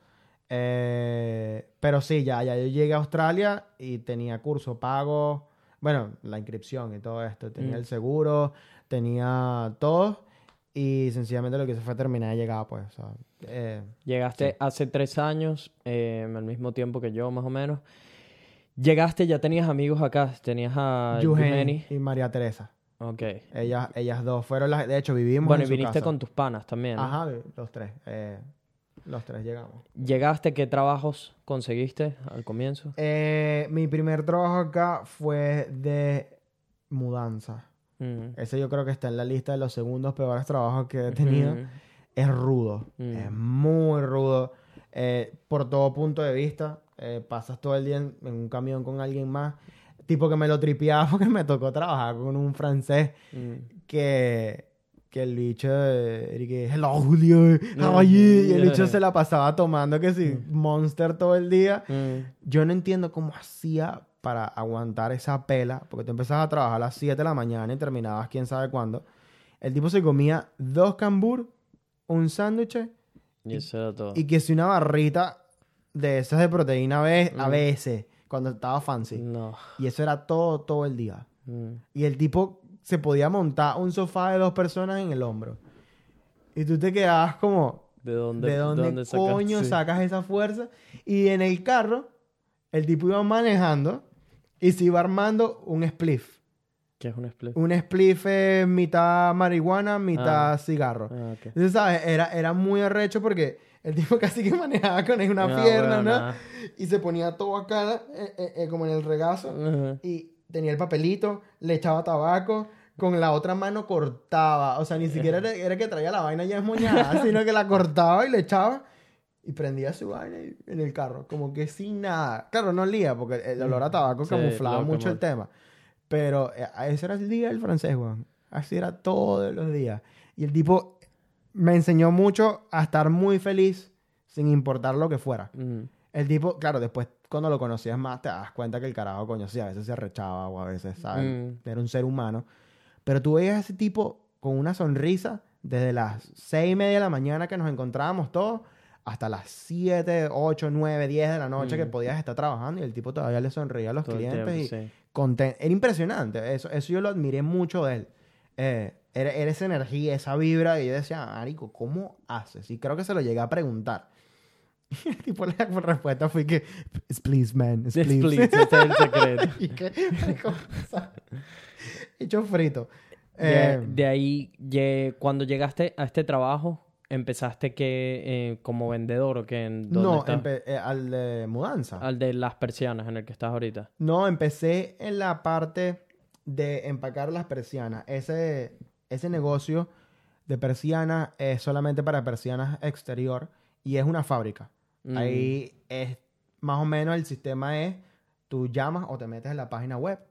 Eh, pero sí, ya, ya yo llegué a Australia y tenía curso pago. Bueno, la inscripción y todo esto. Tenía Mm. el seguro, tenía todo. Y sencillamente lo que hice fue terminar de llegar, pues. O sea, eh, Llegaste Sí. hace tres años, eh, al mismo tiempo que yo, más o menos. Llegaste, ya tenías amigos acá. Tenías a Eugenie Eugenie. y María Teresa. Ok. Ellas, ellas dos fueron las... De hecho, vivimos Bueno, en y su viniste casa. con tus panas también, ¿no? Ajá, los tres. eh, los tres llegamos. ¿Llegaste? ¿Qué trabajos conseguiste al comienzo? Eh, mi primer trabajo acá fue de mudanza. Mm. Ese yo creo que está en la lista de los segundos peores trabajos que he tenido. Ujú. Es rudo. Mm. Es muy rudo. Eh, por todo punto de vista. Eh, pasas todo el día en, en un camión con alguien más. Tipo que me lo tripeaba porque me tocó trabajar con un francés Mm. que, que el bicho eh, y que hello Julio, how are you? Y el bicho se la pasaba tomando que sí, Monster todo el día. Mm. Yo no entiendo cómo hacía para aguantar esa pela, porque tú empezabas a trabajar a las siete de la mañana y terminabas quién sabe cuándo. El tipo se comía dos cambur, un sándwich Y eso era todo. y que si una barrita de esas de proteína a ve- a Mm. veces, cuando estaba fancy. No. Y eso era todo, todo el día. Mm. Y el tipo se podía montar un sofá de dos personas en el hombro. Y tú te quedabas como, ¿De dónde, ¿de dónde, sacas- coño sí. sacas esa fuerza? Y en el carro, el tipo iba manejando y se iba armando un spliff. ¿Qué es un split? Un spliff es mitad marihuana, mitad Ah. cigarro. Ah, ok. Entonces, ¿sabes? Era, era muy arrecho porque el tipo casi que manejaba con una Ah, pierna, bueno, ¿no? nada. Y se ponía todo acá, eh, eh, eh, como en el regazo. Ajá. Y tenía el papelito, le echaba tabaco, con la otra mano cortaba. O sea, ni siquiera era, era que traía la vaina ya esmoñada, sino que la cortaba y le echaba y prendía su vaina y- en el carro, como que sin nada. Claro, no olía porque el olor a tabaco Sí, camuflaba lo mucho camufla. el tema. Pero eh, ese era el día del francés, weón. Así era todos los días. Y el tipo me enseñó mucho a estar muy feliz sin importar lo que fuera. Mm. El tipo, claro, después cuando lo conocías más te das cuenta que el carajo, coño, sí, a veces se arrechaba o a veces, ¿sabes? Mm. Era un ser humano. Pero tú veías a ese tipo con una sonrisa desde las seis y media de la mañana que nos encontrábamos todos hasta las siete, ocho, nueve, diez de la noche Mm. que podías estar trabajando y el tipo todavía le sonreía a los Todo el clientes tiempo, y sí. conten- Era impresionante. Eso, eso yo lo admiré mucho de él. Eh, era, era esa energía, esa vibra y yo decía, marico, ¿cómo haces? Y creo que se lo llegué a preguntar. Y el tipo la respuesta fue que, please, man, Sí, please. split, ese es el secreto. y que, marico, o sea, hecho frito. De, Eh, de ahí, ye- cuando llegaste a este trabajo, ¿empezaste que eh, como vendedor o que en dónde no, estás? empe- eh, al de mudanza. Al de las persianas en el que estás ahorita. No, empecé en la parte de empacar las persianas. Ese, ese negocio de persianas es solamente para persianas exterior y es una fábrica. Mm. Ahí es más o menos el sistema es, tú llamas o te metes en la página web,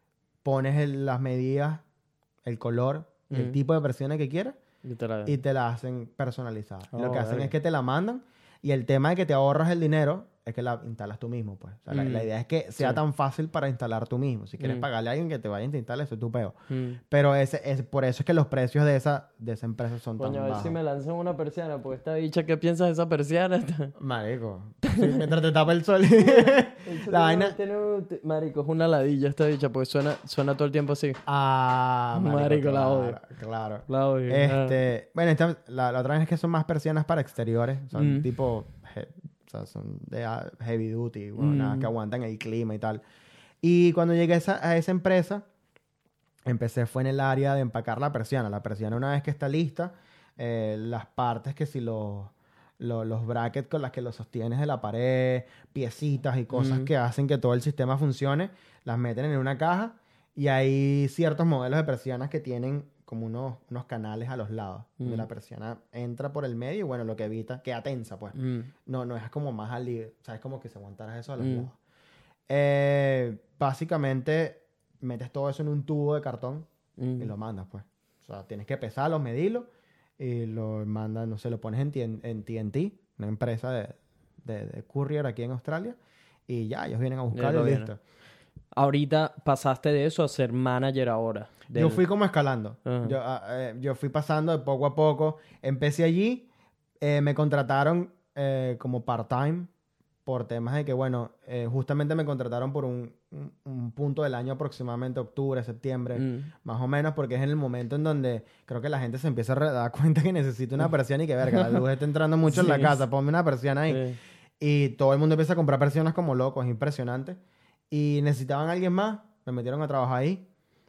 pones el- las medidas, el color y el Mm. tipo de persiana que quieras Literal. y te la hacen personalizada. Y lo Oh, que hacen verga. es que te la mandan y el tema de que te ahorras el dinero es que la instalas tú mismo, pues. O sea, la, Mm. la idea es que sea Sí. tan fácil para instalar tú mismo. Si quieres Mm. pagarle a alguien que te vaya a instalar, eso es tu peo. Mm. Pero ese, es, por eso es que los precios de esa, de esa empresa son Coño, a tan ver bajos. si me lanzan una persiana, porque esta bicha, ¿qué piensas de esa persiana? Marico. Sí, mientras te tapa el sol. la vaina... Tiene un- Marico, es una ladilla esta bicha, porque suena, suena todo el tiempo así. Ah, marico, Marico, la claro, odio. Claro. La odio. Ah. Este, bueno, esta- la, la otra vez es que son más persianas para exteriores. Son Mm. tipo, he- o sea, son de ah, heavy duty, bueno, nada, Mm. que aguantan el clima y tal. Y cuando llegué a esa, a esa empresa, empecé fue en el área de empacar la persiana. La persiana una vez que está lista, eh, las partes que si los, los, los brackets con las que los sostienes de la pared, piecitas y cosas Mm. que hacen que todo el sistema funcione, las meten en una caja Y hay ciertos modelos de persianas que tienen como unos, unos canales a los lados. Mm. Donde la persiana entra por el medio y bueno, lo que evita, queda tensa pues. Mm. No, no es como más al libre. O sea, es como que se aguantara eso a los Mm. lados. Eh, básicamente, metes todo eso en un tubo de cartón Mm. y lo mandas, pues. O sea, tienes que pesarlo, medirlo y lo mandas, no sé, lo pones en, T N- en T N T, una empresa de, de, de courier aquí en Australia, y ya, ellos vienen a buscarlo lo y vienen. listo. Ahorita pasaste de eso a ser manager ahora. Yo del- fui como escalando. Ajá. Yo, ah, eh, yo fui pasando de poco a poco. Empecé allí, eh, me contrataron eh, como part-time por temas de que, bueno, eh, justamente me contrataron por un, un- un punto del año aproximadamente octubre, septiembre, Mm. más o menos, porque es en el momento en donde creo que la gente se empieza a re- dar cuenta que necesita una persiana y que, verga, la luz está entrando mucho en la Sí. casa, ponme una persiana ahí. Sí. Y todo el mundo empieza a comprar persianas como locos, es impresionante. Y necesitaban a alguien más, me metieron a trabajar ahí.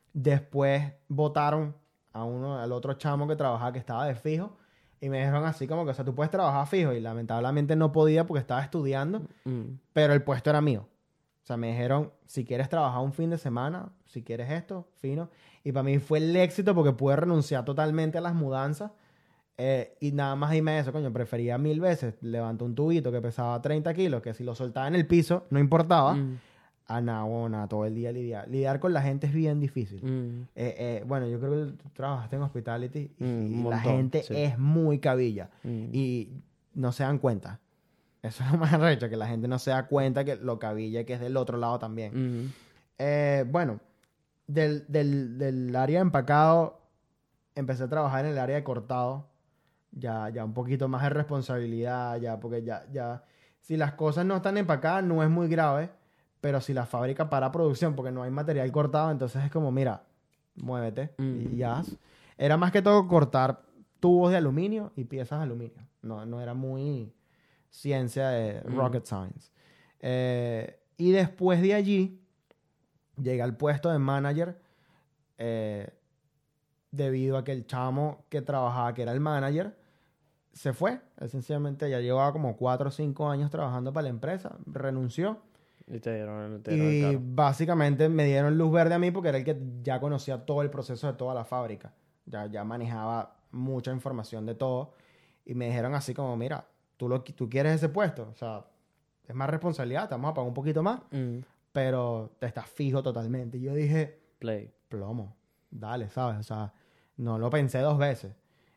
Después votaron a uno, al otro chamo que trabajaba, que estaba de fijo. Y me dijeron así como que, o sea, tú puedes trabajar fijo. Y lamentablemente no podía porque estaba estudiando, Mm. pero el puesto era mío. O sea, me dijeron, si quieres trabajar un fin de semana, si quieres esto, fino. Y para mí fue el éxito porque pude renunciar totalmente a las mudanzas. Eh, y nada más dime eso, coño, prefería mil veces levantar un tubito que pesaba treinta kilos, que si lo soltaba en el piso, no importaba. Mm. A nada, bueno, todo el día lidiar. Lidiar con la gente es bien difícil. Mm. Eh, eh, bueno, yo creo que tú trabajaste en hospitality y, Mm, un y la montón, gente sí. es muy cabilla Mm. y no se dan cuenta. Eso es lo más arrecho, que la gente no se da cuenta que lo cabilla que es del otro lado también. Mm. Eh, bueno, del, del, del área de empacado empecé a trabajar en el área de cortado. Ya, ya un poquito más de responsabilidad, ya, porque ya, ya, si las cosas no están empacadas no es muy grave, pero si la fábrica para producción porque no hay material cortado, entonces es como, mira, muévete Mm. y ya. Era más que todo cortar tubos de aluminio y piezas de aluminio. No, no era muy ciencia de Mm. rocket science. Eh, y después de allí, llegué al puesto de manager eh, debido a que el chamo que trabajaba, que era el manager, se fue. Él sencillamente ya llevaba como cuatro o cinco años trabajando para la empresa, renunció. Y te dieron, te dieron el Y carro. básicamente me dieron luz verde a mí porque era el que ya conocía todo el proceso de toda la fábrica. Ya, ya manejaba mucha información de todo. Y me dijeron así como, mira, tú, lo, tú quieres ese puesto. O sea, es más responsabilidad, te vamos a pagar un poquito más, Mm. pero te estás fijo totalmente. Y yo dije, Play. plomo, dale, ¿sabes? O sea, no lo pensé dos veces.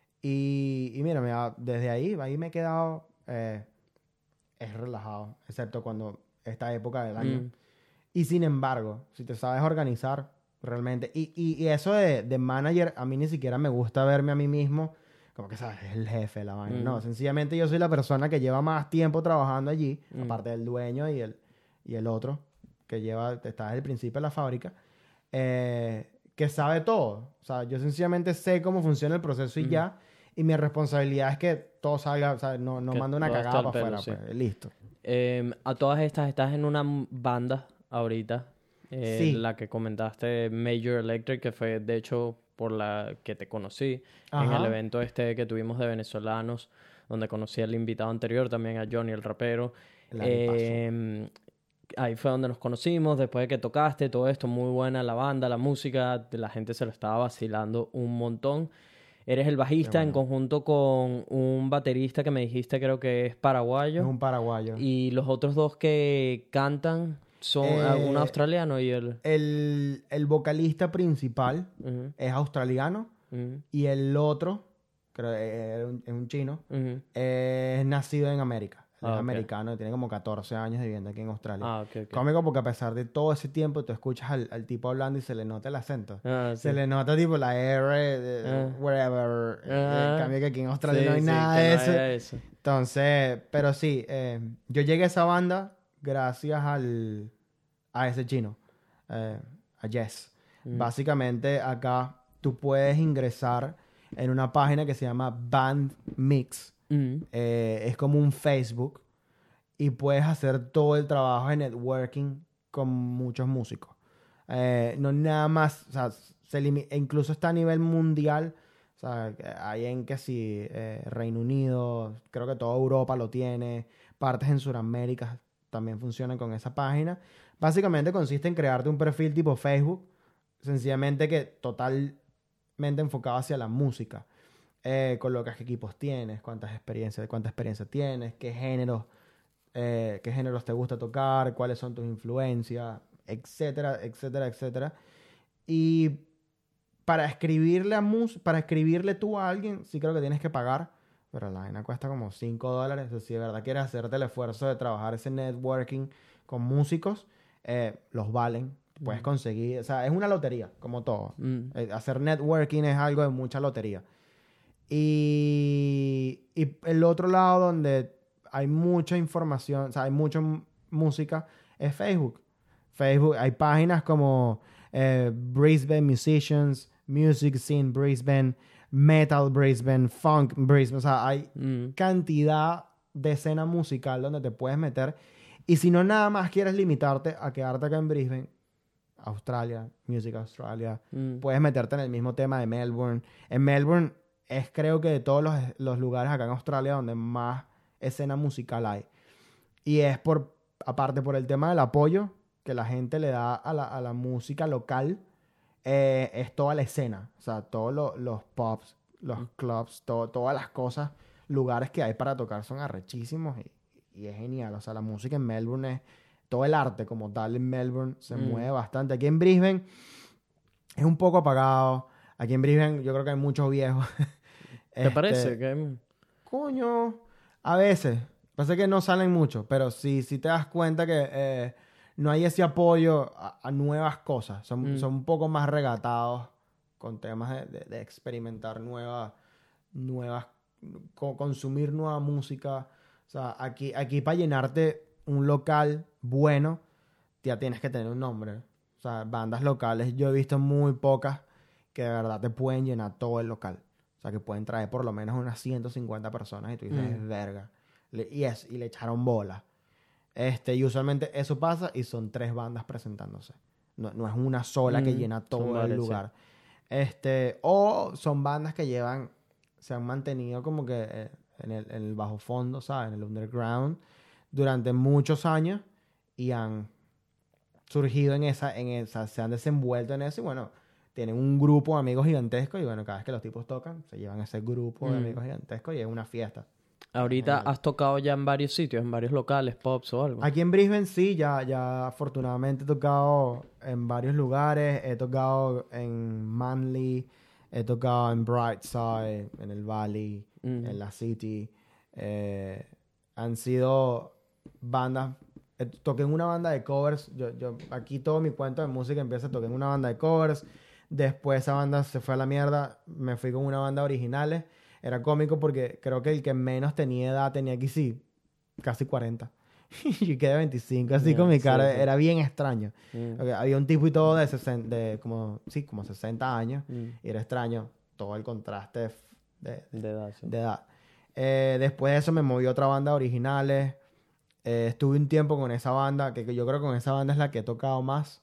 Y, y mira, mira, desde ahí, ahí me he quedado, eh, es relajado, excepto cuando esta época del año. Mm. Y sin embargo, si te sabes organizar, realmente, y, y, y eso de, de manager, a mí ni siquiera me gusta verme a mí mismo como que, ¿sabes? Es el jefe de la vaina. Mm. No, sencillamente yo soy la persona que lleva más tiempo trabajando allí, Mm. aparte del dueño y el, y el otro, que lleva, está desde el principio de la fábrica, eh, que sabe todo. O sea, yo sencillamente sé cómo funciona el proceso y Mm. ya, y mi responsabilidad es que todo salga, o sea, no, no Que mando una todo esté cagada al para pelo, afuera, sí. pues, listo. Eh, a todas estas, estás en una m- banda ahorita. eh, Sí. La que comentaste, Major Electric, que fue de hecho por la que te conocí en Ajá. el evento este que tuvimos de venezolanos, donde conocí al invitado anterior, también a Johnny el rapero. El arepazo. Eh, ahí fue donde nos conocimos, después de que tocaste todo esto, muy buena la banda, la música, la gente se lo estaba vacilando un montón. Eres el bajista Qué en bueno. conjunto con un baterista que me dijiste creo que es paraguayo. Es un paraguayo. Y los otros dos que cantan son Eh, un australiano y el... El, el vocalista principal Ujú, es australiano ujú, y el otro, creo que es un, es un chino, ujú. es nacido en América. Él Ah, es ok. americano, tiene como catorce años viviendo aquí en Australia. Ah, ok, ok. Cómico porque a pesar de todo ese tiempo tú escuchas al, al tipo hablando y se le nota el acento. Ah, sí. Se le nota tipo la R, de, Ah. whatever. Ah. En cambio que aquí en Australia Sí, no hay sí, nada que de no eso. haya eso. Entonces, pero sí, eh, yo llegué a esa banda gracias al, a ese chino, eh, a Jess. Mm. Básicamente acá tú puedes ingresar en una página que se llama Bandmix. Mm, Eh, es como un Facebook y puedes hacer todo el trabajo de networking con muchos músicos. Eh, no nada más, o sea, se limi- e incluso está a nivel mundial. O sea, que hay en que sí, eh, Reino Unido, creo que toda Europa lo tiene, partes en Sudamérica también funcionan con esa página. Básicamente consiste en crearte un perfil tipo Facebook, sencillamente que totalmente enfocado hacia la música. Eh, colocas qué equipos tienes, cuántas experiencias, cuánta experiencia tienes, qué géneros, eh, qué géneros te gusta tocar, cuáles son tus influencias, etcétera, etcétera, etcétera. Y para escribirle a mus para escribirle tú a alguien, sí creo que tienes que pagar, pero la vaina cuesta como cinco dólares. O sea, si de verdad quieres hacerte el esfuerzo de trabajar ese networking con músicos, eh, los valen. Puedes Mm. conseguir, o sea, es una lotería, como todo. Mm. Eh, hacer networking es algo de mucha lotería. Y, y el otro lado donde hay mucha información, o sea, hay mucha m- música, es Facebook. Facebook, hay páginas como eh, Brisbane Musicians, Music Scene Brisbane, Metal Brisbane, Funk Brisbane. O sea, hay Mm. cantidad de escena musical donde te puedes meter. Y si no nada más quieres limitarte a quedarte acá en Brisbane, Australia, Music Australia, Mm. puedes meterte en el mismo tema de Melbourne. En Melbourne es creo que de todos los, los lugares acá en Australia donde más escena musical hay. Y es por, aparte por el tema del apoyo que la gente le da a la, a la música local, eh, es toda la escena. O sea, todos lo- los pubs, los clubs, to- todas las cosas, lugares que hay para tocar son arrechísimos y, y es genial. O sea, la música en Melbourne es, todo el arte como tal en Melbourne se Mm. mueve bastante. Aquí en Brisbane es un poco apagado. Aquí en Brisbane yo creo que hay muchos viejos. ¿Te Este, parece que...? Coño, a veces. Pasa que no salen mucho, pero sí, sí te das cuenta que eh, no hay ese apoyo a, a nuevas cosas. Son, Mm. son un poco más regatados con temas de, de- de experimentar nuevas, nuevas, co- consumir nueva música. O sea, aquí, aquí para llenarte un local bueno, ya tienes que tener un nombre. O sea, bandas locales, yo he visto muy pocas que de verdad te pueden llenar todo el local. O sea, que pueden traer por lo menos unas ciento cincuenta personas y tú dices, Mm. verga. Le- y, es, y le echaron bola. Este, y usualmente eso pasa y son tres bandas presentándose. No, no es una sola que Mm, llena son todo el varias, sí. lugar. Este, o son bandas que llevan, se han mantenido como que eh, en, el, en el bajo fondo, ¿sabes? En el underground durante muchos años y han surgido en esa, en esa, se han desenvuelto en eso y bueno, tienen un grupo de amigos gigantescos y bueno, cada vez que los tipos tocan, se llevan ese grupo de Mm. amigos gigantescos y es una fiesta. Ahorita Genial. has tocado ya en varios sitios, en varios locales, pubs o algo. Aquí en Brisbane sí, ya, ya afortunadamente he tocado en varios lugares. He tocado en Manly, he tocado en Brightside, en el Valley, Mm. en la City. Eh, han sido bandas. eh, Toqué en una banda de covers. Yo, yo, aquí todo mi cuento de música empieza. Toqué en una banda de covers. Después esa banda se fue a la mierda. Me fui con una banda de originales. Era cómico porque creo que el que menos tenía edad tenía aquí sí, casi cuarenta. Y yo quedé veinticinco, así Ya, con mi sí, cara. sí. Era bien extraño. Mm. Porque había un tipo y todo de, sesenta, de como, sí, como sesenta años. Mm. Y era extraño todo el contraste de, de- De edad, sí. de edad. Eh, después de eso me moví a otra banda de originales. Eh, estuve un tiempo con esa banda, que, que yo creo que con esa banda es la que he tocado más.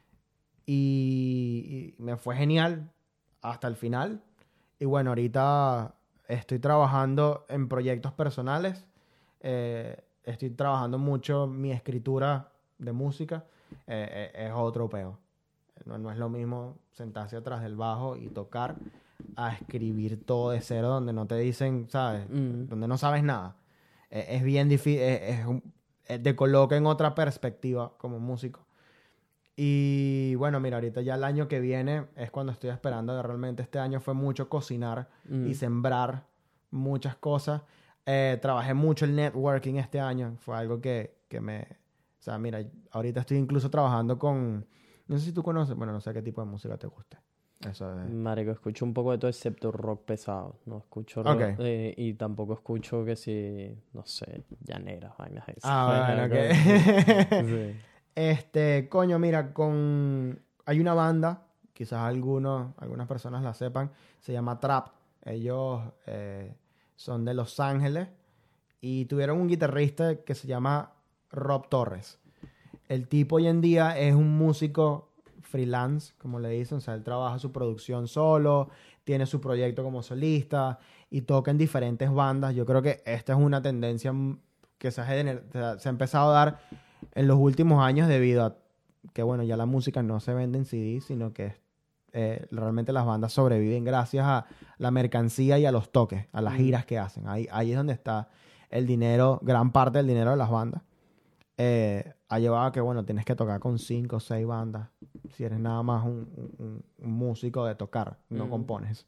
Y, y me fue genial hasta el final. Y bueno, ahorita estoy trabajando en proyectos personales. Eh, estoy trabajando mucho mi escritura de música. Eh, eh, es otro peo. No, no es lo mismo sentarse atrás del bajo y tocar a escribir todo de cero donde no te dicen, ¿sabes? Mm. Donde no sabes nada. Eh, es bien difícil, es, es un- eh, te coloca en otra perspectiva como músico. Y bueno, mira, ahorita ya el año que viene es cuando estoy esperando. Realmente este año fue mucho cocinar Mm. y sembrar muchas cosas. Eh, trabajé mucho el networking este año. Fue algo que, que me... O sea, mira, ahorita estoy incluso trabajando con... No sé si tú conoces... Bueno, no sé qué tipo de música te guste. Eso es... Marico, escucho un poco de todo excepto rock pesado. No escucho rock. Ok. eh, y tampoco escucho que si, no sé, llaneras, vainas esas. Ah, bueno, Vainas ok. sí. Este, coño, mira, con... Hay una banda, quizás algunos, algunas personas la sepan, se llama Trap. Ellos eh, son de Los Ángeles y tuvieron un guitarrista que se llama Rob Torres. El tipo hoy en día es un músico freelance, como le dicen, o sea, él trabaja su producción solo, tiene su proyecto como solista y toca en diferentes bandas. Yo creo que esta es una tendencia mm, que se ha, gener- se ha se ha empezado a dar en los últimos años debido a que, bueno, ya la música no se vende en C D, sino que es eh, realmente las bandas sobreviven gracias a la mercancía y a los toques, a las Mm. giras que hacen. Ahí, ahí es donde está el dinero, gran parte del dinero de las bandas. Eh, ha llevado a que, bueno, tienes que tocar con cinco o seis bandas. Si eres nada más un, un- un músico de tocar, no Mm. compones.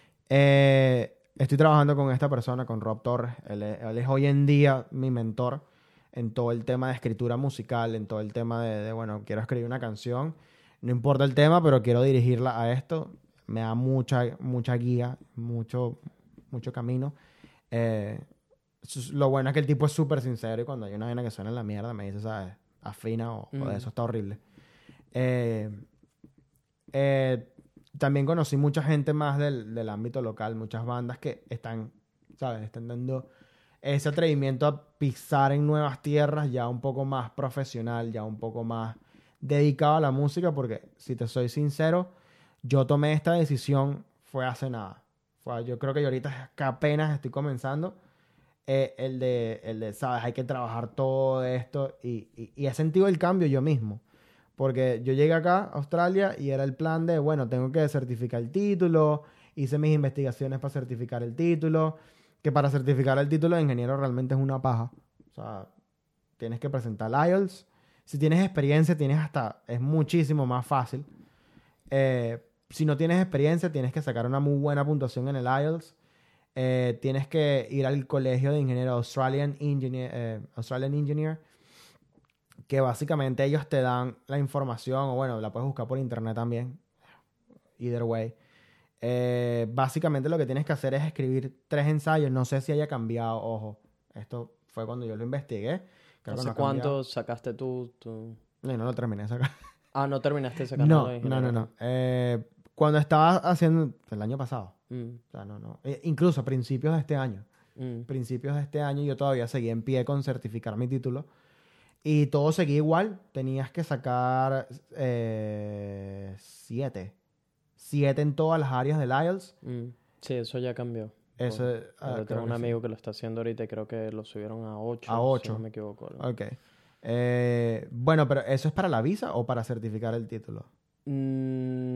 Eh, estoy trabajando con esta persona, con Rob Torres. Él es, él es hoy en día mi mentor en todo el tema de escritura musical, en todo el tema de, de, bueno, quiero escribir una canción. No importa el tema, pero quiero dirigirla a esto. Me da mucha, mucha guía, mucho, mucho camino. Eh, s- lo bueno es que el tipo es súper sincero y cuando hay una vaina que suena en la mierda me dice, ¿sabes? Afina o, o Mm. eso está horrible. Eh, eh, también conocí mucha gente más del, del ámbito local, muchas bandas que están, ¿sabes? Están dando ese atrevimiento a pisar en nuevas tierras ya un poco más profesional, ya un poco más dedicado a la música, porque si te soy sincero, yo tomé esta decisión fue hace nada. Fue, yo creo que yo ahorita que apenas estoy comenzando, eh, el de, el de, ¿sabes? Hay que trabajar todo esto y, y, y he sentido el cambio yo mismo. Porque yo llegué acá a Australia y era el plan de, bueno, tengo que certificar el título, hice mis investigaciones para certificar el título, que para certificar el título de ingeniero realmente es una paja. O sea, tienes que presentar el I E L T S. Si tienes experiencia, tienes hasta, es muchísimo más fácil. Eh, si no tienes experiencia, tienes que sacar una muy buena puntuación en el I E L T S. Eh, tienes que ir al colegio de ingeniero Australian Engineer, eh, Australian Engineer, que básicamente ellos te dan la información, o bueno, la puedes buscar por internet también, either way. Eh, básicamente lo que tienes que hacer es escribir tres ensayos, no sé si haya cambiado, ojo, esto fue cuando yo lo investigué, creo que ¿Hace no ha cuánto cambiado. sacaste tú? tú- No, no lo terminé de sacar. Ah, no terminaste ese canal No, de no, no, ingeniero. no. Eh, cuando estaba haciendo, el año pasado, Mm, o sea, no, no, eh, incluso a principios de este año, mm, principios de este año yo todavía seguía en pie con certificar mi título. Y todo seguía igual. Tenías que sacar eh, siete. Siete en todas las áreas del I E L T S. mm. Sí, eso ya cambió. Eso, Por- ah, yo creo tengo un que sí. amigo que lo está haciendo ahorita y creo que lo subieron a ocho, A si ocho. no me equivoco. Ok. Eh, bueno, pero ¿eso es para la visa o para certificar el título? Mm,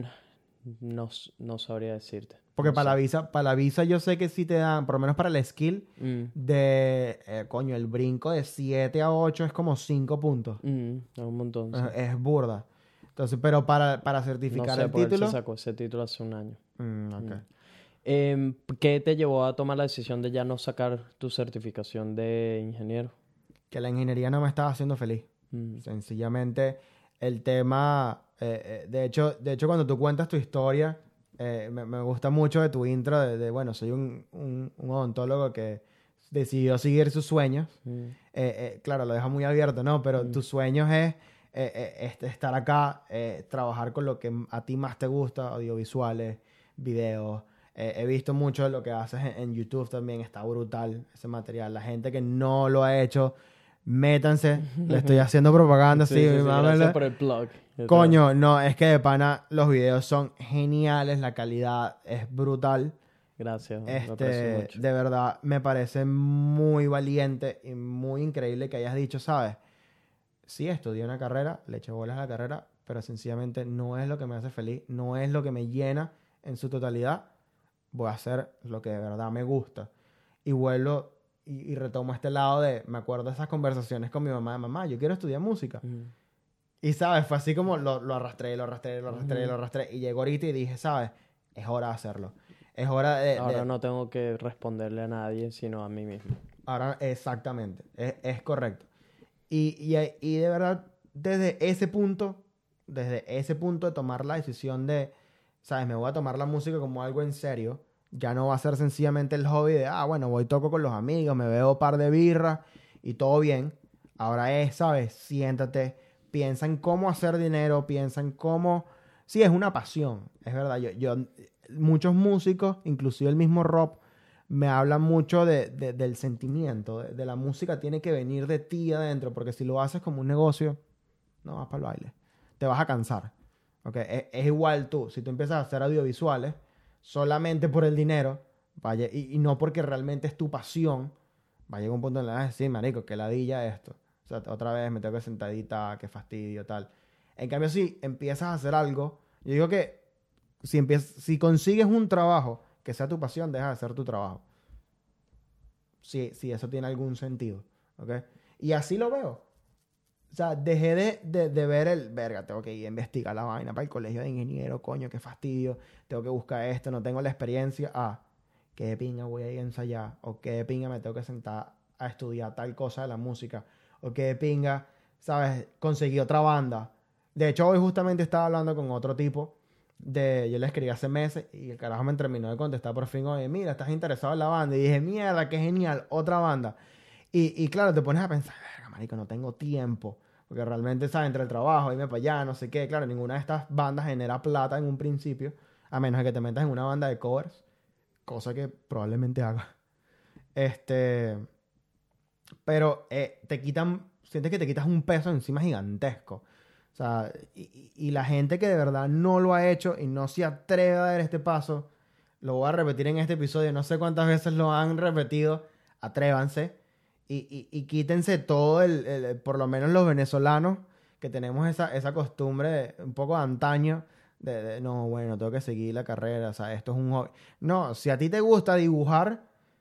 no, s- no sabría decirte. Porque No para la sé. visa, para la visa yo sé que sí te dan, por lo menos para el skill, Mm, de, eh, coño, el brinco de siete a ocho es como cinco puntos. mm, es un montón. sí. Es, es burda. Entonces, pero para, para No certificar sé, el porque él título... se sacó ese título hace un año. Mm, ok. Mm. Em, ¿qué te llevó a tomar la decisión de ya no sacar tu certificación de ingeniero? Que la ingeniería no me estaba haciendo feliz. Mm, Sencillamente el tema, eh, eh, de hecho, de hecho cuando tú cuentas tu historia, eh, me, me gusta mucho de tu intro de, de, bueno, soy un, un, un odontólogo que decidió seguir sus sueños. mm, Eh, eh, claro, lo deja muy abierto, ¿no? Pero Mm. tus sueños es eh, eh, este, estar acá, eh, trabajar con lo que a ti más te gusta, audiovisuales, videos. Eh, he visto mucho de lo que haces en, en YouTube también, está brutal ese material. La gente que no lo ha hecho, métanse, le estoy haciendo propaganda, sí, sí, sí, sí, mámele. gracias por el plug. Yo Coño, no, es que de pana los videos son geniales, la calidad es brutal. te- Gracias, lo aprecio Este, mucho. de verdad, me parece muy valiente y muy increíble que hayas dicho, ¿sabes? Sí, estudié una carrera, le eché bolas a la carrera, pero sencillamente no es lo que me hace feliz, no es lo que me llena en su totalidad. Voy a hacer lo que de verdad me gusta. Y vuelvo y, y retomo este lado de, me acuerdo de esas conversaciones con mi mamá, de mamá, yo quiero estudiar música. Mm, Y, ¿sabes? Fue así como lo, lo arrastré, lo arrastré, lo arrastré, Ujú. lo arrastré. Y llegó ahorita y dije, ¿sabes? Es hora de hacerlo. Es hora de... de- Ahora no tengo que responderle a nadie, sino a mí mismo. Ahora, exactamente. Es, es correcto. Y, y, y de verdad, desde ese punto, desde ese punto de tomar la decisión de, ¿sabes? Me voy a tomar la música como algo en serio. Ya no va a ser sencillamente el hobby de, ah, bueno, voy toco con los amigos, me bebo un par de birras y todo bien. Ahora es, ¿sabes? Siéntate, piensa en cómo hacer dinero, piensa en cómo... Sí, es una pasión, es verdad. Yo, yo, muchos músicos, inclusive el mismo Rob, me hablan mucho de, de- del sentimiento, de, de la música tiene que venir de ti adentro, porque si lo haces como un negocio, no vas para el baile. Te vas a cansar. ¿Ok? Es, es igual tú, si tú empiezas a hacer audiovisuales solamente por el dinero, vaya, y, y no porque realmente es tu pasión, va a llegar un punto en el que vas a decir, marico, que ladilla esto. O sea, otra vez me tengo que sentadita, qué fastidio, tal. En cambio, si empiezas a hacer algo, yo digo que si, empiezas, si consigues un trabajo que sea tu pasión, deja de ser tu trabajo. Si, si eso tiene algún sentido. ¿Ok? Y así lo veo. O sea, dejé de, de, de ver el... Verga, tengo que ir a investigar la vaina para el colegio de ingeniero, coño, qué fastidio. Tengo que buscar esto, no tengo la experiencia. Ah, qué de pinga voy a ir a ensayar. O qué de pinga me tengo que sentar a estudiar tal cosa de la música. O qué de pinga, ¿sabes? Conseguí otra banda. De hecho, hoy justamente estaba hablando con otro tipo de... Yo le escribí hace meses y el carajo me terminó de contestar por fin. Oye, mira, ¿estás interesado en la banda? Y dije, mierda, qué genial, otra banda. Y, y claro, te pones a pensar, verga, marico, no tengo tiempo. Porque realmente, ¿sabes? Entre el trabajo, irme para allá, no sé qué. Claro, ninguna de estas bandas genera plata en un principio. A menos de que te metas en una banda de covers. Cosa que probablemente haga. Este... Pero eh, te quitan... Sientes que te quitas un peso encima gigantesco. O sea, y, y la gente que de verdad no lo ha hecho y no se atreve a dar este paso, lo voy a repetir en este episodio. No sé cuántas veces lo han repetido. Atrévanse. Y, y, y quítense todo el, el... Por lo menos los venezolanos, que tenemos esa, esa costumbre de, un poco de antaño. De, de, no, bueno, tengo que seguir la carrera. O sea, esto es un hobby. No, si a ti te gusta dibujar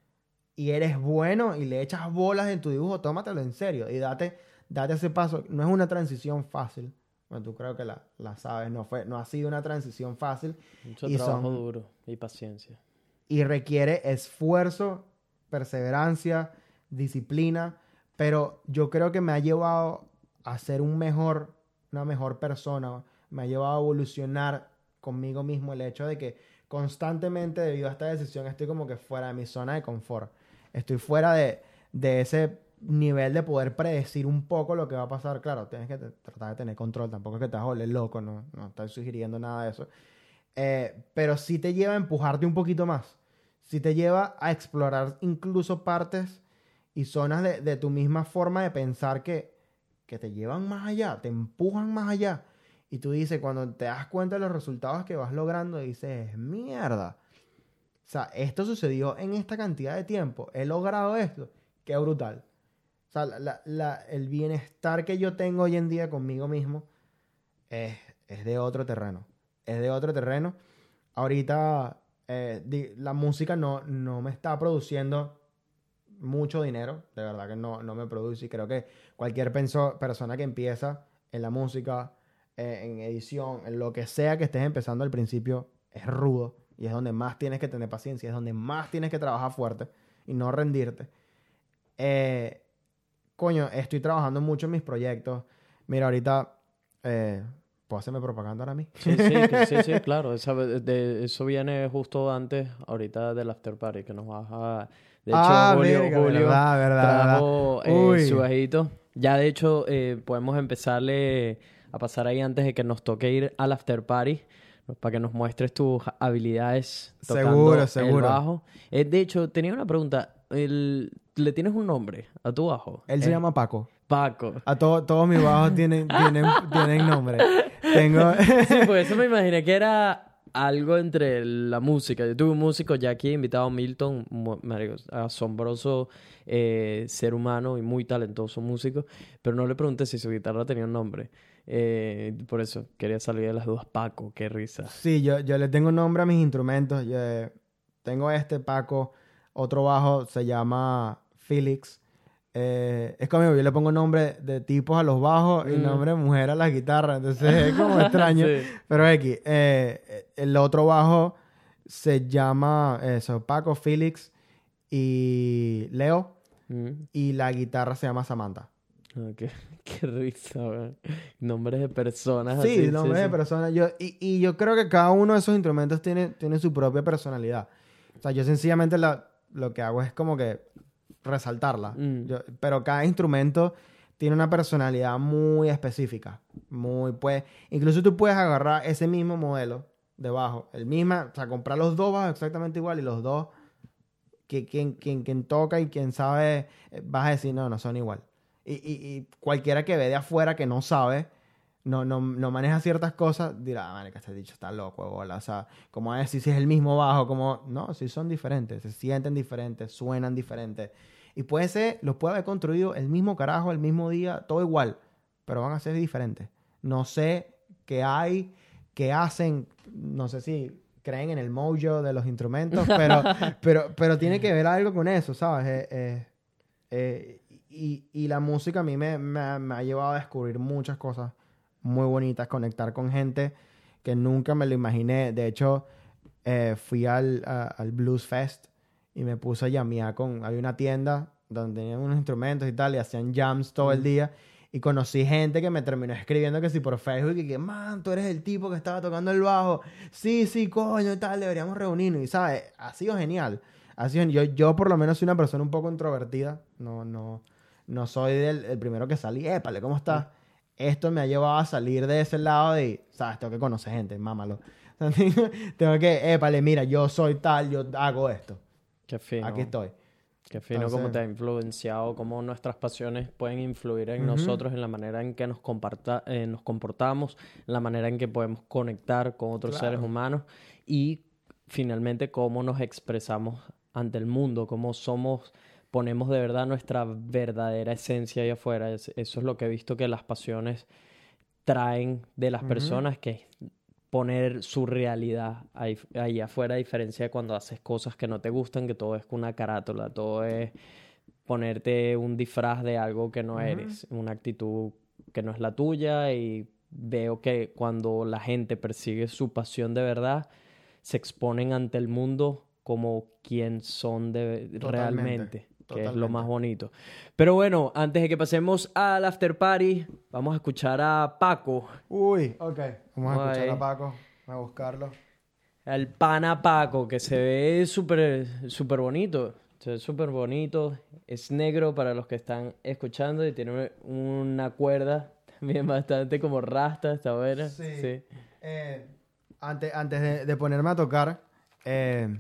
y eres bueno y le echas bolas en tu dibujo, tómatelo en serio. Y date, date ese paso. No es una transición fácil. Bueno, tú creo que la, la sabes. No, fue, no ha sido una transición fácil. Mucho y trabajo son, duro y paciencia. Y requiere esfuerzo, perseverancia, disciplina, pero yo creo que me ha llevado a ser un mejor, una mejor persona, me ha llevado a evolucionar conmigo mismo el hecho de que constantemente debido a esta decisión estoy como que fuera de mi zona de confort, estoy fuera de, de ese nivel de poder predecir un poco lo que va a pasar. Claro, tienes que te, tratar de tener control, tampoco es que te vas a volver loco, no, no estoy sugiriendo nada de eso, eh, pero sí te lleva a empujarte un poquito más, sí te lleva a explorar incluso partes y zonas de, de tu misma forma de pensar que, que te llevan más allá, te empujan más allá. Y tú dices, cuando te das cuenta de los resultados que vas logrando, dices, mierda. O sea, esto sucedió en esta cantidad de tiempo. He logrado esto. Qué brutal. O sea, la, la, la, el bienestar que yo tengo hoy en día conmigo mismo es, es de otro terreno. Es de otro terreno. Ahorita eh, di, la música no, no me está produciendo mucho dinero, de verdad que no, no me produce, y creo que cualquier penso, persona que empieza en la música, eh, en edición, en lo que sea que estés empezando al principio, es rudo y es donde más tienes que tener paciencia, es donde más tienes que trabajar fuerte y no rendirte. Eh, coño, estoy trabajando mucho en mis proyectos. Mira, ahorita eh, ¿puedo hacerme propaganda ahora a mí? Sí, sí, que, sí, sí, claro. Esa, de, eso viene justo antes, ahorita del after party, que nos vas a... De hecho, ah, Julio, verga, Julio verdad, verdad, trajo verdad. eh, su bajito. Ya, de hecho, eh, podemos empezarle a pasar ahí antes de que nos toque ir al after party, ¿no? Para que nos muestres tus habilidades tocando Seguro, seguro. el bajo. Eh, de hecho, tenía una pregunta. El, ¿le tienes un nombre a tu bajo? Él eh, se llama Paco. Paco. A to todos mis bajos tienen, tienen, tienen nombre. Tengo... Sí, pues eso me imaginé que era algo entre la música. Yo tuve un músico ya aquí invitado, Milton, mu- marico, asombroso eh, ser humano y muy talentoso músico, pero no le pregunté si su guitarra tenía un nombre. Eh, por eso quería salir de las dudas. Paco, qué risa. Sí, yo, yo le tengo nombre a mis instrumentos. Yo, eh, tengo este Paco, otro bajo se llama Felix. Eh, es como yo le pongo nombre de tipos a los bajos y Mm. nombre de mujer a las guitarras. Entonces es como extraño. Sí. Pero X, eh, el otro bajo se llama eso, Paco, Felix y Leo. Mm. Y la guitarra se llama Samantha. Ah, qué, qué risa, weón. Nombres de personas Sí, así. nombres de sí. personas. Yo, y, y yo creo que cada uno de esos instrumentos tiene, tiene su propia personalidad. O sea, yo sencillamente la, lo que hago es como que resaltarla. Mm. Yo- pero cada instrumento tiene una personalidad muy específica. Muy, pues, incluso tú puedes agarrar ese mismo modelo de bajo, el misma, o sea, comprar los dos bajos exactamente igual y los dos, que, quien, quien, quien toca y quien sabe, eh, vas a decir, no, no son igual. Y, y, y cualquiera que ve de afuera que no sabe, no, no, no maneja ciertas cosas, dirá, ah, marica, este dicho está loco, bola. O sea, como a decir si es el mismo bajo, como, no, sí son diferentes, se sienten diferentes, suenan diferentes. Y puede ser, los puede haber construido el mismo carajo, el mismo día, todo igual, pero van a ser diferentes. No sé qué hay, que hacen, no sé si creen en el mojo de los instrumentos, pero, pero, pero tiene que ver algo con eso, ¿sabes? Eh, eh, eh, y, y la música a mí me, me, ha- me ha llevado a descubrir muchas cosas muy bonitas, conectar con gente que nunca me lo imaginé. De hecho, eh, fui al, a- al Blues Fest y me puse a llamear con... Había una tienda donde tenían unos instrumentos y tal, y hacían jams todo el día. Y conocí gente que me terminó escribiendo que si por Facebook y que, man, tú eres el tipo que estaba tocando el bajo. Sí, sí, coño, y tal, deberíamos reunirnos. Y, ¿sabes? Ha sido genial. Ha sido, yo, yo por lo menos soy una persona un poco introvertida. No, no, no soy del, el primero que salí. Épale, ¿cómo estás? Esto me ha llevado a salir de ese lado de, ¿sabes? Tengo que conocer gente, mámalo. Tengo que, épale, mira, yo soy tal, yo hago esto. Qué fino. Aquí estoy. Qué fino Entonces- cómo te ha influenciado, cómo nuestras pasiones pueden influir en Ujú. nosotros, en la manera en que nos, comparta- eh, nos comportamos, en la manera en que podemos conectar con otros Claro. seres humanos y finalmente cómo nos expresamos ante el mundo, cómo somos, ponemos de verdad nuestra verdadera esencia ahí afuera. Es- eso es lo que he visto que las pasiones traen de las Ujú. personas, que es poner su realidad ahí, ahí afuera, a diferencia de cuando haces cosas que no te gustan, que todo es una carátula, todo es ponerte un disfraz de algo que no Ujú. eres, una actitud que no es la tuya. Y veo que cuando la gente persigue su pasión de verdad, se exponen ante el mundo como quien son de Totalmente, realmente, que es lo totalmente. más bonito. Pero bueno, antes de que pasemos al after party, vamos a escuchar a Paco, Uy, ok. Vamos a escuchar Guay. a Paco, a buscarlo. al pana Paco, que se ve súper súper bonito. Se ve súper bonito. Es negro para los que están escuchando y tiene una cuerda también bastante como rasta, está buena. Sí. Eh, antes antes de, de ponerme a tocar, eh,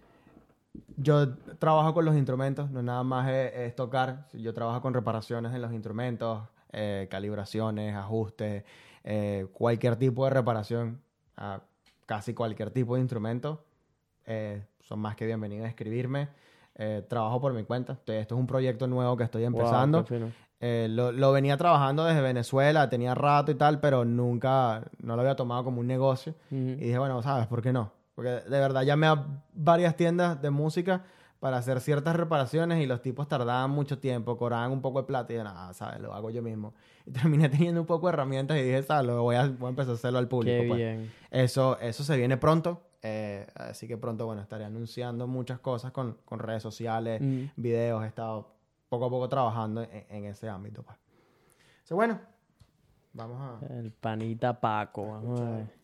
yo trabajo con los instrumentos, no nada más es, es tocar. Yo trabajo con reparaciones en los instrumentos, eh, calibraciones, ajustes, eh, cualquier tipo de reparación, a casi cualquier tipo de instrumento. Eh, son más que bienvenidos a escribirme. Eh, trabajo por mi cuenta. Entonces, esto es un proyecto nuevo que estoy empezando. Wow, qué fino. Eh, lo, lo venía trabajando desde Venezuela, tenía rato y tal, pero nunca, no lo había tomado como un negocio. Ujú. Y dije, bueno, ¿sabes por qué no? Porque de verdad llamé a varias tiendas de música para hacer ciertas reparaciones y los tipos tardaban mucho tiempo, cobraban un poco de plata y yo, nada, ¿sabes? Lo hago yo mismo. Y terminé teniendo un poco de herramientas y dije, ¿sabes? Lo voy a, voy a empezar a hacerlo al público. Qué pues. bien. Eso, eso se viene pronto. eh, así que pronto, bueno, estaré anunciando muchas cosas con, con redes sociales, Mm. videos. He estado poco a poco trabajando en, en ese ámbito. Pues. So, bueno, vamos a... El panita Paco. Vamos a ver.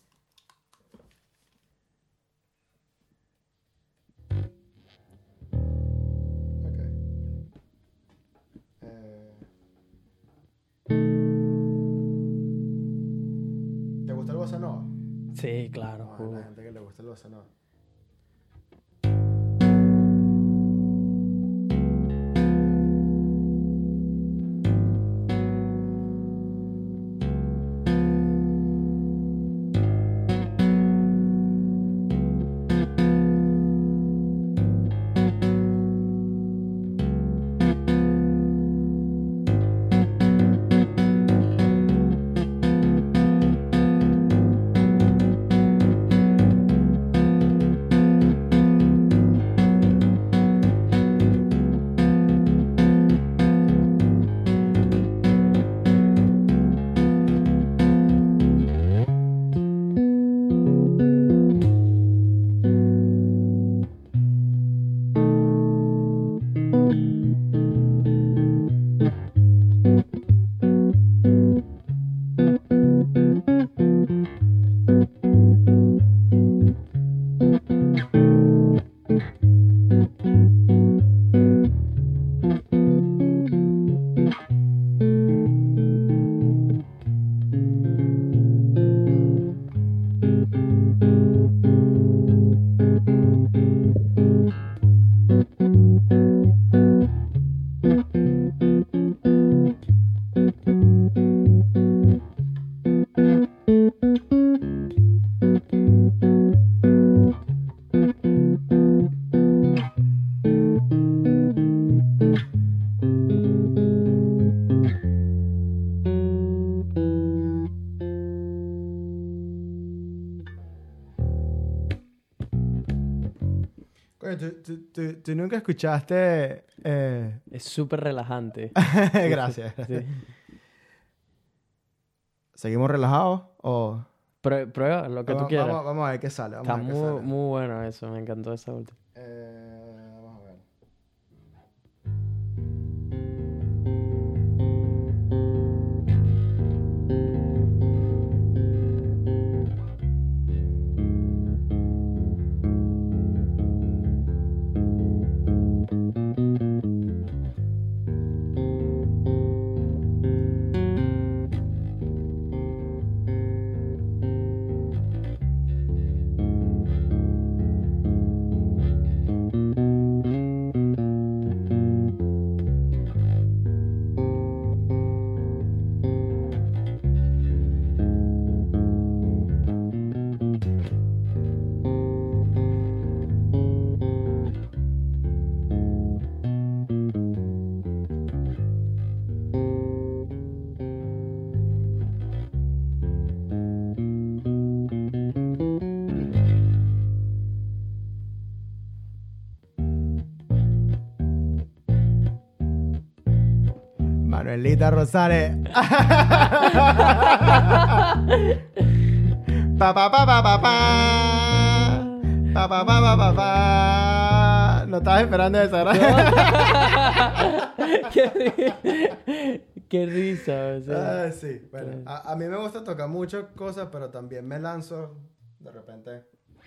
Ok. Eh, ¿Te gusta el bossa nova? Sí, claro. No, hay uh. la gente que le gusta el bossa nova. Oye, ¿tú, tú, tú- tú nunca escuchaste... eh, Es súper relajante. Gracias. Sí. ¿Seguimos relajados o...? Prue- Prueba lo que tú vamos, quieras. Vamos, vamos a ver qué sale. Vamos Está a ver qué muy, sale. muy bueno eso. Me encantó esa última. Eh, vamos a ver. Manuelita Rosales. Pa, pa, pa, pa, pa, pa. Pa, pa, pa, pa, pa, pa. No estabas esperando eso, ¿verdad? qué, ri- qué risa. O sea. Ah, sí. Bueno, a, a mí me gusta tocar muchas cosas, pero también me lanzo de repente.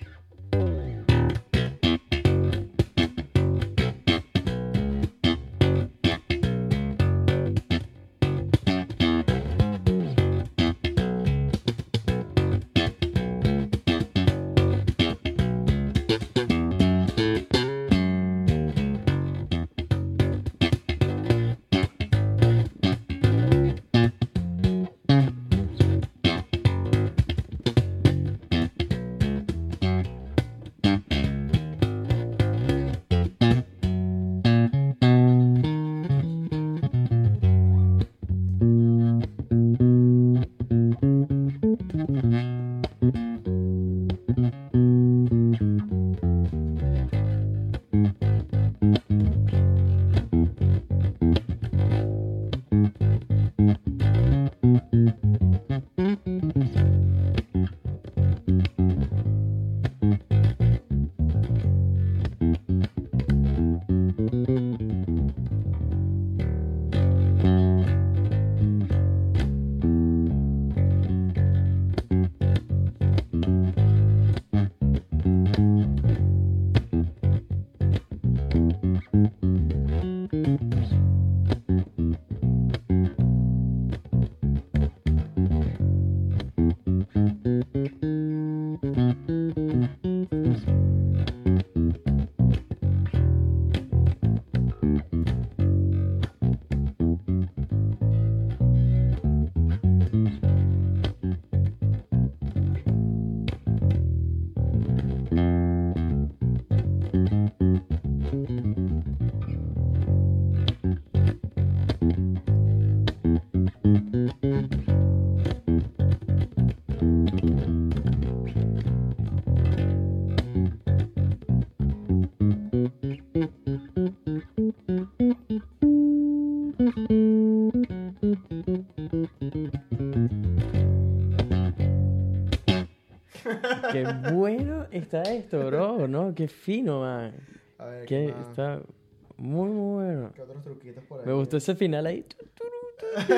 Qué bueno está esto, bro, ¿no? Qué fino, man. A ver, Qué, ¿qué más? está muy, muy bueno. ¿Qué otros truquitos por ahí? Me gustó ese final ahí. Tu, tu, tu,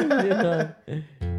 tu.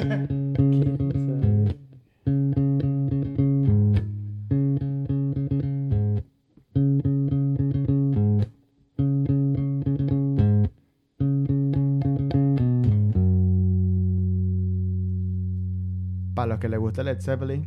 Para los que les gusta Led Zeppelin.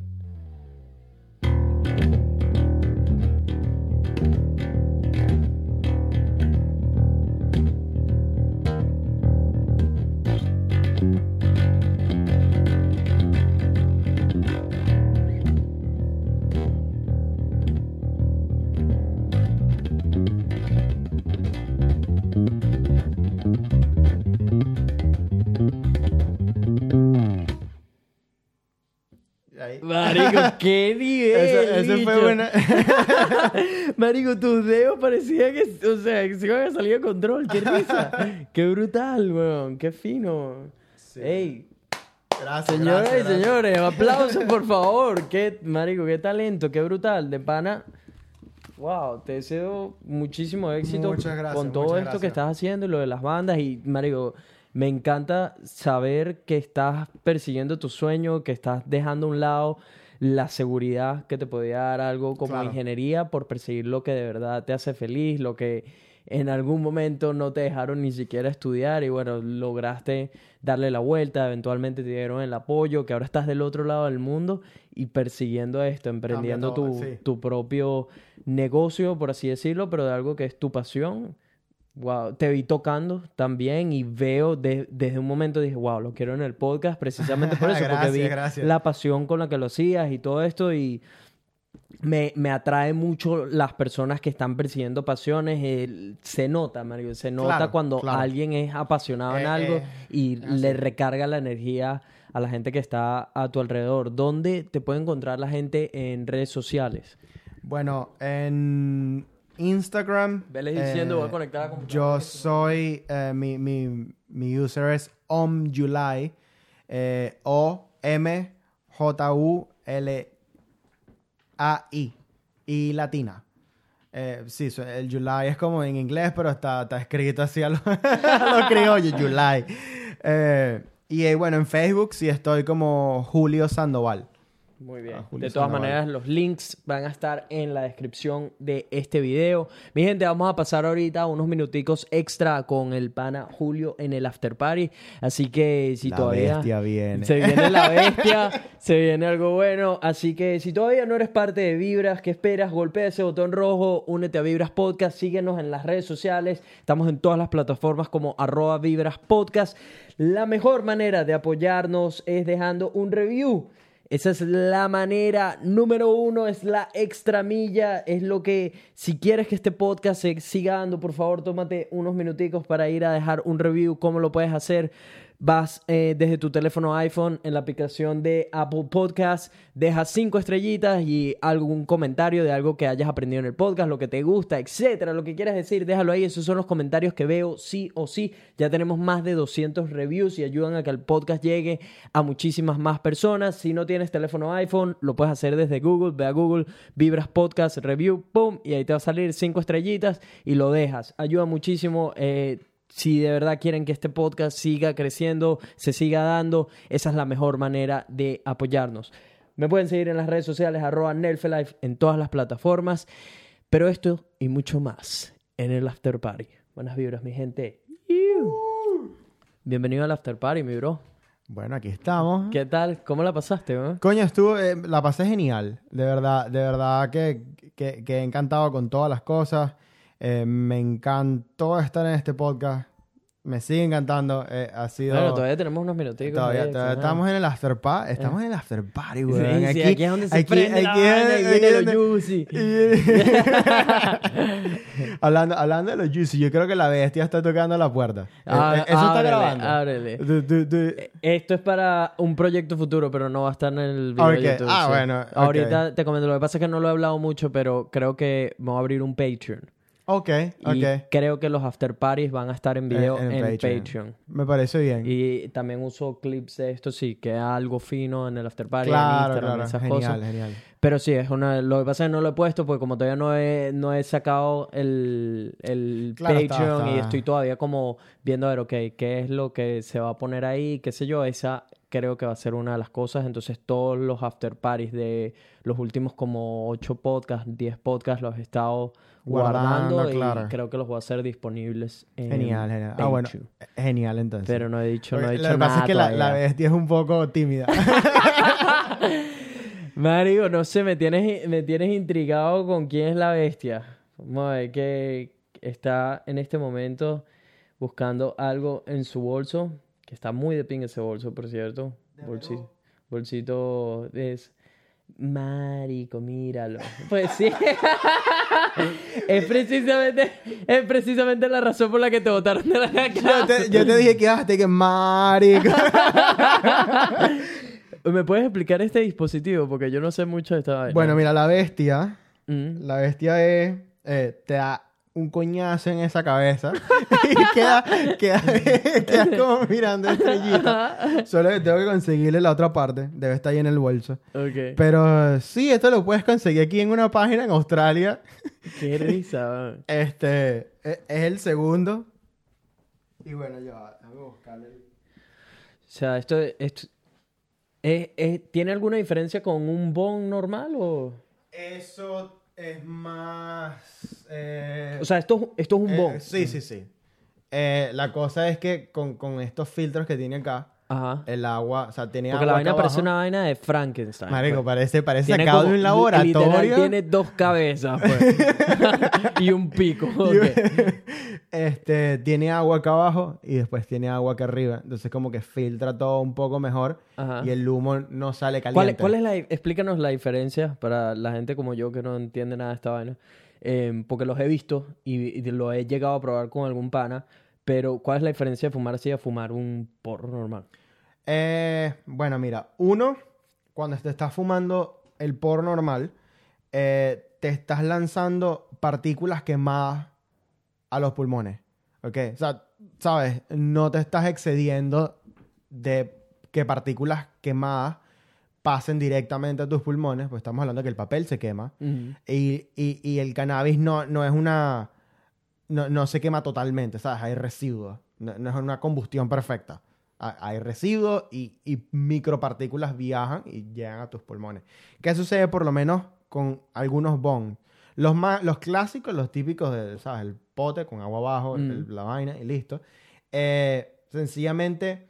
Ahí. Marico, qué nivel. Ese, ese fue bicho. buena. Marico, tus dedos parecían que, o sea, que se iban a salir de control. Qué risa. Qué brutal, weón. Qué fino. Sí. Ey, Gracias, señoras gracias, y gracias. señores, aplausos, por favor. Qué, marico, qué talento, qué brutal. De pana. Wow, te deseo muchísimo éxito Muchas gracias, con todo muchas esto que gracias. estás haciendo y lo de las bandas. Y, marico, me encanta saber que estás persiguiendo tu sueño, que estás dejando a un lado la seguridad que te podía dar algo como Claro. ingeniería por perseguir lo que de verdad te hace feliz, lo que en algún momento no te dejaron ni siquiera estudiar y bueno, lograste darle la vuelta, eventualmente te dieron el apoyo, que ahora estás del otro lado del mundo y persiguiendo esto, emprendiendo todo, tu, sí. tu propio negocio, por así decirlo, pero de algo que es tu pasión. Wow, te vi tocando también y veo de- desde un momento dije, wow, lo quiero en el podcast precisamente por eso, porque Gracias, vi gracias. la pasión con la que lo hacías y todo esto y me, me atrae mucho las personas que están persiguiendo pasiones. eh, se nota, Mario, se nota Claro, cuando claro. alguien es apasionado en Eh, algo eh, y así. le recarga la energía a la gente que está a tu alrededor. ¿Dónde te puede encontrar la gente en redes sociales? Bueno, en Instagram. Vele diciendo, eh, voy a conectar la computadora. Yo soy. eh, mi, mi, mi user es omjuly. Eh, O M J U L A I. Y latina. Eh, sí, su- el July es como en inglés, pero está, está escrito así a lo, a lo criollo, July. Eh, y eh, bueno, en Facebook sí estoy como Julio Sandoval. Muy bien. Ah, Julio De todas Sandoval. maneras, los links van a estar en la descripción de este video. Mi gente, vamos a pasar ahorita unos minuticos extra con el pana Julio en el after party. Así que si La todavía bestia viene. se viene la bestia, se viene algo bueno. Así que si todavía no eres parte de Vibras, ¿qué esperas? Golpea ese botón rojo, únete a Vibras Podcast, síguenos en las redes sociales. Estamos en todas las plataformas como arroba Vibras Podcast. La mejor manera de apoyarnos es dejando un review. Esa es la manera número uno, es la extra milla, es lo que, si quieres que este podcast se siga dando, por favor, tómate unos minuticos para ir a dejar un review. ¿Cómo lo puedes hacer? Vas eh, desde tu teléfono iPhone en la aplicación de Apple Podcast, dejas cinco estrellitas y algún comentario de algo que hayas aprendido en el podcast, lo que te gusta, etcétera, lo que quieras decir, déjalo ahí. Esos son los comentarios que veo sí o sí. Ya tenemos más de doscientos reviews y ayudan a que el podcast llegue a muchísimas más personas. Si no tienes teléfono iPhone, lo puedes hacer desde Google. Ve a Google, Vibras Podcast Review, pum, y ahí te va a salir cinco estrellitas y lo dejas. Ayuda muchísimo. Eh, Si de verdad quieren que este podcast siga creciendo, se siga dando, esa es la mejor manera de apoyarnos. Me pueden seguir en las redes sociales, arroba Nelfelife, en todas las plataformas. Pero esto y mucho más en el After Party. Buenas vibras, mi gente. Bienvenido al After Party, mi bro. Bueno, aquí estamos. ¿Qué tal? ¿Cómo la pasaste, eh? Coño, estuvo, eh, la pasé genial. De verdad, de verdad que, que, que he encantado con todas las cosas. Eh, me encantó estar en este podcast. Me sigue encantando. Eh, ha sido... Bueno, todavía tenemos unos minuticos. Todavía- ahí, todavía ¿no? estamos en el after party. Estamos en el after party, güey. Sí, sí, aquí es donde se aquí- prende la aquí vaina es- y aquí viene es lo donde- juicy. hablando, hablando de los juicy, yo creo que la bestia está tocando la puerta. Ah, Eh, eh, Eso está ábrele, grabando. ábrele. Du- du- du- Esto es para un proyecto futuro, pero no va a estar en el video Ok. de YouTube. Ah, sí. bueno, ok. Ahorita te comento. Lo que pasa es que no lo he hablado mucho, pero creo que me voy a abrir un Patreon. Ok, Y ok. creo que los after parties van a estar en video En- en, en Patreon. Patreon. Me parece bien. Y también uso clips de esto, sí, que algo fino en el after party, en Claro, Instagram, claro. esas Genial, cosas. genial. Pero sí, es una, lo que pasa es que no lo he puesto porque como todavía no he, no he sacado el, el Claro, está- Patreon y está- estoy todavía como viendo a ver, ok, qué es lo que se va a poner ahí, qué sé yo, esa creo que va a ser una de las cosas. Entonces todos los after parties de los últimos como ocho podcasts, diez podcasts los he estado Guardando, guardando, y claro. creo que los voy a hacer disponibles en Genial, genial. Ah, bueno, Patreon. genial entonces. Pero no he dicho, no he Porque dicho lo que nada pasa es que la, la todavía. bestia es un poco tímida. Mario, no sé, me tienes, me tienes intrigado con quién es la bestia. Vamos a ver que está en este momento buscando algo en su bolso, que está muy de pinga ese bolso, por cierto. Bolsito, bolsito es... Marico, míralo. Pues sí. es precisamente es precisamente la razón por la que te botaron de la yo, casa. te, yo te dije que ibas a que marico. ¿Me puedes explicar este dispositivo? Porque yo no sé mucho de esta vaina. Bueno, mira, la bestia... Mm. La bestia es... eh, te da un coñazo en esa cabeza y queda, queda, queda como mirando estrellita. Solo que tengo que conseguirle la otra parte. Debe estar ahí en el bolso. Ok. Pero sí, esto lo puedes conseguir aquí en una página en Australia. Qué risa, man. Este es, es el segundo. Y bueno, ya, déjame buscarle. O sea, esto, esto es, es- ¿tiene alguna diferencia con un bong normal o...? Eso es más... eh, O sea, esto, esto es un eh, bong. sí, sí, sí. Eh, la cosa es que con, con estos filtros que tiene acá, Ajá. el agua, o sea, tiene Porque agua la vaina acá parece abajo. una vaina de Frankenstein. Marico, pues. parece, parece Tiene sacado como- de un Literal, laboratorio. tiene dos cabezas, pues. y un pico. ok. Este, tiene agua acá abajo y después tiene agua acá arriba. Entonces como que filtra todo un poco mejor Ajá. y el humo no sale ¿Cuál, caliente. es- cuál es la... Explícanos la diferencia para la gente como yo que no entiende nada de esta vaina. Eh, porque los he visto y, y lo he llegado a probar con algún pana. Pero, ¿cuál es la diferencia de fumar así a fumar un porro normal? Eh, bueno, mira, uno, cuando te estás fumando el porro normal, eh, te estás lanzando partículas quemadas a los pulmones. ¿Ok? O sea, ¿sabes? No te estás excediendo de que partículas quemadas pasen directamente a tus pulmones, pues estamos hablando de que el papel se quema. Ujú. Y, y, y el cannabis no, no es una... No, no se quema totalmente, ¿sabes? Hay residuos. No, no es una combustión perfecta. Ha- Hay residuos y, y micropartículas viajan y llegan a tus pulmones. ¿Qué sucede por lo menos con algunos bongs? Los, más, los clásicos, los típicos de, ¿sabes? El pote con agua abajo, Mm. el- la vaina y listo. Eh, sencillamente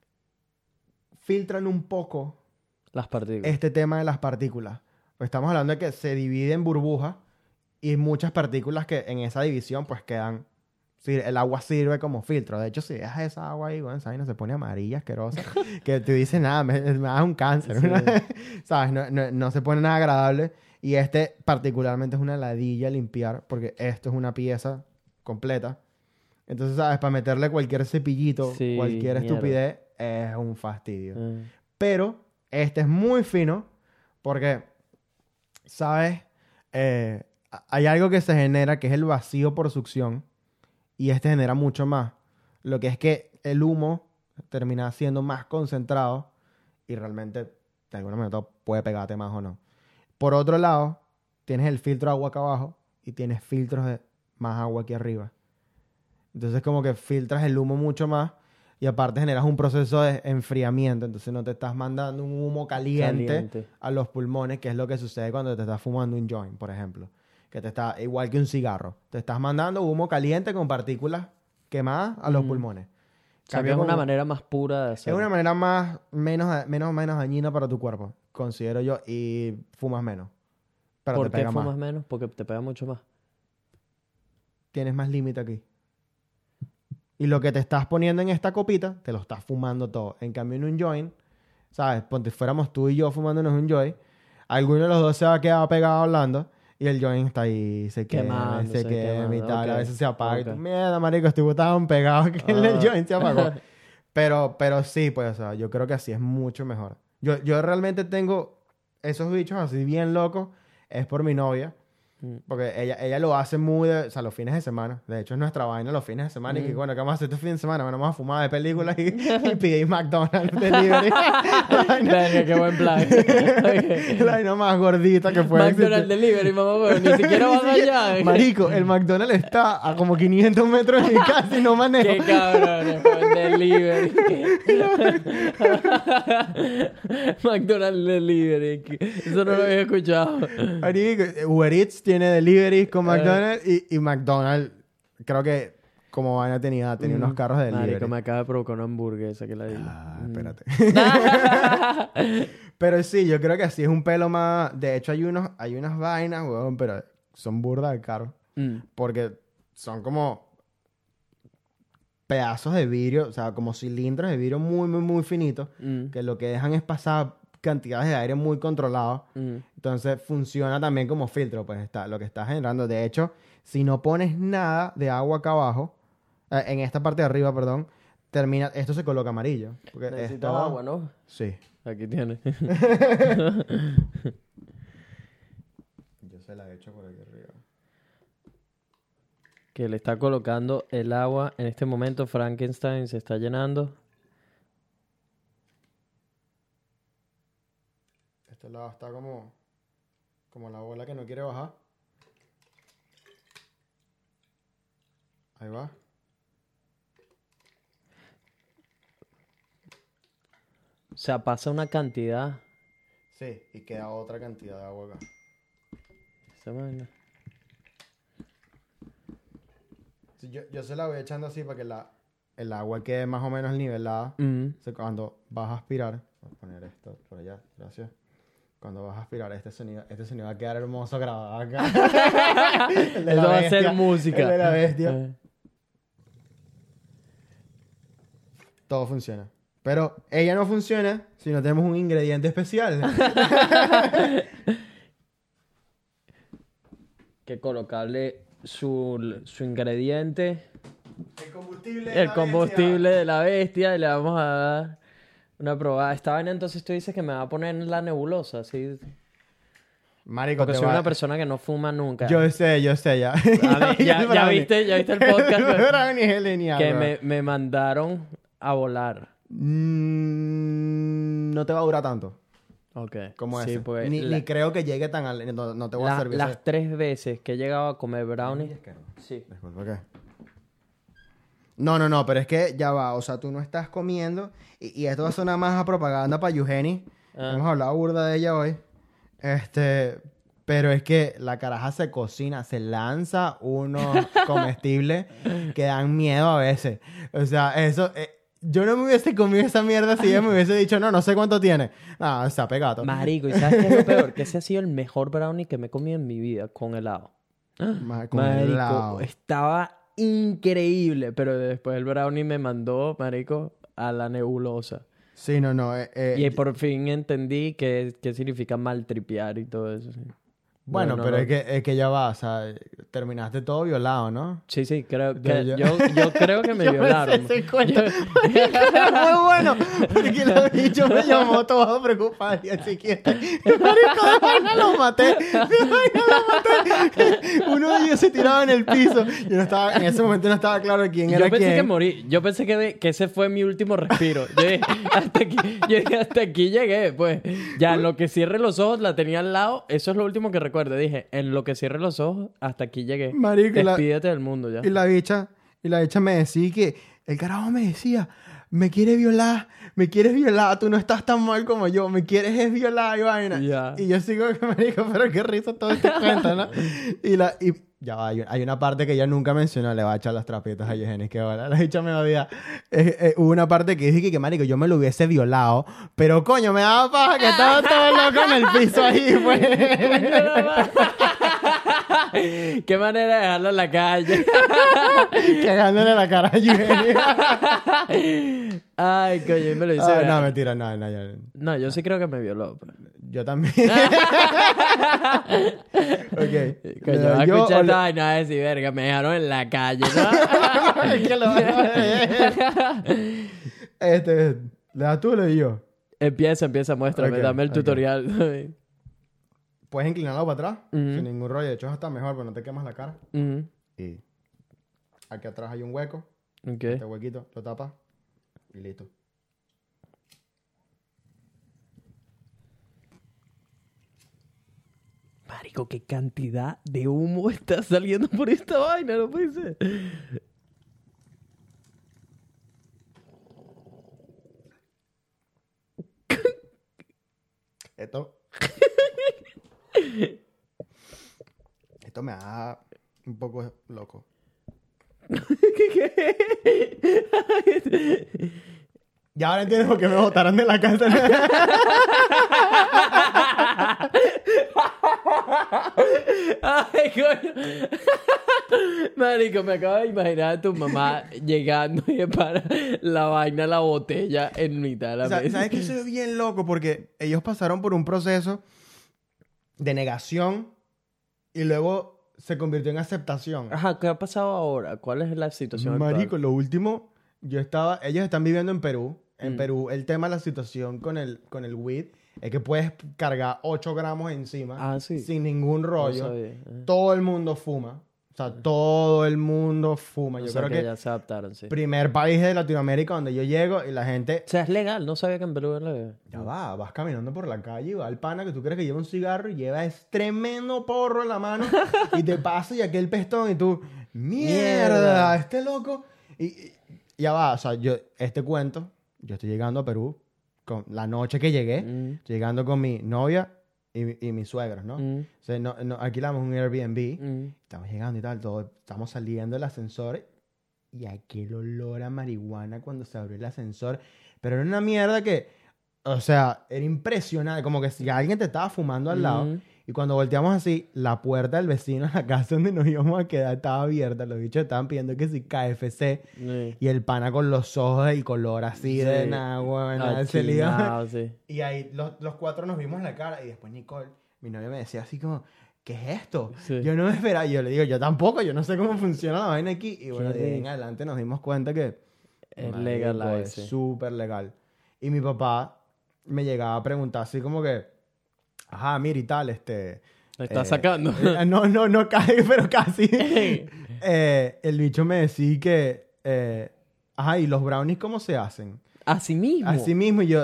filtran un poco Las partículas. este tema de las partículas. Pues estamos hablando de que se divide en burbujas y muchas partículas que en esa división pues quedan... Sí, el agua sirve como filtro. De hecho, si dejas esa agua ahí, bueno, esa vaina se pone amarilla, asquerosa. que tú dices, nada, me, me da un cáncer. Sí. ¿Sabes? No, no, no se pone nada agradable. Y este particularmente es una ladilla limpiar porque esto es una pieza completa. Entonces, ¿sabes? Para meterle cualquier cepillito, Sí, cualquier mierda. estupidez, es un fastidio. Ah. Pero este es muy fino porque, ¿sabes? Eh, hay algo que se genera que es el vacío por succión y este genera mucho más. Lo que es que el humo termina siendo más concentrado y realmente de alguna manera puede pegarte más o no. Por otro lado, tienes el filtro de agua acá abajo y tienes filtros de más agua aquí arriba. Entonces como que filtras el humo mucho más y aparte generas un proceso de enfriamiento. Entonces no te estás mandando un humo caliente, Caliente. a los pulmones, que es lo que sucede cuando te estás fumando un joint, por ejemplo. Que te está igual que un cigarro. Te estás mandando humo caliente con partículas quemadas a los Mm. pulmones. O sea, que Cambio es una con- manera más pura de es hacerlo. una manera más menos, menos, menos dañina para tu cuerpo, considero yo, y fumas menos. Pero ¿Por te qué pega fumas más. menos? Porque te pega mucho más. Tienes más límite aquí. Y lo que te estás poniendo en esta copita, te lo estás fumando todo. En cambio, en un joint, ¿sabes? Ponte fuéramos tú y yo fumándonos un joint, alguno de los dos se va a quedar pegado hablando y el joint está ahí, se quema, Quemándose, se quema y quemando, tal. ok, A veces se apaga y tú, ok. mierda, marico, estuve tan pegado que el Ah. joint se apagó. Pero, pero sí, pues, o sea, yo creo que así es mucho mejor. Yo, yo realmente tengo esos bichos así bien locos, es por mi novia. Mm. Porque ella, ella lo hace muy, de, o sea, los fines de semana. De hecho, es nuestra vaina los fines de semana. Y que, Mm. bueno, ¿qué vamos a hacer este fin de semana? Bueno, vamos a fumar de películas y, y pedir McDonald's delivery. Verga, qué buen plan. Ok. La vaina más gordita que puede McDonald's existir. Delivery, mamá, weón. Ni siquiera Ni van siquiera- allá. Marico, el McDonald's está a como quinientos metros de mi casa y no manejo. Qué cabrones, weón. Delivery. McDonald's Delivery. Eso no lo había escuchado. Marico, Uber Eats tiene delivery con McDonald's y, y McDonald's, creo que como vaina tenía, tenía unos carros de delivery. Marico, me acaba de provocar una hamburguesa que la di. Ah, espérate. Pero sí, yo creo que así es un pelo más... De hecho, hay unos, hay unas vainas, weón, pero son burdas de caros. Mm. Porque son como pedazos de vidrio, o sea, como cilindros de vidrio muy, muy, muy finitos, Mm. que lo que dejan es pasar cantidades de aire muy controladas. Mm. Entonces, funciona también como filtro, pues, está, lo que está generando. De hecho, si no pones nada de agua acá abajo, eh, en esta parte de arriba, perdón, termina... Esto se coloca amarillo. Porque Necesitas esto- agua, ¿no? Sí. Aquí tiene. Yo se la he hecho por aquí arriba. Que le está colocando el agua. En este momento Frankenstein se está llenando. Este lado está como... Como la bola que no quiere bajar. Ahí va. O sea, pasa una cantidad. Sí, y queda otra cantidad de agua acá. Esa vaina. Sí, yo, yo se la voy echando así para que la, el agua quede más o menos nivelada. Mm. O sea, cuando vas a aspirar, voy a poner esto por allá, gracias. Cuando vas a aspirar, este sonido, este sonido va a quedar hermoso grabado acá. El de la Eso va a bestia, ser música. el de la bestia. Eh. Todo funciona. Pero ella no funciona si no tenemos un ingrediente especial. Que colocarle su, su ingrediente, El combustible. el combustible de la bestia, y le vamos a dar una probada. Esta vaina, entonces tú dices que me va a poner en la nebulosa, ¿sí? Marico, Porque te soy va- una persona que no fuma nunca. Yo sé, yo sé, ya. A ver, ya, El ya brownie. viste, ya viste el podcast El que- brownie es genial, que bro. me, me mandaron a volar. Mm, no te va a durar tanto Ok. como sí, ese. porque Ni, la- ni creo que llegue tan al... No, no te voy a la- servir. las ese- tres veces que he llegado a comer brownie. Sí. Disculpa, ¿qué? No, no, no, pero es que ya va. O sea, tú no estás comiendo. Y, y esto va a sonar más a propaganda para Eugenie. Ah. Hemos hablado burda de ella hoy. Este... Pero es que la caraja se cocina, se lanza unos comestibles que dan miedo a veces. O sea, eso... eh, yo no me hubiese comido esa mierda si ella me hubiese dicho, no, no sé cuánto tiene. No, está pegado. Marico, ¿y sabes qué es lo peor? Que ese ha sido el mejor brownie que me he comido en mi vida con helado. Ma- con Marico, helado. estaba increíble, pero después el brownie me mandó, marico, a la nebulosa. Sí, no, no. eh, eh, Y por fin entendí qué, qué significa maltripear y todo eso. Sí. bueno, no, pero no. Es, que, es que ya va, o sea, terminaste todo violado, ¿no? Sí, sí, creo Yo- que yo- yo, yo creo que me Yo me violaron. sé ese cuento. Era muy bueno, porque el bicho me llamó todo preocupado y así que... Marico, de vaina lo maté, de vaina lo maté. Uno de ellos se tiraba en el piso. Yo no estaba, en ese momento no estaba claro quién era Yo pensé quién. que morí. Yo pensé que, que ese fue mi último respiro. Yo dije, hasta aquí, yo dije, hasta aquí llegué, pues. Ya, en lo que cierre los ojos, la tenía al lado. Eso es lo último que recuerdo. Dije, en lo que cierre los ojos, hasta aquí llegué. Marico, y la- Despídete del mundo ya. Y la bicha, y la bicha me decía que... El carajo me decía... Me quieres violar, me quieres violar, tú no estás tan mal como yo, me quieres es violar y vaina. Ya. Y yo sigo que me digo, pero qué risa todo este cuento, ¿no? Y la, y ya va, hay, hay una parte que ella nunca mencionó, le va a echar los trapitos a Eugenia, que ahora la dicha me odia. Eh, eh, hubo una parte que dije que, que, marico, yo me lo hubiese violado, pero coño, me daba paja que estaba todo loco en el piso ahí, pues. Qué manera de dejarlo en la calle. Cagándole la cara a Eugenia. Ay, coño, y me lo hice. Ah, ver. no, mentira, no, no, yo, No, yo sí creo que me violó. pues. yo también. Ok. Coño, Le va a doy yo escuchar o le- esta vaina, va a decir, verga, me dejaron en la calle, ¿no? Es que lo van a ver. Este, ¿le das tú o le doy yo? Empieza, empieza, muéstrame, Ok, dame el ok. tutorial. Puedes inclinarlo para atrás, Ujú. sin ningún rollo. De hecho, está mejor, pero no te quemas la cara. Ujú. Y aquí atrás hay un hueco. Ok. Este huequito lo tapas y listo. Marico, qué cantidad de humo está saliendo por esta vaina, no puede ser. Esto... Esto me da un poco loco. Ya ahora entiendo por qué me botaron de la casa. Ay, coño. Marico, me acabo de imaginar a tu mamá llegando y para la vaina, la botella en mitad de la O sea, mesa. ¿sabes qué? Eso es bien loco porque ellos pasaron por un proceso de negación y luego se convirtió en aceptación. Ajá, ¿qué ha pasado ahora? ¿Cuál es la situación actual? Marico, lo último, yo estaba, ellos están viviendo en Perú. En Mm. Perú, el tema de la situación con el, con el weed es que puedes cargar ocho gramos encima Ah, sí. sin ningún No rollo. sabía. Eh. Todo el mundo fuma. O sea, todo el mundo fuma. O Yo sea creo que que ya se adaptaron, sí. primer país de Latinoamérica donde yo llego y la gente... O sea, es legal. No sabía que en Perú era legal. Ya va, vas caminando por la calle y va el pana que tú crees que lleva un cigarro y lleva es tremendo porro en la mano y te pasa y aquel pestón y tú, mierda, Mierda. este loco. Y, y ya va, o sea, yo, este cuento, yo estoy llegando a Perú, con la noche que llegué, Mm. estoy llegando con mi novia y, y mis suegros, ¿no? Mm. O sea, no, no- alquilamos un Airbnb, Mm. estamos llegando y tal, todo, estamos saliendo del ascensor y aquel olor a marihuana cuando se abrió el ascensor, pero era una mierda que, o sea, era impresionante, como que si alguien te estaba fumando al lado. Mm. Y cuando volteamos así, la puerta del vecino a la casa donde nos íbamos a quedar estaba abierta. Los bichos estaban pidiendo que si K F C. Sí. Y el pana con los ojos del color así de Sí. nada, weón, nada, se le iba- Achinado, sí. Y ahí los, los cuatro nos vimos la cara. Y después Nicole, mi novia, me decía así como, ¿qué es esto? Sí. Yo no me esperaba. Y yo le digo, yo tampoco, yo no sé cómo funciona la vaina aquí. Y bueno, Qué de ahí en rico. adelante nos dimos cuenta que Es marico, legal a es veces. súper legal. Y mi papá me llegaba a preguntar así como que, ajá, mira y tal, este... Lo está eh, sacando. eh, no, no, no cae, pero casi. Eh, el bicho me decía que, eh, ajá, ¿y los brownies cómo se hacen? Así mismo. Así mismo, y yo,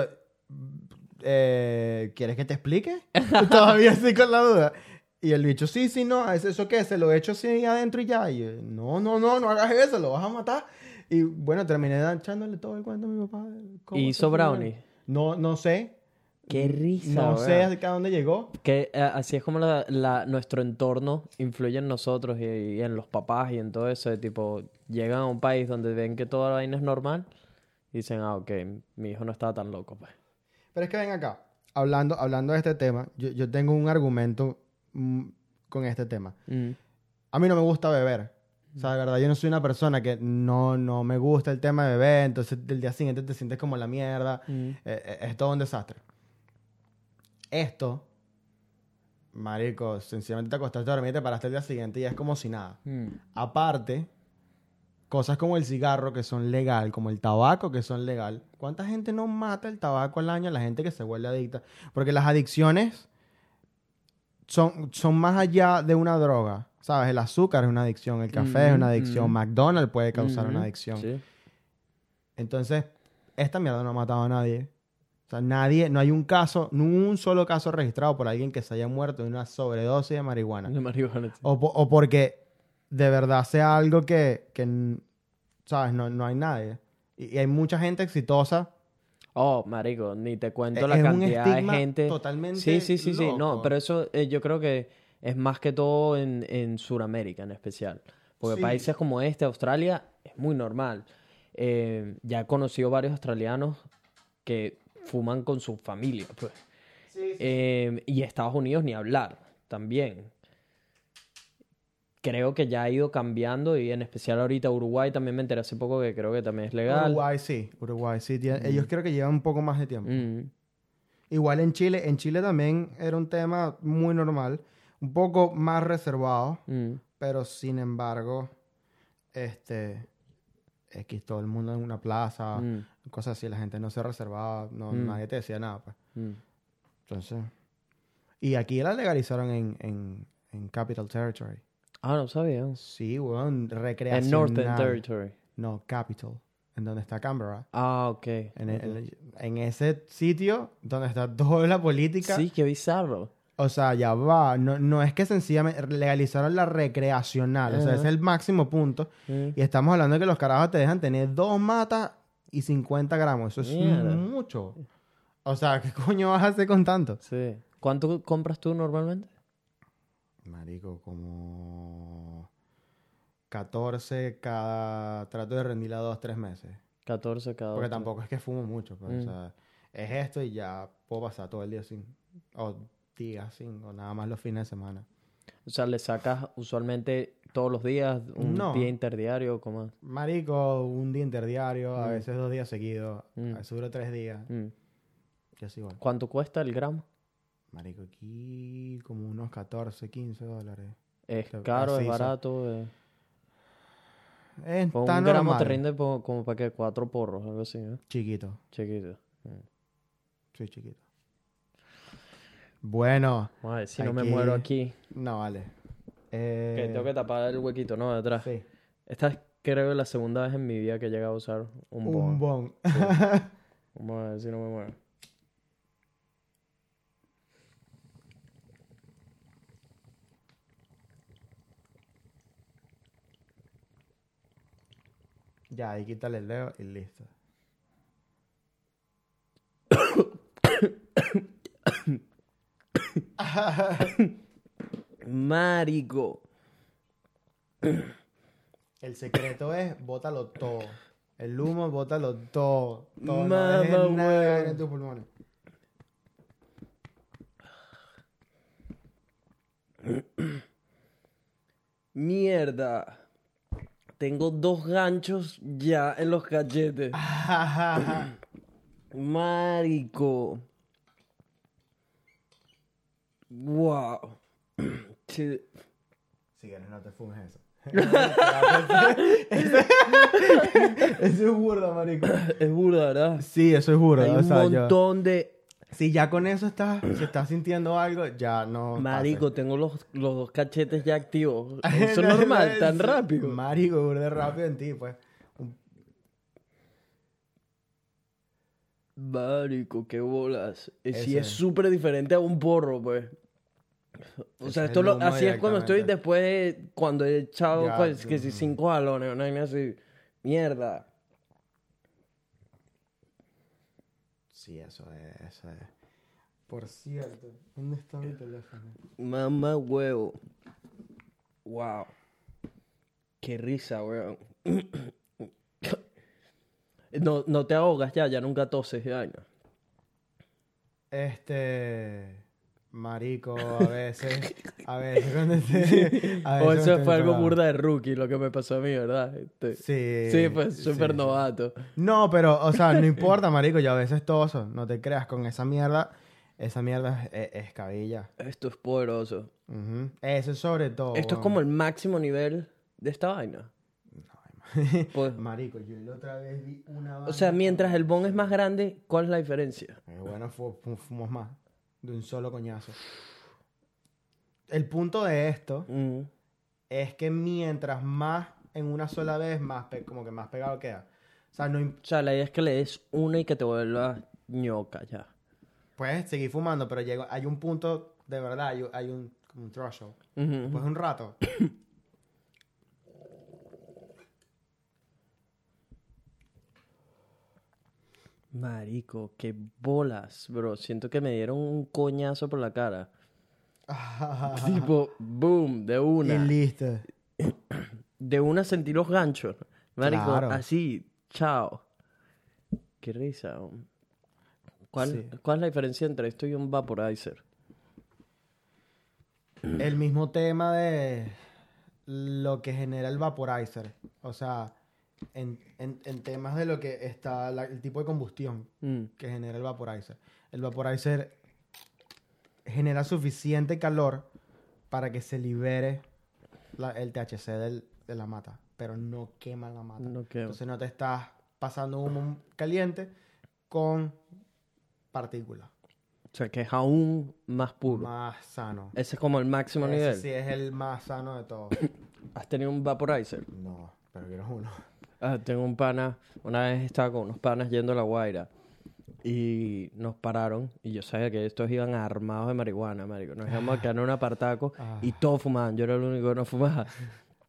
eh, ¿quieres que te explique? Todavía estoy con la duda. Y el bicho, sí, sí, no, ¿es eso qué? ¿Se lo echo así adentro y ya? Y yo, no, no, no, no hagas eso, lo vas a matar. Y bueno, terminé echándole todo el cuento a mi papá. de cómo ¿Y se hizo hace. brownie? No, no sé. Qué risa, No weón. sé a dónde llegó. Que eh, así es como la, la- nuestro entorno influye en nosotros y, y en los papás y en todo eso. De tipo, llegan a un país donde ven que toda la vaina es normal y dicen, ah, ok, mi hijo no estaba tan loco, pues. Pero es que ven acá, hablando, hablando de este tema, yo, yo tengo un argumento mm, con este tema. Mm. A mí no me gusta beber. O sea, de verdad, yo no soy una persona que no, no me gusta el tema de beber, entonces el día siguiente te sientes como la mierda. Mm. Eh, eh, es todo un desastre. Esto, marico, sencillamente te acostaste a dormir y te paraste el día siguiente y es como si nada. Mm. Aparte, cosas como el cigarro que son legal, como el tabaco que son legal. ¿Cuánta gente no mata el tabaco al año? La gente que se vuelve adicta. Porque las adicciones son, son más allá de una droga. ¿Sabes? El azúcar es una adicción, el café es una Mm, adicción, mm. McDonald's puede causar Mm. una adicción. Sí. Entonces, esta mierda no ha matado a nadie. O sea, nadie, no hay un caso, no un solo caso registrado por alguien que se haya muerto de una sobredosis de marihuana. De marihuana. sí. O, po- o porque de verdad sea algo que, que n- ¿sabes? No, no hay nadie. Y, y hay mucha gente exitosa. Oh, marico, ni te cuento Es la un cantidad de estigma gente. totalmente Sí, sí, sí, sí. No, loco. pero eso eh, yo creo que es más que todo en, en Sudamérica en especial. Porque Sí. países como este, Australia, es muy normal. Eh, ya he conocido varios australianos que fuman con su familia, pues. Eh, y Estados Unidos ni hablar, también. Creo que ya ha ido cambiando y en especial ahorita Uruguay también me enteré hace poco que creo que también es legal. Uruguay sí, Uruguay sí. tiene- Ellos creo que llevan un poco más de tiempo. Mm. Igual en Chile, en Chile también era un tema muy normal, un poco más reservado, Mm. pero sin embargo, este, X, todo el mundo en una plaza, Mm. cosas así, la gente no se reservaba, no, Mm. nadie te decía nada, pues. Mm. Entonces, y aquí la legalizaron en, en, en Capital Territory. Ah, no sabía. Sí, weón, En recreacional. Northern Territory. No, Capital, en donde está Canberra. Ah, ok. En, el- en ese sitio donde está toda la política. Sí, qué bizarro. O sea, ya va. No, no es que sencillamente legalizaron la recreacional. O sea, Ajá. ese es el máximo punto. Mm. Y estamos hablando de que los carajos te dejan tener dos matas y cincuenta gramos. Eso es Mierda. mucho. O sea, ¿qué coño vas a hacer con tanto? Sí. ¿Cuánto compras tú normalmente? Marico, como catorce cada... Trato de rendirla dos, tres meses. catorce cada Porque dos, tampoco es que fumo mucho, pues, Mm. o sea, es esto y ya puedo pasar todo el día sin... O días sin, o nada más los fines de semana. O sea, ¿le sacas usualmente todos los días un No. día interdiario? ¿Cómo es? Marico, un día interdiario, a Mm. veces dos días seguidos, Mm. a veces duro tres días, Mm. que es igual. ¿Cuánto cuesta el gramo? Marico, aquí como unos catorce, quince dólares. ¿Es Te- caro, así, es o sea, barato? eh? Es Con tan un gramo normal. te rinde po- como para que cuatro porros, algo así, ¿eh? Chiquito, Chiquito. sí, chiquito. Bueno, Vamos a ver si no me Aquí- muero aquí. no vale. Que Eh, tengo que tapar el huequito, ¿no? Detrás. sí. Esta es, creo, la segunda vez en mi vida que he llegado a usar un bon. Un bon. Vamos a ver si no me muero. Ya, ahí quítale el dedo y listo. Marico. El secreto es bótalo todo. El humo, bótalo todo. todo no Mamá, dejes nada huevo. en tus pulmones. Mierda. Tengo dos ganchos ya en los cachetes. Marico. Wow. Sí. Si quieres, no te fumes eso. eso, eso es burda, marico. Es burda, ¿verdad? Sí, eso es burda. Hay o un sea, yo- montón de... si ya con eso estás, si estás sintiendo algo, ya no. Marico, tengo los, los dos cachetes ya activos. pases. Eso es No, normal, no, tan sí. rápido. Marico, burda rápido en ti, pues. Un- Marico, qué bolas. Eh, Sí, Ese. es súper diferente a un porro, pues. O Ese sea, es esto el lo, humo así es cuando estoy directamente. después, de- cuando he echado, Ya, pues, que si mm. cinco jalones, una vaina así. Mierda. Sí, eso es, eso es. Por cierto, ¿dónde está mi teléfono? Mamá huevo. Wow. Qué risa, weón. No, no te ahogas ya, ya nunca toses, ya. No. Este. Marico, a veces. A veces cuando te. a O veces eso me fue algo pegado. burda de rookie, lo que me pasó a mí, ¿verdad? Este, Sí. Sí, pues súper sí. novato. No, pero, o sea, no importa, marico. Yo a veces toso. No te creas con esa mierda. Esa mierda es, es, es cabilla. Esto es poderoso. Ujú. Eso es sobre todo. Esto es como el máximo nivel de esta vaina. Pues, Marico, yo la otra vez vi una. o sea, vaina- mientras el bon es más grande, ¿cuál es la diferencia? Eh, bueno, fu- fu- fuimos más. De un solo coñazo. El punto de esto Mm. es que mientras más en una sola vez, más pe- como que más pegado queda. O sea, no im- O sea, la idea es que le des una y que te vuelva ñoca ya. puedes seguir fumando, pero llega, hay un punto, de verdad, hay, un- hay un, como un threshold. Ujú. Después de un rato. Marico, qué bolas, bro. Siento que me dieron un coñazo por la cara. Tipo, boom, de y una. listo. De una sentí los ganchos. Marico, Claro. así, chao. Qué risa. ¿Cuál, Sí. ¿Cuál es la diferencia entre esto y un vaporizer? El mismo tema de lo que genera el vaporizer. O sea, en, en- en temas de lo que está la- el tipo de combustión Mm. que genera el vaporizer. El vaporizer genera suficiente calor para que se libere la- el T H C del- de la mata, pero no quema la mata. No quema. Entonces no te estás pasando humo caliente con partículas. O sea, que es aún más puro. Más sano. Ese es como el máximo Ese nivel. sí es el más sano de todos. ¿Has tenido un vaporizer? No, pero quiero uno. Ah, tengo un pana, una vez estaba con unos panas yendo a La Guaira y nos pararon y yo sabía que estos iban armados de marihuana, marico. Nos íbamos a quedar en un apartaco Ah. y todos fumaban, yo era el único que no fumaba.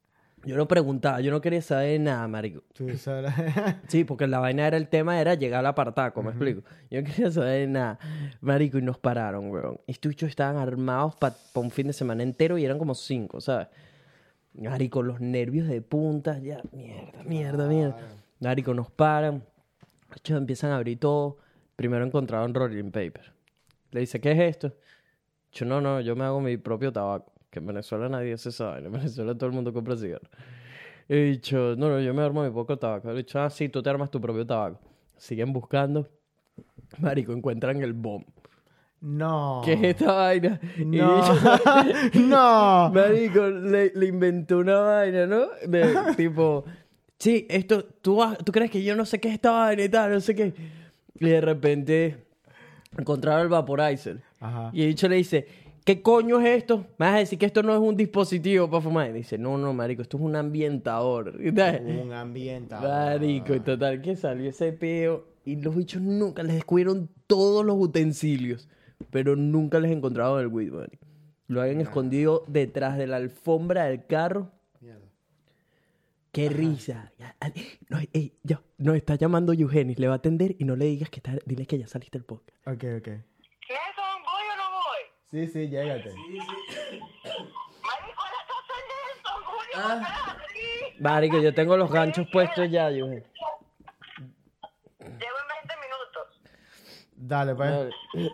Yo no preguntaba, yo no quería saber nada, marico. Tú sabes. Sí, porque la vaina era, el tema era llegar al apartaco, ¿me explico? Yo no quería saber nada. Marico, y nos pararon, weón. Estos bichos estaban armados para un fin de semana entero y eran como cinco, ¿sabes? Marico, los nervios de punta, ya, mierda, mierda, mierda. Marico, nos paran. Los bichos empiezan a abrir todo. Primero encontraron rolling paper. Le dice, ¿qué es esto? Yo, no, no, yo me hago mi propio tabaco. Que en Venezuela nadie hace esa vaina. En Venezuela todo el mundo compra cigarros. He dicho, no, no, yo me armo mi propio tabaco. He dicho, ah, sí, tú te armas tu propio tabaco. Siguen buscando. Marico, encuentran el bomb. No. ¿Qué es esta vaina? Y No. dicho- No. Marico, le, le inventó una vaina, ¿no? De tipo, sí, esto, tú, vas- tú crees que yo no sé qué es esta vaina y tal, no sé qué. Y de repente encontraron el vaporizer. Ajá. Y el bicho le dice, ¿qué coño es esto? Me vas a decir que esto no es un dispositivo para fumar. Y dice, no, no, marico, esto es un ambientador. Y tal. Un ambiente. Marico, y total, que salió ese peo. Y los bichos nunca les descubrieron todos los utensilios. Pero nunca les encontraron el weed, marico. Lo habían escondido detrás de la alfombra del carro. Mierda. ¡Qué risa! Ya, ah, no, ey, ya, nos está llamando Eugenis. Le va a atender y no le digas que está... Dile que ya saliste del podcast. Ok, ok. ¿Qué son? ¿Voy o no voy? Sí, sí, llégate. Marico, ¿la estás haciendo, Julio? Ah. Sí. Marico, yo tengo los ganchos puestos ya, Eugenis. Llego en veinte minutos. Dale, pues. Dale.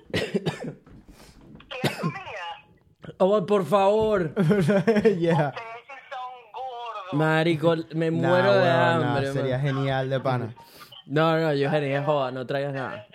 ¿Quieres comida? Oh, por favor. yeah. Ustedes sí son gordos. Marico, me Nah, muero de weón, nah, hambre. sería man. genial de pana. No, no, Eugenis, es joda, no traigas nada.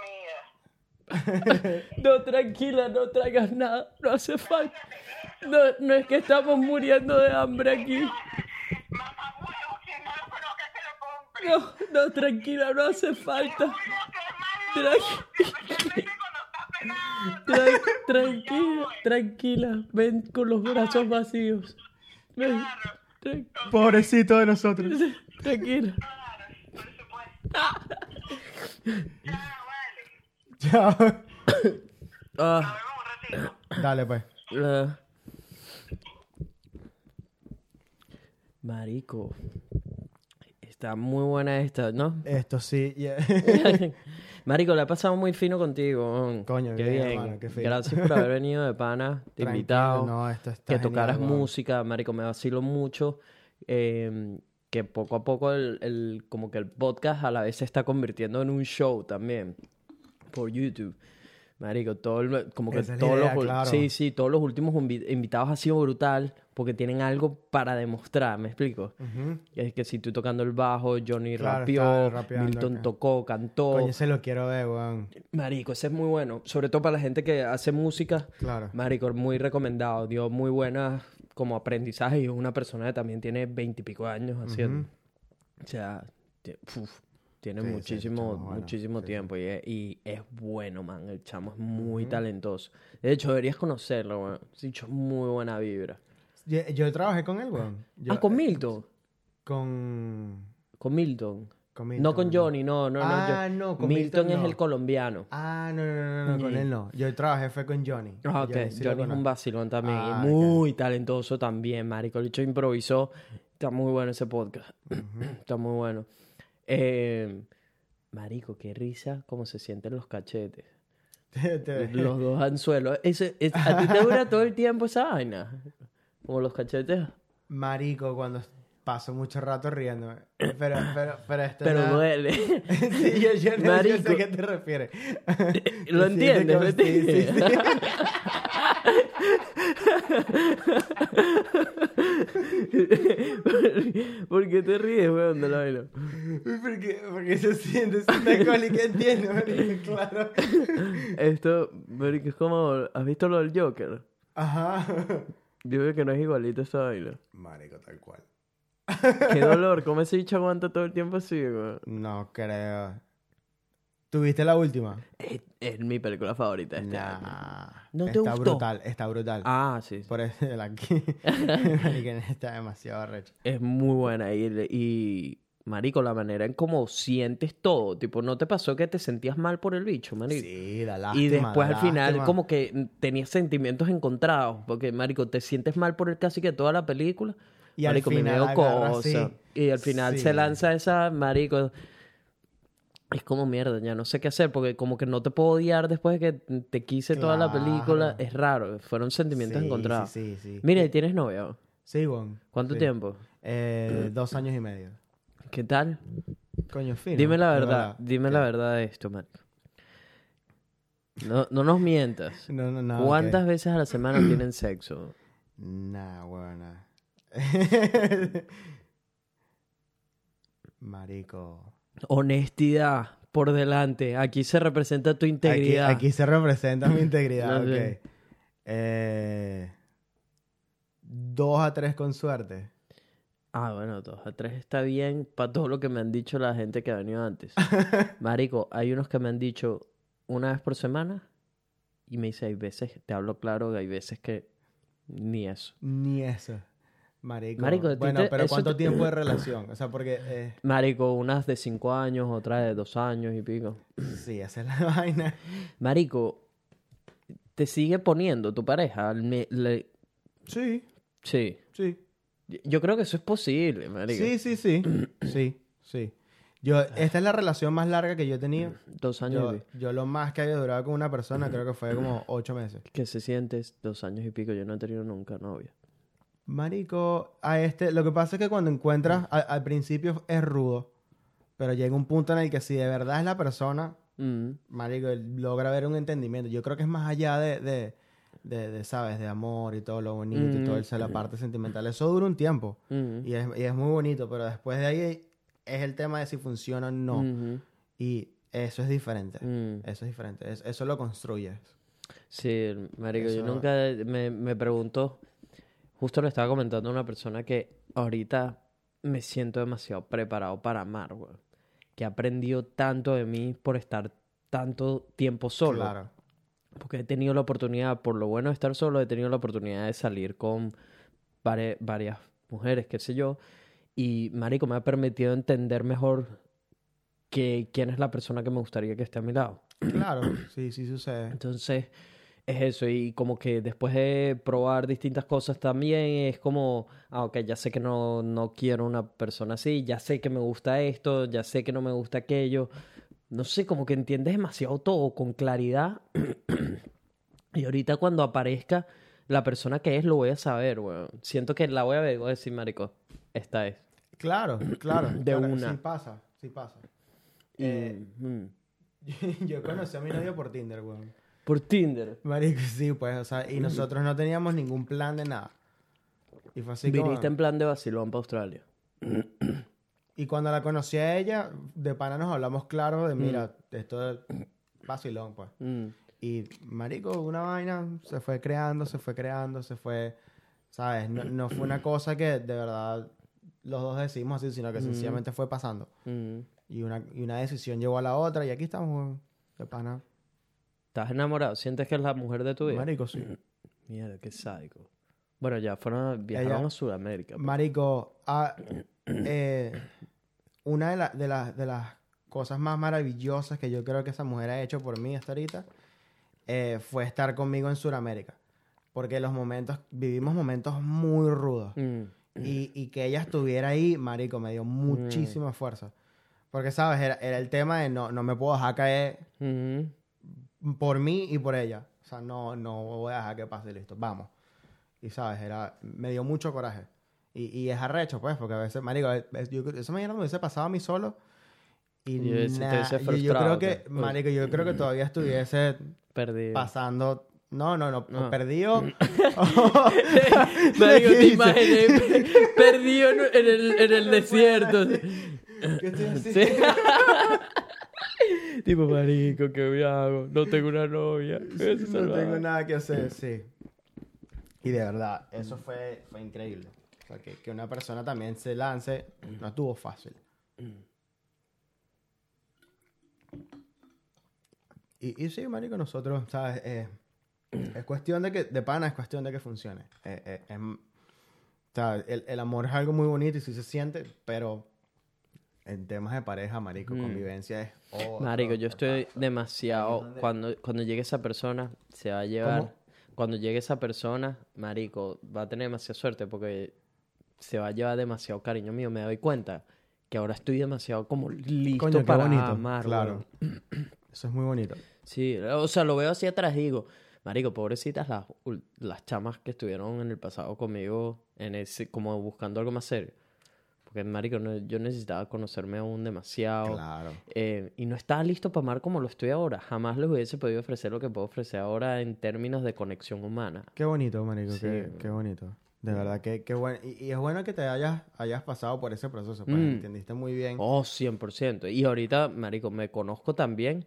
Llego comida. No, tranquila, no traigas nada. No hace falta. No, no es que estamos muriendo de hambre aquí. Mamá huevo, quien no lo conozca que lo compre. No, no, tranquila, no hace falta. Julio, qué malo. Tranqui- Especialmente cuando estás pelado. Tran- tranquila, tranquila. Ven con los brazos vacíos. Ven. Tran- Pobrecito de nosotros. tranquila. Claro, por supuesto. Ya, vale. Chao. Ah, Nos vemos un ratito. Dale, pues. ah. Marico. Está muy buena esta, ¿no? Esto sí. yeah. Marico, la he pasado muy fino contigo. man. Coño, qué bien, bien. hermano, qué fino. Gracias por haber venido de pana, te Tranquilo, invitado. no, esto está que genial, tocaras weón. música, marico, me vacilo mucho. eh, que poco a poco el, el- como que el podcast a la vez se está convirtiendo en un show también por YouTube. Marico, todo el- como que Esa es la todos idea, los ul- claro. sí, sí, todos los últimos invi- invitados ha sido brutal porque tienen algo para demostrar, ¿me explico? Ujú. Es que si estoy tocando el bajo, Johnny Claro, rapeó, está rapeando Milton acá. tocó, cantó. Coño, ese lo quiero ver, weón. Marico, ese es muy bueno. Sobre todo para la gente que hace música. Claro. Marico, muy recomendado. Dio muy buenas como aprendizaje y es una persona que también tiene veintipico años haciendo. O sea, ti- uf, tiene Sí, sí, muchísimo, ese chamo es bueno. muchísimo Sí, tiempo y es, y es bueno, man. El chamo es muy talentoso. De hecho, deberías conocerlo, weón. Sí, hecho muy buena vibra. Yo, yo trabajé con él, weón. Yo- ah, con Milton. Con... Con Milton. con No Milton, con Johnny, no, no, no. Ah, yo- no, con Milton, Milton es no. el colombiano. Ah, no, no, no, no, no, con Sí. él no. Yo trabajé fue con Johnny. Ah, ok. Johnny sí lo Johnny es un conozco. vacilón también. y Ah, muy talentoso también, marico. El hecho improvisó. Está muy bueno ese podcast. Está muy bueno. Eh, marico, qué risa cómo se sienten los cachetes. Te- te- Los dos anzuelos. Ese- es- ¿A ti te dura todo el tiempo esa vaina? Como los cachetes. Marico, cuando paso mucho rato riéndome. Pero, pero, pero esto Pero no- duele. Sí, yo, yo, no- yo Marico. sé a qué te refieres. ¿Lo Se siente entiendes? como- ¿Me sí, sí, entiendes? sí. ¿Por qué te ríes, weón, de la vaina? Porque, porque se siente, es una cólica, entiendo, marico, claro. Esto, marico, es como... ¿Has visto lo del Joker? Ajá. Yo veo que no es igualito esa vaina. Marico, tal cual. Qué dolor, ¿cómo ese bicho aguanta todo el tiempo así, weón? No creo. ¿Tuviste la última? Es, es mi película favorita de este año. Nah. ¿No te está gustó? brutal, está brutal. Ah, sí. sí. Por eso el aquí. Marico, está demasiado recho. Es muy buena. Y, y, marico, la manera en cómo sientes todo. Tipo, ¿no te pasó que te sentías mal por el bicho, marico? Sí, la lástima. Y después la al final lástima. como que tenías sentimientos encontrados. Porque, marico, te sientes mal por el casi que toda la película. Y al marico, me final dio agarra cosa. así. Y al final Sí. se lanza esa, marico. Es como mierda, ya no sé qué hacer, porque como que no te puedo odiar después de que te quise toda la película. Claro. Es raro, fueron sentimientos Sí, encontrados. Sí, sí, sí. Mira, ¿y tienes novia? Sí, Juan. ¿Cuánto Sí. tiempo? Eh, dos años y medio. ¿Qué tal? Coño, fino. Dime la de verdad, dime ¿Qué? la verdad de esto, marico. No, no nos mientas. No, no, no. ¿Cuántas ¿qué? veces a la semana tienen sexo? Nah, buena. Marico. Honestidad por delante. Aquí se representa tu Aquí, integridad. aquí se representa mi integridad, No sé. ok. Eh, dos a tres con suerte. Ah, bueno, dos a tres está bien para todo lo que me han dicho la gente que ha venido antes. Marico, hay unos que me han dicho una vez por semana y me dice, hay veces, te hablo claro, hay veces que ni eso. Ni eso. Marico. Marico, a ti bueno, te- pero eso ¿cuánto te- tiempo de relación? O sea, porque... eh, Marico, unas de cinco años, otras de dos años y pico. sí, esa es la vaina. Marico, ¿te sigue poniendo tu pareja? Me- le- Sí, Sí. sí. Yo creo que eso es posible, marico. Sí, sí, sí. Sí, sí. Yo, esta es la relación más larga que yo he tenido. Dos años y Yo, pico. yo lo más que había durado con una persona creo que fue como ocho meses. ¿Qué se sientes? Dos años y pico. Yo no he tenido nunca novia. Marico, a este, lo que pasa es que cuando encuentras, a- al principio es rudo, pero llega un punto en el que si de verdad es la persona, Mm. marico, él logra ver un entendimiento. Yo creo que es más allá de, de, de, de, ¿sabes? De amor y todo lo bonito y todo Mm. eso, la parte sentimental. Eso dura un tiempo Mm. y es, y es muy bonito, pero después de ahí es el tema de si funciona o no. Ujú. Y eso es diferente. Mm. Eso es diferente. Es- eso lo construyes. Sí, marico, yo Eso- nunca me, me pregunto, justo le estaba comentando a una persona que ahorita me siento demasiado preparado para amar, güey. Que he aprendido tanto de mí por estar tanto tiempo solo. Claro. Porque he tenido la oportunidad, por lo bueno de estar solo, he tenido la oportunidad de salir con vari- varias mujeres, qué sé yo. Y, marico, me ha permitido entender mejor que, quién es la persona que me gustaría que esté a mi lado. Claro, sí, sí sucede. Entonces, es eso. Y como que después de probar distintas cosas también, es como, ah, ok, ya sé que no, no quiero una persona así, ya sé que me gusta esto, ya sé que no me gusta aquello. No sé, como que entiendes demasiado todo con claridad. Y ahorita cuando aparezca la persona que es, lo voy a saber, weón. Siento que la voy a ver y voy a decir, marico, esta es. Claro, claro. De claro, una. Sí pasa, sí pasa. Y, Eh, mm, yo conocí a mi novio por Tinder, weón. por Tinder. Marico, sí, pues, o sea, y nosotros no teníamos ningún plan de nada. Y fue así como... Viniste en plan de vacilón para Australia. Y cuando la conocí a ella, de pana nos hablamos claro de, mira, esto es vacilón, pues. Mm. Y, marico, una vaina se fue creando, se fue creando, se fue... ¿Sabes? No, no fue una cosa que de verdad los dos decidimos así, sino que sencillamente fue pasando. Mm. Y una, y una decisión llevó a la otra y aquí estamos, weón. De pana. ¿Estás enamorado? ¿Sientes que es la mujer de tu vida? Marico, sí. Mierda, qué sádico. Bueno, ya fueron, viajaron Ella- a Sudamérica. pues. Marico, ah, eh, una de, la- de, las- de las cosas más maravillosas que yo creo que esa mujer ha hecho por mí hasta ahorita eh, fue estar conmigo en Sudamérica. Porque los momentos, vivimos momentos muy rudos. Mm. Y, y que ella estuviera ahí, marico, me dio muchísima fuerza. Porque, ¿sabes? Era, era el tema de no, no me puedo dejar caer Mm. por mí y por ella. O sea, no, no voy a dejar que pase, listo, vamos. Y, ¿sabes? Era, me dio mucho coraje. Y, y es arrecho, pues, porque a veces, marico, es- es- yo, eso mañana me hubiese pasado a mí solo. Y Y hubiese- te nah, hubiese yo, yo frustrado, creo que, pues. marico, yo creo que todavía estuviese Perdido. pasando... No, no, no, No. perdido. Marico, ¿Qué te dice? imaginé pe- perdido en, en el, en el desierto. ¿Qué estoy haciendo? Sí. Tipo, marico, ¿qué me hago? No tengo una novia. Me hubiese No salvado. tengo nada que hacer, sí. Y de verdad, eso fue, fue increíble. O sea, que, que una persona también se lance, no estuvo fácil. Y, y sí, marico, nosotros, ¿sabes? Eh, es cuestión de que, de pana, es cuestión de que funcione. Eh, eh, em, o sea, el, el amor es algo muy bonito y sí se siente, pero en temas de pareja, marico, Mm. convivencia es otro Marico, yo estoy repaso. demasiado... ¿Dónde? Cuando, cuando llegue esa persona, se va a llevar... ¿Cómo? Cuando llegue esa persona, marico, va a tener demasiada suerte porque se va a llevar demasiado cariño mío. Me doy cuenta que ahora estoy demasiado como listo Coño, qué para bonito. amar, Claro. weón. Eso es muy bonito. Sí, o sea, lo veo así atrás y digo, marico, pobrecitas las, ul- las chamas que estuvieron en el pasado conmigo, en ese, como buscando algo más serio. Porque, marico, no- yo necesitaba conocerme aún demasiado. Claro. eh, y no estaba listo para amar como lo estoy ahora. Jamás les hubiese podido ofrecer lo que puedo ofrecer ahora en términos de conexión humana. Qué bonito, marico. Sí. Qué, qué bonito. De verdad, que qué bueno. Y, y es bueno que te hayas, hayas pasado por ese proceso. Pues Mm. entendiste muy bien. Oh, cien por ciento. Y ahorita, marico, me conozco también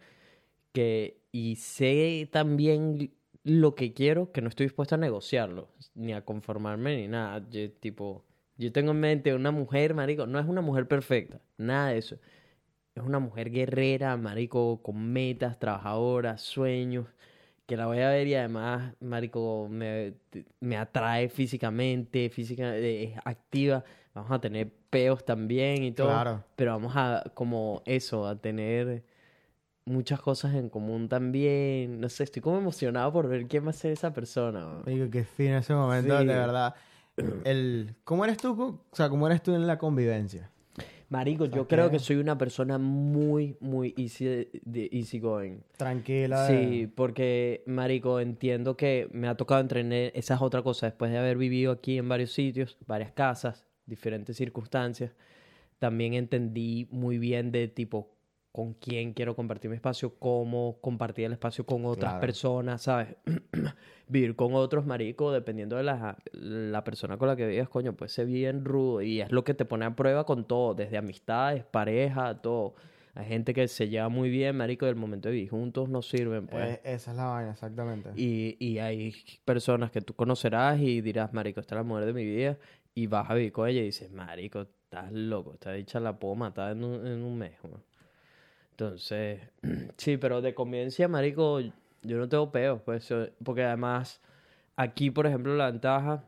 que y sé también lo que quiero, que no estoy dispuesto a negociarlo, ni a conformarme ni nada. Yo, tipo, yo tengo en mente una mujer, marico, no es una mujer perfecta, nada de eso. Es una mujer guerrera, marico, con metas, trabajadora, sueños, que la voy a ver y además, marico, me, me atrae físicamente, física, eh, es activa. Vamos a tener peos también y todo. Claro. Pero vamos a, como eso, a tener muchas cosas en común también. No sé, estoy como emocionado por ver quién va a ser esa persona. ¿no? Marico, qué fino ese momento, Sí. de verdad. El, ¿Cómo eres tú? co- O sea, ¿cómo eres tú en la convivencia? Marico, sea, yo creo que- que soy una persona muy, muy easy de, de easy going. Tranquila. Sí, porque, marico, entiendo que me ha tocado entrenar, esa es otra cosa, después de haber vivido aquí en varios sitios, varias casas, diferentes circunstancias, también entendí muy bien de tipo con quién quiero compartir mi espacio, cómo compartir el espacio con otras Claro. personas, ¿sabes? Vivir con otros, marico, dependiendo de la, la persona con la que vivas, coño, puede ser bien rudo y es lo que te pone a prueba con todo, desde amistades, pareja, todo. Hay gente que se lleva muy bien, marico, y el momento de vivir juntos no sirven, pues. Eh, esa es la vaina, exactamente. Y, y hay personas que tú conocerás y dirás, marico, esta es la mujer de mi vida, y vas a vivir con ella y dices, marico, estás loco, esta dicha la puedo matar en un, en un mes, weón. Entonces, sí, pero de convivencia, marico, yo no tengo peos, pues, eh, porque además, aquí, por ejemplo, la ventaja,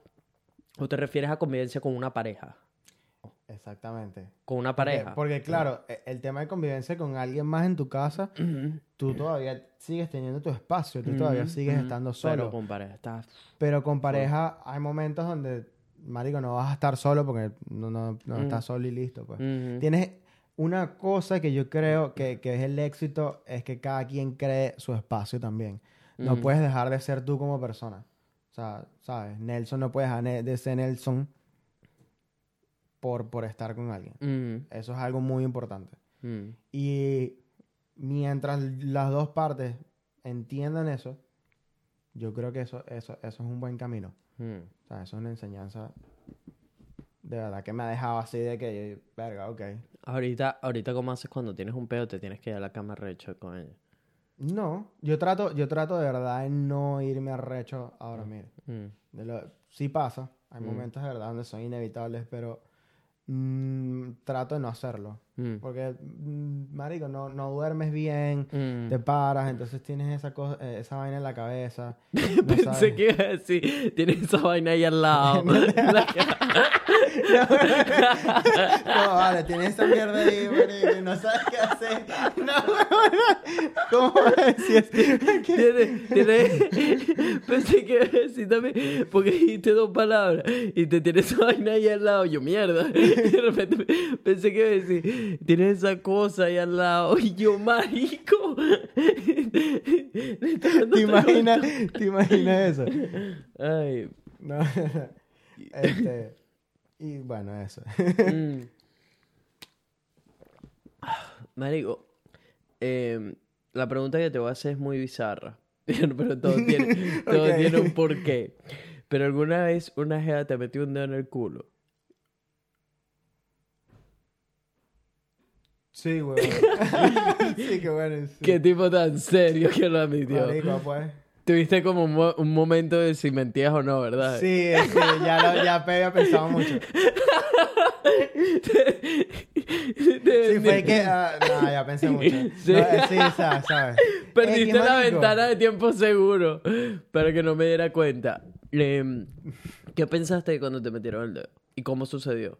o te refieres a convivencia con una pareja, Exactamente. con una Porque- pareja. Porque, claro, e- el tema de convivencia con alguien más en tu casa, tú todavía sigues teniendo tu espacio, tú todavía Ujú, sigues ujú. estando solo. Pero con pareja estás... Pero con pareja hay momentos donde, marico, no vas a estar solo porque no, no, no Mm. estás solo y listo, pues. Ujú. Tienes una cosa que yo creo que, que es el éxito, es que cada quien cree su espacio también. No Ujú. puedes dejar de ser tú como persona. O sea, ¿sabes? Nelson no puede dejar ne- de ser Nelson por, por estar con alguien. Ujú, Eso es algo muy importante. ujú. Y mientras las dos partes entiendan eso, yo creo que eso, eso, eso es un buen camino. Ujú. O sea, eso es una enseñanza de verdad que me ha dejado así de que, verga, ok. Ahorita, ahorita, ¿cómo haces cuando tienes un pedo? Te tienes que ir a la cama recho con ella. No, yo trato, yo trato de verdad de no irme arrecho ahora, mire. Mm. De lo, sí pasa, hay Mm. momentos de verdad donde son inevitables, pero mm, trato de no hacerlo. Mm. Porque, mm, marico, no, no duermes bien, Mm. te paras, entonces tienes esa cosa, eh, esa vaina en la cabeza. no Pensé sabes- que iba a decir, tienes esa vaina ahí al lado. No, vale, tienes esa mierda ahí, marico, y no sabes qué hacer. No, ¿cómo decías? Tienes, tienes... Pensé que iba a decir también, porque dijiste dos palabras y te tienes esa vaina ahí al lado. Yo, mierda. Y de repente pensé que iba a decir, tienes esa cosa ahí al lado. Y yo, marico. ¿Te imaginas, ¿te imaginas eso? Ay. No, este, y bueno, eso. Mm. Marico, em, la pregunta que te voy a hacer es muy bizarra, pero todo tiene, todo Ok. tiene un porqué. Pero alguna vez una jeva te metió un dedo en el culo. Sí, weón. Sí, qué bueno. Sí. Qué tipo tan serio que lo admitió. Marico, pues. Tuviste como un, mo- un momento de si mentías o no, ¿verdad? Sí, sí, ya, lo, ya había pensado mucho. Sí, fue que... ah, no, ya pensé mucho. Sí. No, eh, sí, sabes, sabes. Perdiste X, la marico. ventana de tiempo seguro para que no me diera cuenta. Em, ¿Qué pensaste cuando te metieron el dedo? ¿Y cómo sucedió?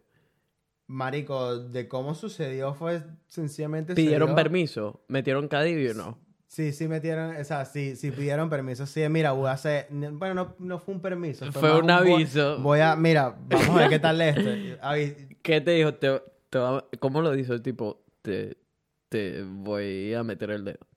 Marico, de cómo sucedió fue sencillamente... se ¿Pidieron dio- permiso? ¿Metieron cadillo o no? Sí, sí metieron, o sea, sí, sí pidieron permiso. Sí, mira, voy a hacer... Bueno, no, no fue un permiso. Fue más un aviso. Voy, voy a... Mira, vamos a ver qué tal esto. Avi- ¿Qué te dijo? Te, te va- ¿Cómo lo dijo el tipo? Te, te voy a meter el dedo.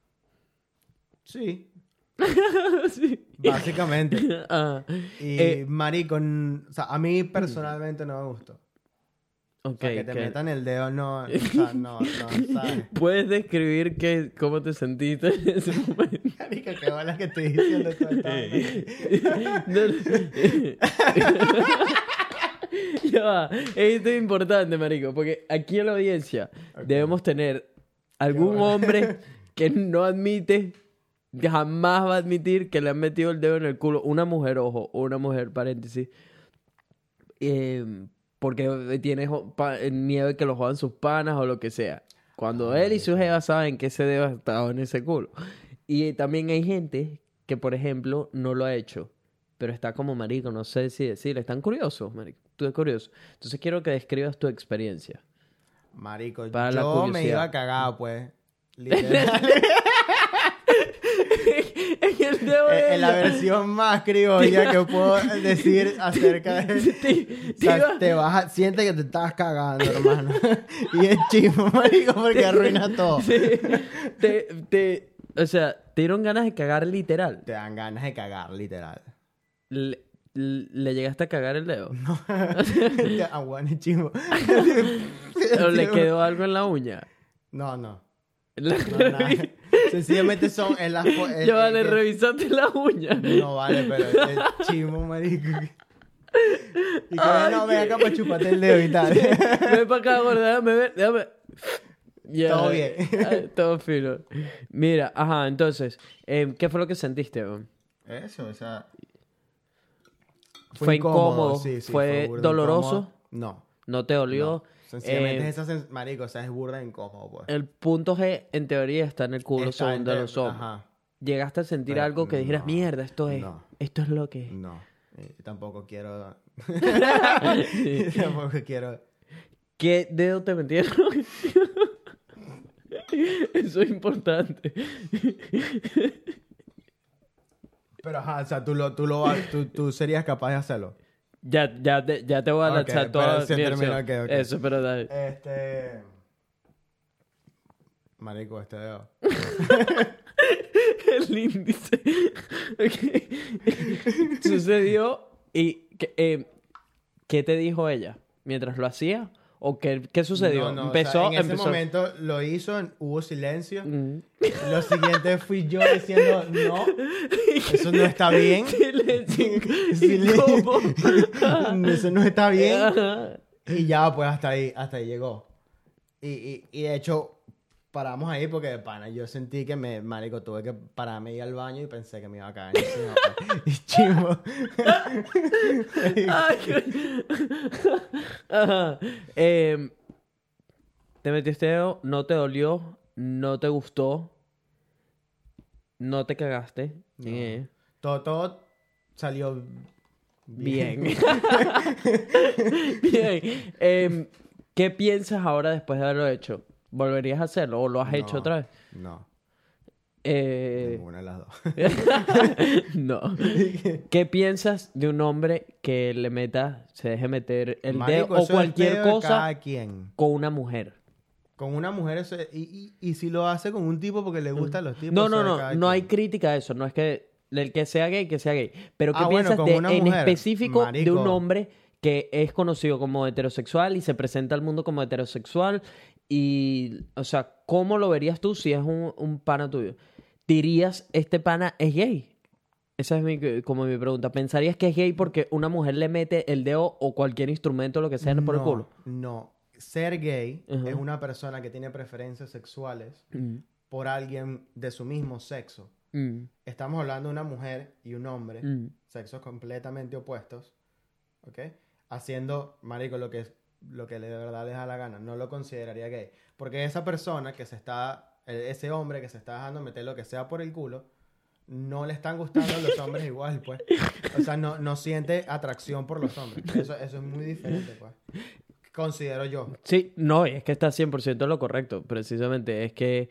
Sí, Sí. básicamente. Ah, Y, eh, marico, n- o sea, a mí personalmente no me gustó. O ok, sea, que te que- metan el dedo, no, o sea, no, no, ¿sabes? ¿Puedes describir qué, cómo te sentiste en ese momento? Marico, qué bolas que estoy diciendo todo esto. No, no. Ya va. Esto es importante, marico, porque aquí en la audiencia debemos tener algún bueno. hombre que no admite, que jamás va a admitir que le han metido el dedo en el culo. Una mujer, ojo, o una mujer, paréntesis. Eh, porque tiene jo- pa- nieve que lo jodan sus panas o lo que sea. Cuando él y su jeva saben que ese dedo ha estado en ese culo. Y también hay gente que, por ejemplo, no lo ha hecho, pero está como marico, no sé si decirle. Están curiosos, marico. Tú eres curioso. Entonces quiero que describas tu experiencia. Marico, Para la yo me curiosidad. iba a cagar, pues. Literal. En el dedo en, de en la ella. versión más criolla que puedo decir acerca de... Te- O sea, te iba- te vas a... Siente que te estás cagando, hermano. Y es chimo, marico, porque arruina todo. te, te, te- o sea, te dieron ganas de cagar literal. Te dan ganas de cagar, literal. Le, le- le llegaste a cagar el dedo. Te aguane chimo. O le quedó algo en la uña. No, no. La- No, nada. Sencillamente son... En las fo- el- Ya vale, el- revisaste la uña. No vale, pero es chimo, marico. Y que no, ven acá para chuparte el dedo y tal. Ven para acá, gorda, déjame ver, déjame. Ya, Todo bien. ah, todo fino. Mira, ajá, entonces, eh, ¿qué fue lo que sentiste, weón? Eso, o sea... Fue incómodo, sí, sí, fue burda doloroso. incómodo. No. ¿No te dolió? no. Sencillamente Eh, es esa sens- marico, o sea, es burda incómodo, pues. El punto G, en teoría, está en el culo Está según de entre- los hombres. Ajá. ¿Llegaste a sentir Pero algo que dijeras, no, mierda, esto es, no. esto es lo que es? No. Eh, tampoco quiero... tampoco quiero... ¿Qué dedo te metieron? Eso es importante. Pero ajá, o sea, tú, lo, tú, lo, vas- tú, tú serías capaz de hacerlo. Ya, ya, te, ya te voy a Ok, lanzar toda pero la se terminó, versión. ok, ok. Eso, pero dale. Este... Marico, este dedo. El índice. Ok. Sucedió y... que, eh, ¿qué te dijo ella? ¿Mientras lo hacía? ¿O qué, qué sucedió? No, no, o empezó, sea, en ese empezó. momento lo hizo, hubo silencio. Mm. Lo siguiente fui yo diciendo, no, eso no está bien. Silencio. Silencio. Incómodo. Eso no está bien. Ajá. Y ya, pues hasta ahí, hasta ahí llegó. Y, y, y de hecho, paramos ahí porque de pana yo sentí que me, marico, tuve que pararme y ir al baño y pensé que me iba a cagar encima, pues. Y chimo. Ay, coño. Ajá. Eh, te metiste dedo, no te dolió, no te gustó, no te cagaste. No. Eh, Todo, todo salió bien. Bien. Bien. Em, ¿qué piensas ahora después de haberlo hecho? ¿Volverías a hacerlo o lo has hecho No, otra vez? No, Eh, ninguna de las dos. no. ¿Qué piensas de un hombre que le meta, se deje meter el Marico, dedo o eso es cualquier pedo de cosa cada quien. con una mujer? Con una mujer eso es- y, y, y si lo hace con un tipo porque le gustan los tipos. No, eso no, de no. cada No hay quien. crítica a eso. No es que el que sea gay, que sea gay. Pero ¿qué Ah, bueno, piensas con de, una en mujer. específico de Marico. un hombre que es conocido como heterosexual y se presenta al mundo como heterosexual? Y, o sea, ¿cómo lo verías tú si es un, un pana tuyo? ¿Dirías, este pana es gay? Esa es mi, como mi pregunta. ¿Pensarías que es gay porque una mujer le mete el dedo o cualquier instrumento, lo que sea, por el No, culo? No. Ser gay Ajá. es una persona que tiene preferencias sexuales Mm, por alguien de su mismo sexo. mm, Estamos hablando de una mujer y un hombre, mm. sexos completamente opuestos, ¿ok? Haciendo, marico, lo que, lo que de verdad les da la gana. No lo consideraría gay. Porque esa persona que se está, e- ese hombre que se está dejando meter lo que sea por el culo, no le están gustando los hombres igual, pues. O sea, no, no siente atracción por los hombres. Eso, eso es muy diferente, pues. Considero yo. Sí, no, es que está cien por ciento lo correcto. Precisamente es que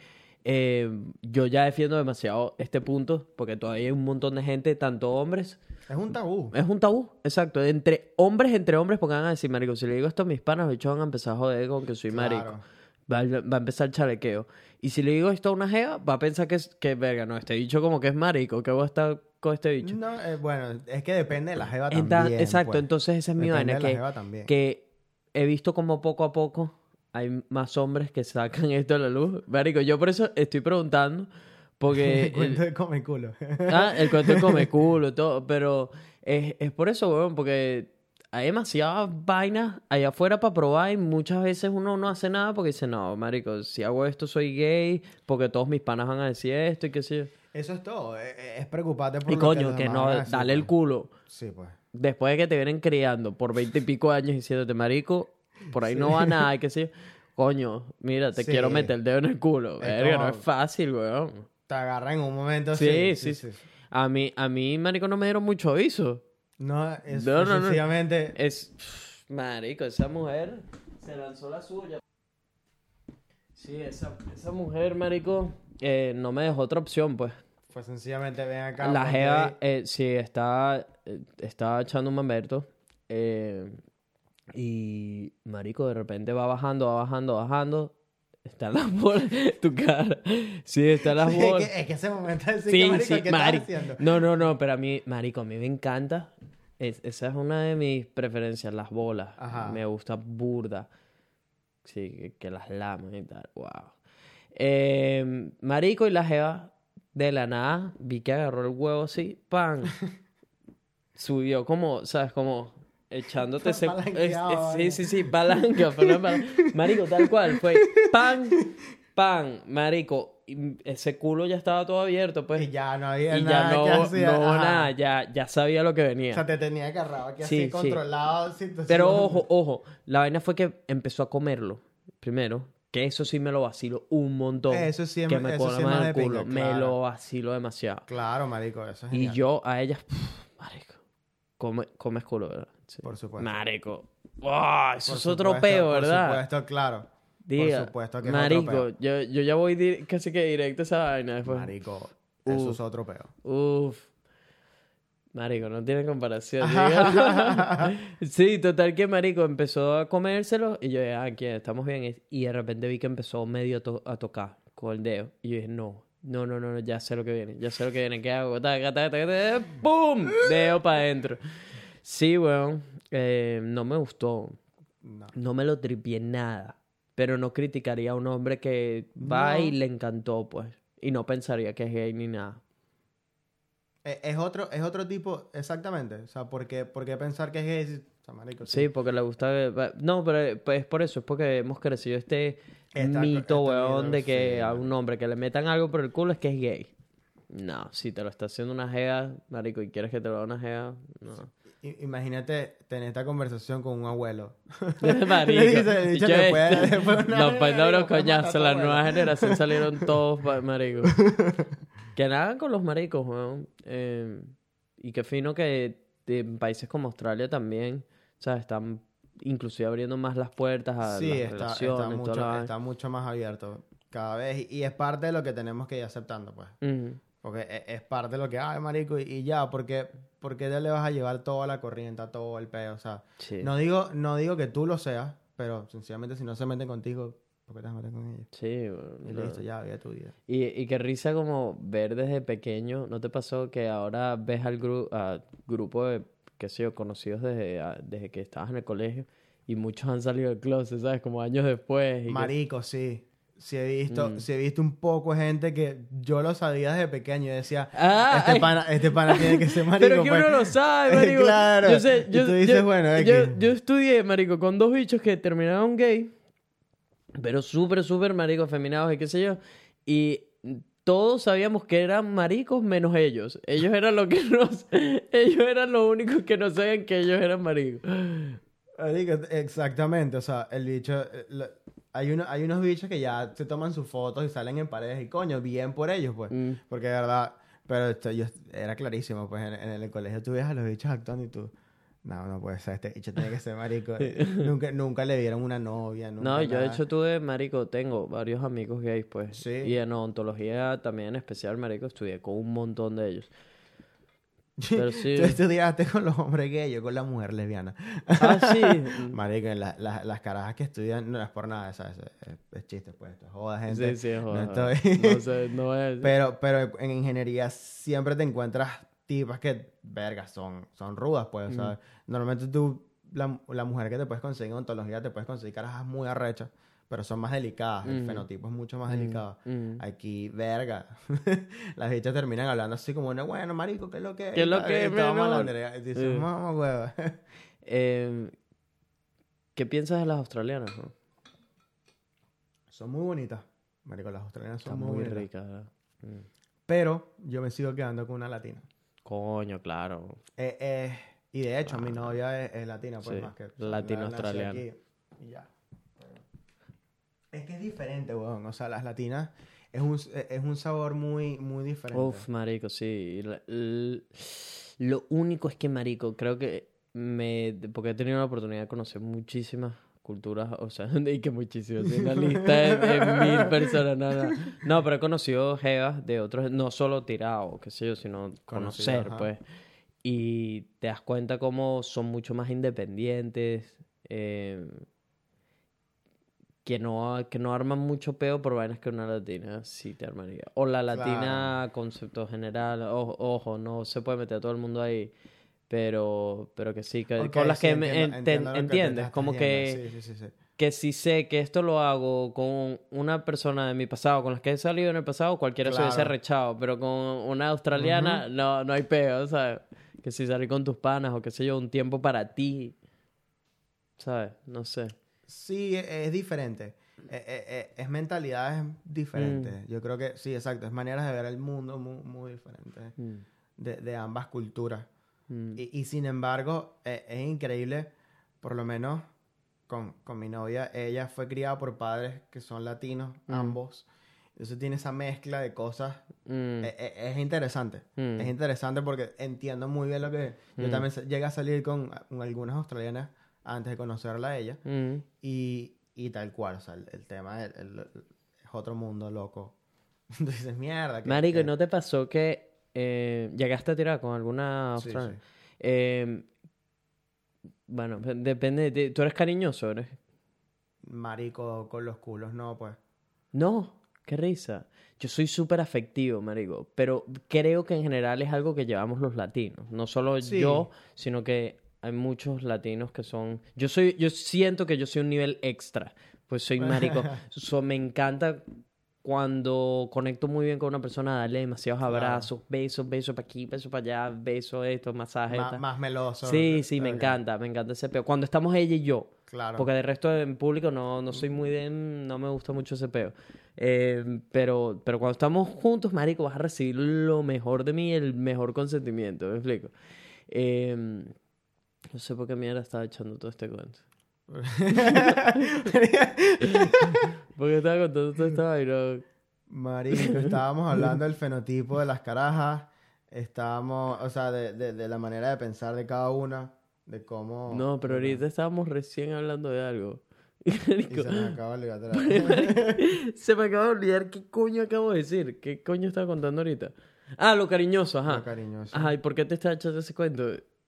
Eh, yo ya defiendo demasiado este punto porque todavía hay un montón de gente, tanto hombres. Es un tabú. Es un tabú, exacto. Entre hombres, entre hombres, porque van a decir, marico, si le digo esto a mis panas, los bichos van a empezar a joder con que soy marico. Claro. Va, a- va a empezar el chalequeo. Y si le digo esto a una jeva, va a pensar que es, que verga, no, este bicho como que es marico, que voy a estar con este bicho. No, eh, bueno, es que depende de la jeva Enta- también. exacto, pues. entonces esa es mi Depende vaina, de la que, jeva también. que he visto como poco a poco hay más hombres que sacan esto a la luz. Marico, yo por eso estoy preguntando, porque... El cuento el- de come culo. ah, el cuento de come culo y todo, pero es, es por eso, weón, porque hay demasiadas vainas allá afuera para probar y muchas veces uno no hace nada porque dice, no, marico, si hago esto soy gay, porque todos mis panas van a decir esto y qué sé yo. Eso es todo. Es, es preocuparte por Y lo coño, los que demás no, van a decir, dale el pues. culo. Sí, pues. Después de que te vienen criando por veinte y pico años diciéndote, marico, por ahí no va nada, y qué sé yo. Coño, mira, te Sí. quiero meter el dedo en el culo. Es Verga, como- no es fácil, weón. Te agarra en un momento Sí, así. sí, sí. A mí, a mí, marico, no me dieron mucho aviso. No, es No, no, no. sencillamente... Es... Marico, esa mujer se lanzó la suya. Sí, esa, esa mujer, marico, eh, no me dejó otra opción, pues. Fue sencillamente, ven acá. La ponte jeva, ahí. eh, sí, está, eh, está echando un mamberto. eh, y, marico, de repente va bajando, va bajando, bajando. Están las bolas tu cara. Sí, están las Sí, bolas. es, que, es que ese momento de decir Sí, que, marico, sí, ¿qué estás marico. haciendo? No, no, no, pero a mí, marico, a mí me encanta. Es- esa es una de mis preferencias, las bolas. Ajá. Me gusta burda. Sí, que, que las laman y tal. Wow. Eh, marico y la jeva, de la nada, vi que agarró el huevo así, ¡pam! Subió como, ¿sabes? Como echándote ese... es- Palanqueado, es- vale. sí, sí, sí, palanca, fue una palanca. Marico, tal cual, fue ¡pam! ¡pam! Marico, y ese culo ya estaba todo abierto, pues. Y ya no había Y nada ya que no, hacer. no Ajá. nada, ya, ya sabía lo que O venía. sea, te tenía agarrado aquí Sí, así, sí. controlado. sí, te- Pero sí, ojo, ojo, la vaina fue que empezó a comerlo, primero, que eso sí me lo vacilo un montón. Eso sí es- que me eso pone sí es más más el de culo, pinga, me claro. lo vacilo demasiado. Claro, marico, eso es Y genial. yo a ella, pff, marico, come, comes culo, ¿verdad? Sí. Por supuesto. Marico, ¡wow! Eso Por es otro supuesto, peo, ¿verdad? Por supuesto, claro. Diga, por supuesto que es marico, otro peo. yo, yo ya voy di- casi que directo a esa vaina después. Marico, eso Uf. es otro peo. Uf. Marico, no tiene comparación. diga. Sí, total que Marico empezó a comérselo y yo dije, ah, ¿qué? Estamos bien. Y de repente vi que empezó medio to- a tocar con el dedo. Y yo dije, no, no, no, no, no, ya sé lo que viene, ya sé lo que viene. ¿Qué hago? Taca, taca, taca, taca, ¡pum! Dedo para adentro. Sí, weón. eh, no me gustó. No. No me lo tripié nada. Pero no criticaría a un hombre que va No. y le encantó, pues. Y no pensaría que es gay ni nada. Es, es otro, es otro tipo, exactamente. O sea, ¿por qué, por qué pensar que es gay? si- O sea, marico, Sí, porque le gusta... No, pero eh, pues, es por eso, es porque hemos crecido este Esta- mito, este weón, mito, de que sí. a un hombre que le metan algo por el culo es que es gay. No, si te lo está haciendo una jeva, marico, y quieres que te lo haga una jeva, no. I- Imagínate tener esta conversación con un abuelo. Marico, Le dice, el bicho yo te puede- este- después una- no, pues no, los puede matar a coñazos, tu la abuelo. nueva generación salieron todos, pa- marico. Que nada con los maricos, weón. Eh, y qué fino que en países como Australia también, o sea, están inclusive abriendo más las puertas a Sí, las está, relaciones, está, toda mucho, la vaina. está mucho más abierto cada vez. Y, y es parte de lo que tenemos que ir aceptando, pues. Ujú. Porque es, es parte de lo que, ay, marico, y, y ya, porque, porque ya le vas a llevar toda la corriente, a todo el peo, o sea. Sí. No digo, no digo que tú lo seas, pero sencillamente si no se meten contigo, ¿por qué te vas a meter con ellos? Sí, weón, Y no. listo, ya, vive tu vida. Y, y qué risa como ver desde pequeño, ¿no te pasó que ahora ves al gru a grupo de, qué sé yo, conocidos desde, a- desde que estabas en el colegio y muchos han salido del closet, ¿sabes? Como años después. Y que- Marico, sí. Sí he visto, Mm. sí he visto un poco de gente que yo lo sabía desde pequeño y decía, Ah, este ay. pana, este pana tiene que ser marico. Pero que pues. uno lo sabe, marico. Claro. Yo sé, Y yo, tú dices, yo- bueno, yo, X. yo estudié, marico, con dos bichos que terminaron gay, pero súper, súper maricos, afeminados y qué sé yo. Y todos sabíamos que eran maricos menos ellos. Ellos eran lo que nos... Ellos eran los únicos que no sabían que ellos eran maricos. Marico, exactamente, o sea, el bicho, eh, lo- hay, uno, hay unos bichos que ya se toman sus fotos y salen en paredes y coño, bien por ellos, pues, Mm. porque de verdad, pero esto, yo, era clarísimo, pues, en, en el colegio tú ves a los bichos actuando y tú, No, no puede ser. Este bicho tiene que ser marico. nunca, nunca le dieron una novia, nunca No, yo de nada. hecho tuve, marico, tengo varios amigos gays, pues. Sí. Y en odontología también en especial, marico, estudié con un montón de ellos. Pero sí. Tú estudiaste con los hombres gays, yo con la mujer lesbiana. Ah, sí. Marico, la- la- las carajas que estudian no es por nada, ¿sabes? Es, es chiste, pues. Esto es joda, gente. Sí, sí, joder. No joder. estoy... No sé, no es... Pero, pero en ingeniería siempre te encuentras tipas que, verga, son, son rudas, pues, Mm. ¿sabes? Normalmente tú, la, la mujer que te puedes conseguir en ontología, te puedes conseguir carajas muy arrechas, pero son más delicadas. El Mm. fenotipo es mucho más Mm, delicado. mm. Aquí, verga. Las bichas terminan hablando así como, no, bueno, marico, ¿qué es lo que ¿Qué es lo Y que, toda menor? malandrea. Y dices, Sí. mamá, hueva. Eh, ¿Qué piensas de las australianas? No? Son muy bonitas. Marico, las australianas son Están muy, muy bonitas. ricas, ¿verdad? Mm. Pero yo me sigo quedando con una latina. Coño, claro. Eh, eh, y de hecho, mi novia es, es latina, pues Sí, más que... latino-australiana. nací aquí Y ya. Es que es diferente, weón. O sea, las latinas es un, es un sabor muy, muy diferente. Uf, marico, sí. La- l- Lo único es que, marico, creo que me... Porque he tenido la oportunidad de conocer muchísimas culturas, o sea, y que muchísimas, sí, una lista de, de mil personas, no, no. No, pero he conocido jevas de otros, no solo tirado, qué sé yo, sino Conocido, conocer, ajá. pues. Y te das cuenta cómo son mucho más independientes, eh, que no, que no arman mucho peo por vainas que una latina sí te armaría. O la latina, concepto general, o- ojo, no se puede meter a todo el mundo ahí, pero, pero que sí, que, Ok, con las sí, que me- entiendo- enten- entiendo lo que te entiendes, estás como yendo. que, Sí, sí, sí, sí. que si sé que esto lo hago con una persona de mi pasado, con las que he salido en el pasado, cualquiera se hubiese Claro. rechado, pero con una australiana no, no hay peo, ¿sabes? Que si salí con tus panas o qué sé yo, un tiempo para ti, ¿sabes? No sé. Sí, e- es diferente. Eh, eh, eh, es mentalidades diferentes. Mm. Yo creo que sí, exacto. Es maneras de ver el mundo muy, muy diferentes Mm, de, de ambas culturas. mm, Y, y sin embargo, eh, es increíble, por lo menos con, con mi novia, ella fue criada por padres que son latinos, Mm. ambos. Entonces tiene esa mezcla de cosas. mm, Eh, eh, es interesante. Mm. Es interesante porque entiendo muy bien lo que... Yo Mm. también sa- llegué a salir con, con algunas australianas antes de conocerla a ella. mm. Y, y tal cual, o sea, el, el tema el- el- el- es otro mundo loco. Entonces dices, mierda. que- Marico, ¿y que- no te pasó que eh, llegaste a tirar con alguna Sí, australiana? sí. Eh, bueno, pe- depende de... ¿Tú eres cariñoso? ¿Eres? Marico con los culos, no, pues. No, qué risa. Yo soy súper afectivo, marico, pero creo que en general es algo que llevamos los latinos. No solo Sí. yo, sino que hay muchos latinos que son... Yo soy, yo siento que yo soy un nivel extra. Pues soy marico. So, me encanta cuando conecto muy bien con una persona, darle demasiados Claro. abrazos, besos, besos para aquí, besos para allá, besos esto, masajes. Ma- tal. más meloso. Sí, sí, me Ok, encanta, me encanta ese peo. Cuando estamos ella y yo, Claro. porque de resto en público no, no soy muy de... No me gusta mucho ese peo. Eh, pero, pero cuando estamos juntos, marico, vas a recibir lo mejor de mí, el mejor consentimiento, ¿me explico? Eh, no sé por qué mierda estaba echando todo este cuento. Porque estaba contando toda esta vaina. Marico, estábamos hablando del fenotipo de las carajas. Estábamos, o sea, de, de, de la manera de pensar de cada una. De cómo... No, pero ahorita estábamos recién hablando de algo. Y Marico, se me acaba de olvidar otra vez. se me acaba de olvidar qué coño acabo de decir. ¿Qué coño estaba contando ahorita? Ah, lo cariñoso, ajá. Lo cariñoso. Ajá, ¿y por qué te estás echando ese cuento?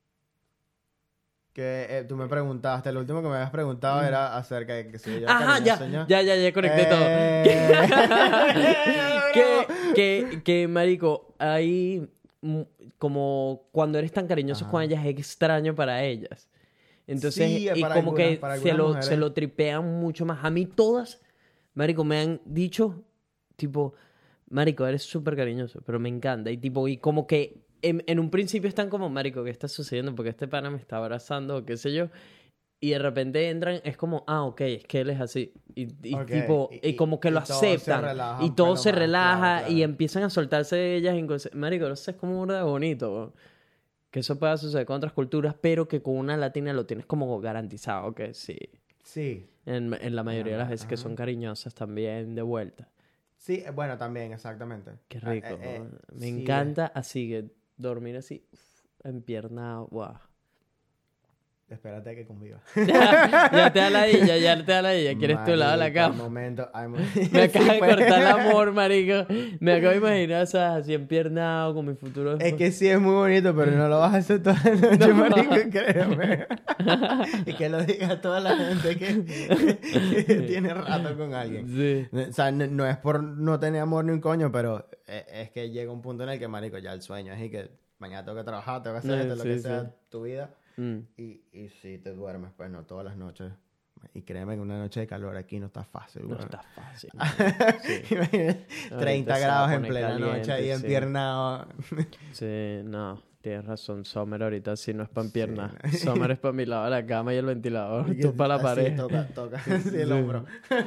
Que eh, tú me preguntaste, lo último que me habías preguntado era acerca de que si yo era Mm. Ajá, ya, cariñoso, ¿no? ya, ya, ya conecté Eh, todo. que, que, que, marico, hay mm, como cuando eres tan cariñoso Ajá. con ellas es extraño para ellas. Entonces, Sí, y para como algunas- que para se algunas lo, mujeres. se lo tripean mucho más. A mí todas, marico, me han dicho, tipo, marico, eres súper cariñoso, pero me encanta. Y tipo, y como que en, en un principio están como, marico, ¿qué está sucediendo? Porque este pana me está abrazando o qué sé yo. Y de repente entran, es como, ah, ok, es que él es así. Y, y Ok, tipo, y- y, como que y lo todos se aceptan. relajan Y un todo pelo se más, relaja claro, claro. y empiezan a soltarse de ellas. incons- Marico, no sé, es como burda de bonito, weón. Que eso pueda suceder con otras culturas, pero que con una latina lo tienes como garantizado, que sí. Sí, En, en la mayoría de las Ajá, veces que ajá. son cariñosas también de vuelta. sí, eh, bueno, también, exactamente. Qué Ah, rico. eh, eh, weón. Me sí, encanta así que dormir así, uf, empiernado, wow. Espérate que conviva. Ya te da la illa, ya te da la illa. ¿Quieres tu lado de la Marico, al cama? momento, ay, mo- Me acaba Sí, de pues. cortar el amor, marico. Me acabo de imaginar, o sea, así empiernado con mi futuro. Es que sí es muy bonito, pero no lo vas a hacer toda la noche, No. marico, créeme. Y que lo diga toda la gente que, que- que tiene rato con alguien. Sí. O sea, no, no es por no tener amor ni un coño, pero es, es que llega un punto en el que, marico, ya el sueño es y que mañana tengo que trabajar, tengo que hacer No, esto, lo sí, que sí. sea tu vida. Mm. Y, y si te duermes, pues no todas las noches. Y créeme que una noche de calor aquí no está fácil, No weón. está fácil. Imagínate, Ahorita treinta se va a grados en poner plena caliente, noche ahí sí. empiernado. Sí, no, tienes razón. Summer ahorita sí no es para piernas. Sí. Summer es para mi lado de la cama y el ventilador. Y Tú para la así pared. Toca, toca así el Sí. hombro.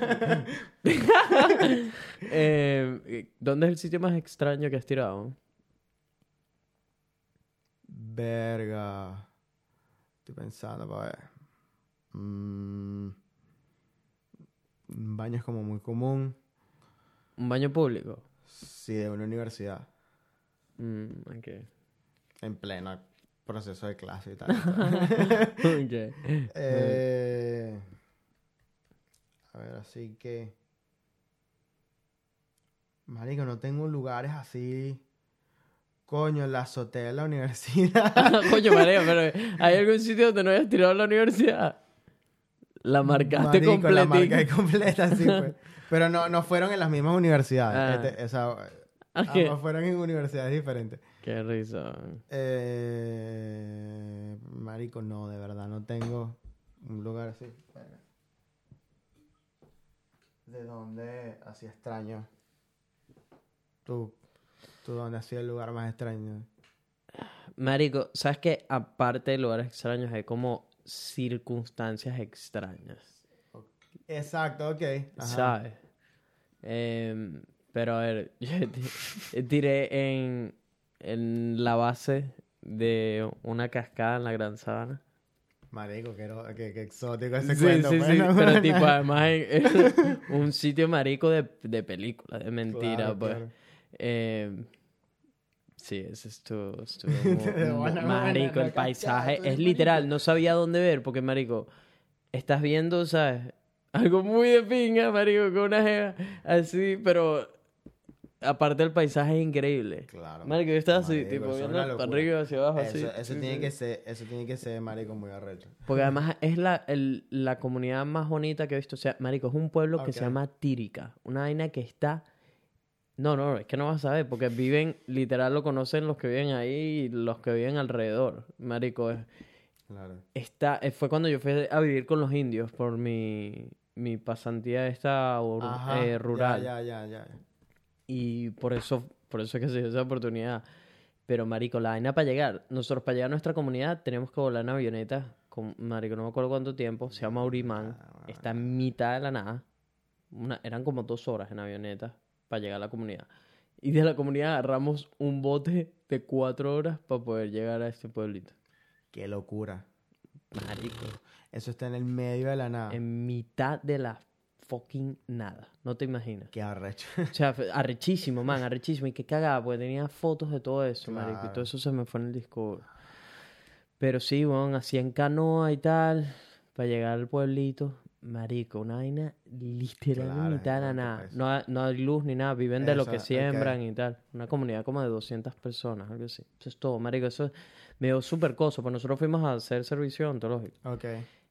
Eh, ¿Dónde es el sitio más extraño que has tirado? Verga. Estoy pensando, para ver. Mm, un baño es como muy común. ¿Un baño público? Sí, de una universidad. Mm, ok. En pleno proceso de clase y tal. Ok. eh, a ver, así que... Marico, no tengo lugares así... Coño, en la azotea de la universidad. Coño, María, pero ¿hay algún sitio donde no hayas tirado a la universidad? La marcaste Marico, completa. la marca completa, sí, pues. Pero no, no fueron en las mismas universidades. Ah. Este, esa, Ah, ¿qué? ambas fueron en universidades diferentes. Qué risa. Eh, marico, no, de verdad, no tengo un lugar así. ¿De dónde así extraño? Tú, tú, ¿dónde ha sido el lugar más extraño? Marico, ¿sabes qué? Aparte de lugares extraños, hay como circunstancias extrañas. Exacto, ok. Ajá. ¿Sabes? Em, pero a ver, yo ti- tiré en, en la base de una cascada en la Gran Sabana. Marico, qué, ero- qué, qué exótico ese Sí, cuento. sí, pues, sí, ¿no? pero tipo, además en, en un sitio marico de, de película, de mentira, Claro, pues. claro. Eh, sí, eso estuvo, estuvo De muy- buena muy- manera, marico, la el paisaje cascada, es tú, literal, marico. no sabía dónde ver, porque marico, estás viendo, ¿sabes? Algo muy de pinga, marico, con una jeva así, pero aparte el paisaje es increíble. Claro. Marico, yo estaba así, Marico, tipo, eso es viendo una para locura. arriba, hacia abajo, así. Eso, eso Sí, tiene sí. que ser, eso tiene que ser, marico, muy arrecho. Porque además es la, el- la comunidad más bonita que he visto. O sea, marico, es un pueblo que se Ok. llama Tírica. Una vaina que está... No, no, es que no vas a saber, porque viven, literal lo conocen los que viven ahí y los que viven alrededor. Marico, es- Claro. está, eh, fue cuando yo fui a vivir con los indios por mi, mi pasantía esta ur- Ajá, eh, rural. Ya, ya, ya, ya. Y por eso, por eso es que se dio esa oportunidad. Pero, marico, la vaina para llegar. Nosotros para llegar a nuestra comunidad tenemos que volar en avioneta con, marico, no me acuerdo cuánto tiempo. Se llama Urimán. Está en mitad de la nada. Una, eran como dos horas en avioneta para llegar a la comunidad. Y de la comunidad agarramos un bote de cuatro horas para poder llegar a este pueblito. Qué locura. Marico, Eso está en el medio de la nada. en mitad de la fucking nada. No te imaginas. Qué arrecho. O sea, fue arrechísimo, man, arrechísimo. Y qué cagada, porque tenía fotos de todo eso, marico. Y Claro. todo eso se me fue en el disco duro. Pero sí, bueno, así en canoa y tal, para llegar al pueblito. Marico, una vaina literal en Claro, mitad de la igual que nada. pues. No, hay- no hay luz ni nada, viven de lo Eso, que ok. siembran y tal. Una comunidad como de doscientas personas, algo así. Eso es todo, marico. Eso me dio súper coso, pues nosotros fuimos a hacer servicio ontológico. Ok.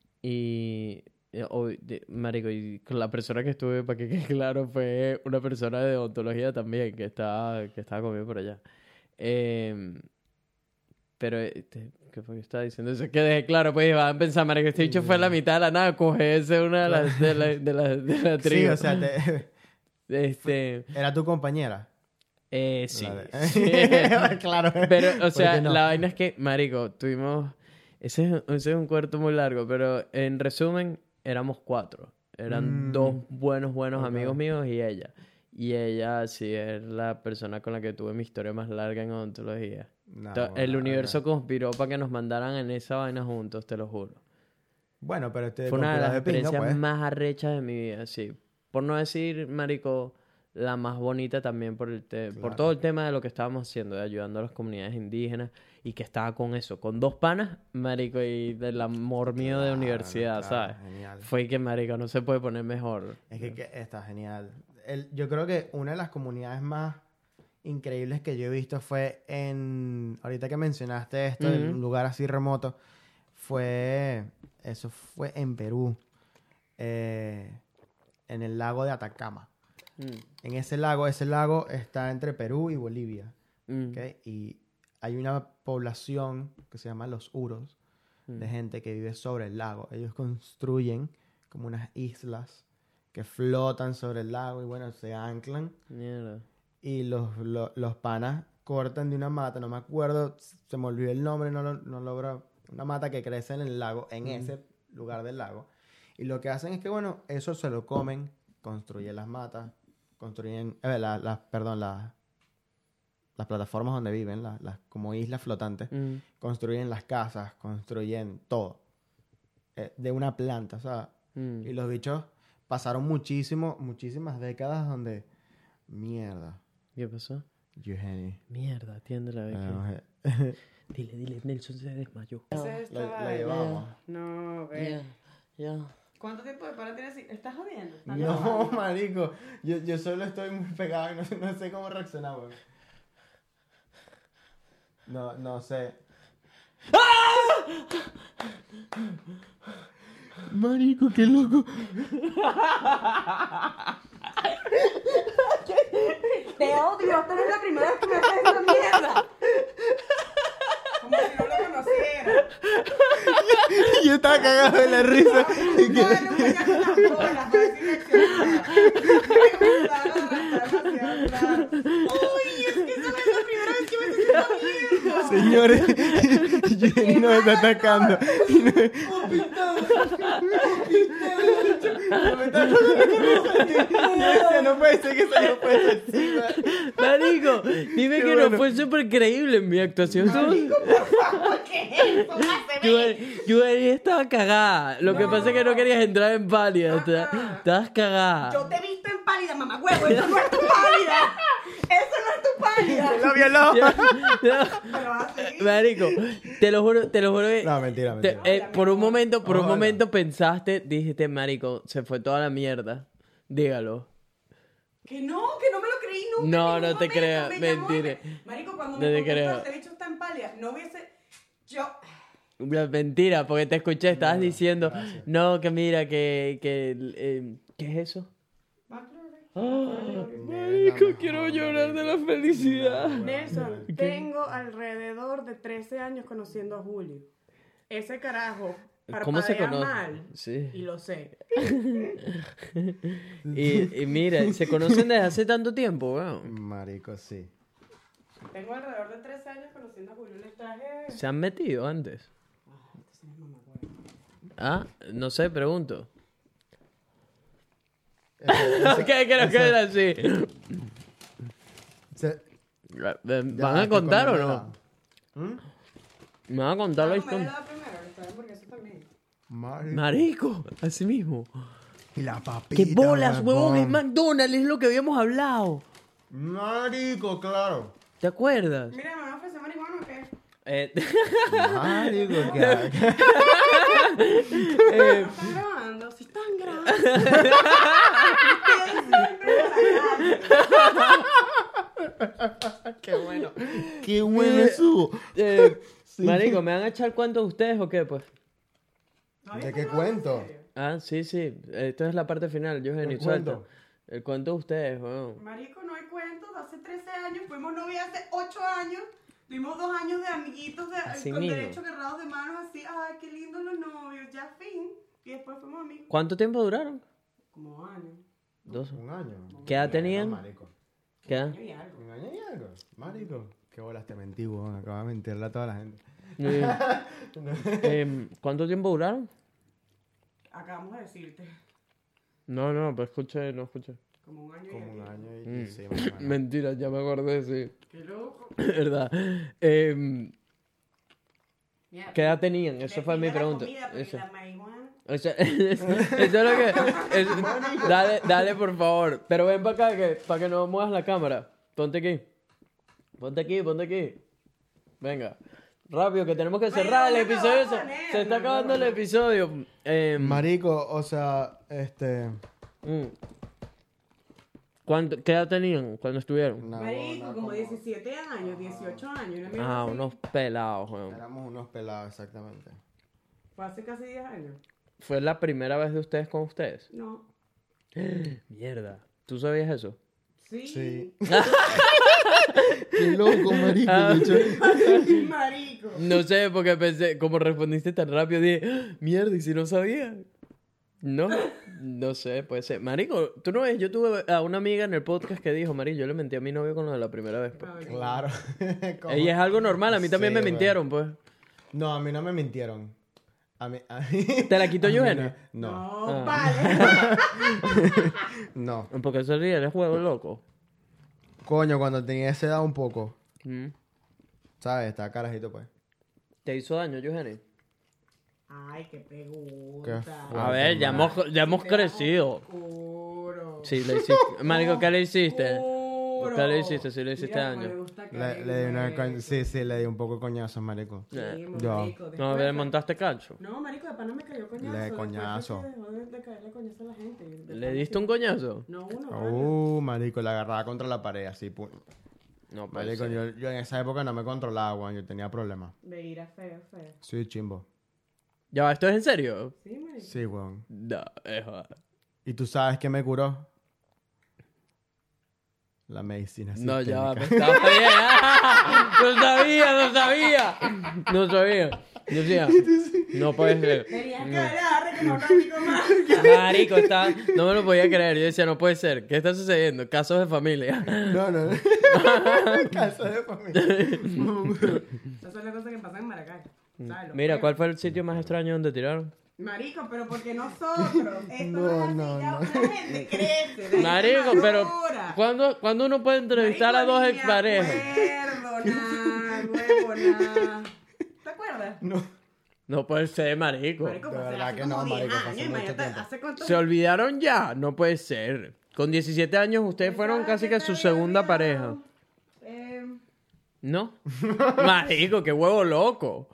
Y, eh, hoy- de- marico, y con la persona que estuve, para que quede claro, fue una persona de odontología también, que estaba, que estaba conmigo por allá. Em, pero, este, ¿qué fue que estaba diciendo? Eso es que dejé claro, pues van a pensar, marico, este bicho fue a la mitad de la nada, coge ese una de las de la, de la, de la Sí, tribu. o sea, te- Este, era tu compañera. eh, sí. La de- Sí. Claro. Pero, o ¿Por sea, qué no? la vaina es que, marico, tuvimos... Ese, es- ese es un cuarto muy largo, pero en resumen, éramos cuatro. Eran Mm. dos buenos, buenos Ok. amigos míos y ella. Y ella sí es la persona con la que tuve mi historia más larga en odontología. No, To- el bueno, universo ok. conspiró para que nos mandaran en esa vaina juntos, te lo juro. Bueno, pero este Fue una de las conspiró de pinga, experiencias pues. más arrechas de mi vida, sí. Por no decir, marico, la más bonita también por, el te- por Claro. todo el tema de lo que estábamos haciendo, de ayudando a las comunidades indígenas y que estaba con eso, con dos panas, marico, y del amor mío de Claro, universidad, claro, ¿sabes? genial. Fue que, marico, no se puede poner mejor. Es que, que está genial. El- yo creo que una de las comunidades más increíbles que yo he visto fue en... Ahorita que mencionaste esto, en Ujú. un lugar así remoto, fue... Eso fue en Perú, eh, en el lago de Atacama. Mm, En ese lago, ese lago está entre Perú y Bolivia, mm, ¿ok? Y hay una población que se llama los Uros, mm. de gente que vive sobre el lago. Ellos construyen como unas islas que flotan sobre el lago y bueno, se anclan. Mierda. Y los, lo- los panas cortan de una mata, no me acuerdo, se me olvidó el nombre, no, lo- no logro. Una mata que crece en el lago, en ese lugar del lago. Y lo que hacen es que, bueno, eso se lo comen, construyen las matas, construyen, eh, la- las, perdón, las, las plataformas donde viven, las, las- como islas flotantes, Mm, construyen las casas, construyen todo. eh, de una planta, o sea, mm. y los bichos pasaron muchísimo, muchísimas décadas donde, mierda, ¿Qué pasó? Eugenie. Mierda, atiéndela. ve que- eh, Dile, dile, Nelson se desmayó. Ese es la, esta la vaina. llevamos. No, ve. Ya, ya. ¿Cuánto tiempo de para tienes así? ¿Estás jodiendo? ¿Estás No, grabando? marico, yo, yo solo estoy muy pegado y no, sé- no sé cómo reaccionar, weón. No, no sé. Marico, qué loco. Te odio, esta no es la primera vez que me haces esta mierda. Como si no lo conociera. Yo estaba cagado de la risa. Y que- No, no me llames las bolas para decir reaccionada. Me está demasiado claro. Uy, es que esa no es la primera vez que me haces esta mierda. Señores, Eugenie nos está atacando. Y no- No me está tocando la cabeza. Yo decía, no puede ser que se lo pueda encima. Marico, dime Qué que bueno. no fue súper creíble en mi actuación. ¿Qué es eso? Háceme. Yuri estaba cagada. Lo que No. pasa es que no querías entrar en pálida. Ajá. Está- Estabas cagada. Yo te he visto en pálida, mamá huevo. Eso no es tu pálida. Eso no es tu pálida. Lo violó. Ya, ya. Pero así. Marico, te lo juro, te lo juro que... No, mentira, te- mentira. eh, por un momento, por un Ojalá. momento pensaste, dijiste, marico, se fue toda la mierda. Dígalo. Que no, que no me lo creí nunca. No, en no ningún te momento. creo, Me llamó y mentira. me- Marico, cuando No me te contestó, creo. este bicho está en pálida. No hubiese... Yo... Mentira, porque te escuché, estabas No, diciendo, gracias. no, que mira, que, que, eh, ¿qué es eso? Marico, quiero llorar de la felicidad. Nelson, tengo alrededor de trece años conociendo a Julio. Ese carajo ¿Cómo se parpadea conoce? mal. Sí. Y lo sé. Y, y mira, se conocen desde hace tanto tiempo, weón. Marico, sí. Tengo alrededor de trece años conociendo a Julio. Les traje... ¿Se han metido antes? Ah, este sí es mamahuevo. Ah, no sé, pregunto. Ese- ese- ¿Qué creo que ese- era así? ese- ¿Van ya, a estoy contar o comiendo no? helado. ¿Mm? ¿Me van a contar la Vamos a comer historia? helado primero. Les traje porque eso también. Marico. Marico, así mismo. Y la papita. ¡Qué bolas, huevón! Es huevón. McDonald's, es lo que habíamos hablado. Marico, claro. ¿Te acuerdas? Mira, ¿me van a ofrecer marihuana o qué? Eh, Marico, ¿qué hago? eh, ¿Están grabando? Sí están grabando. Ustedes siempre me la Qué bueno. Qué bueno eso. eh, Marico, ¿me van a echar cuentos ustedes o qué, pues? ganan. ¿De qué cuento? Ah, sí, sí. Esto es la parte final, yo ¿Qué genio, cuento? suelta. El cuento de ustedes, weón. Marico, no hay cuentos. Hace trece años, fuimos novios hace ocho años. Tuvimos dos años de amiguitos de, Así con mismo. derechos agarrados de manos así. Ay, qué lindos los novios. Ya fin. Y después fuimos amigos. ¿Cuánto tiempo duraron? Como dos años. Dos. Un año. ¿Qué edad tenían? No, marico. ¿Qué edad? Y algo. Un año y algo. Marico. Qué bolas te mentí, weón. Acabo de mentirle a toda la gente. Eh, em, ¿Cuánto tiempo duraron? Acabamos de decirte. No, no, pues escuché, no escuché. Como un año Como y un algo. año y, Mm. y sí, más o menos. Mentira, ya me acordé, sí. Qué loco. ¿Verdad? Em, Mira, ¿Qué edad tenían? Eso le fue mi pide la pregunta. comida, porque Eso. la marihuana- Eso, eso es lo que... es- dale, dale, por favor. Pero ven para acá, que, para que no muevas la cámara. Ponte aquí. Ponte aquí, ponte aquí. Venga. Rápido, que tenemos que cerrar el ¿dónde me episodio. vas a Se, poner, se está no? acabando el episodio. Eh, Marico, o sea, este... mm. ¿Cuánto- ¿Qué edad tenían cuando estuvieron? no, Marico, no, como diecisiete años, dieciocho años. una mierda Ah, así. unos pelados, weón. Éramos unos pelados, exactamente. Fue hace casi diez años. ¿Fue la primera vez de ustedes con ustedes? No. Mierda. ¿Tú sabías eso? Sí. Sí. Qué loco, marico. bicho. Marico. No sé, porque pensé, como respondiste tan rápido, dije, "Ah, mierda, ¿y si no sabía? No, no sé, puede ser. Marico, tú no ves, yo tuve a una amiga en el podcast que dijo, Marico, yo le mentí a mi novio con lo de la primera vez. Pues. Claro. ¿Cómo? Ella es algo normal, a mí también Sí, me weón. mintieron, pues. No, a mí no me mintieron. A mí... a- ¿Te la quitó a mí Eugenia? No, No, Ah. vale. no. Porque ese día eres juego loco. Coño, cuando tenía esa edad un poco, Mm. ¿sabes? Estaba carajito, pues. ¿Te hizo daño, Eugenia? Ay, qué pregunta. Qué A fuerte, ver, ya hemos, ya hemos Te da crecido. oscuro. Sí, le hiciste. Marico, ¿qué le hiciste? Oscuro. ¿Qué le hiciste? Sí, le hiciste Mira, daño. como le gusta que Le, le di una... marico. coñ- Sí, sí, le di un poco de coñazo, marico. Sí, Eh, yo. marico, No, después le fue- montaste cacho. No, marico, de pana me cayó coñazo. Le di después coñazo. fue que dejó de, de caerle coñazo a la gente. De ¿Le pana diste un sí. coñazo? No, uno, varios. Uh, marico, la agarraba contra la pared, así, pu- No, puede Marico, ser. yo, yo en esa época no me controlaba, weón. Yo tenía problemas. De ira feo, feo. Soy chimbo. Ya va, ¿esto es en serio? Sí, marico. Sí, weón. No, es joda. ¿Y tú sabes qué me curó? La medicina No, ya va, sistémica. me estaba bien. ¡Ah! No sabía, no sabía. No sabía. Yo decía, no puede ser. Tenías que agarrar que no practico más. Marico, está... no me lo podía creer. Yo decía, no puede ser. ¿Qué está sucediendo? Casos de familia. No, no. Caso de familia. Esas son las cosas que pasan en Maracay. ¿Sabes? Los Mira, feos. ¿cuál fue el sitio más extraño donde tiraron? Marico, pero porque nosotros. Esto No, no, es así, no, ya no. la gente crece. la gente Marico, pero madura. ¿cuándo, ¿cuándo uno puede entrevistar Marico, a dos ni me exparejas? acuerdo, nada, huevo, nada. ¿Te acuerdas? No. No puede ser, marico. Marico, de fue hace verdad que como no, diez marico, fue hace años, mucho imagínate, tiempo. ¿hace cuánto? ¿Se olvidaron ya? No puede ser. Con diecisiete años ustedes fueron casi que su segunda pareja. Eh, ¿No? Marico, qué huevo loco.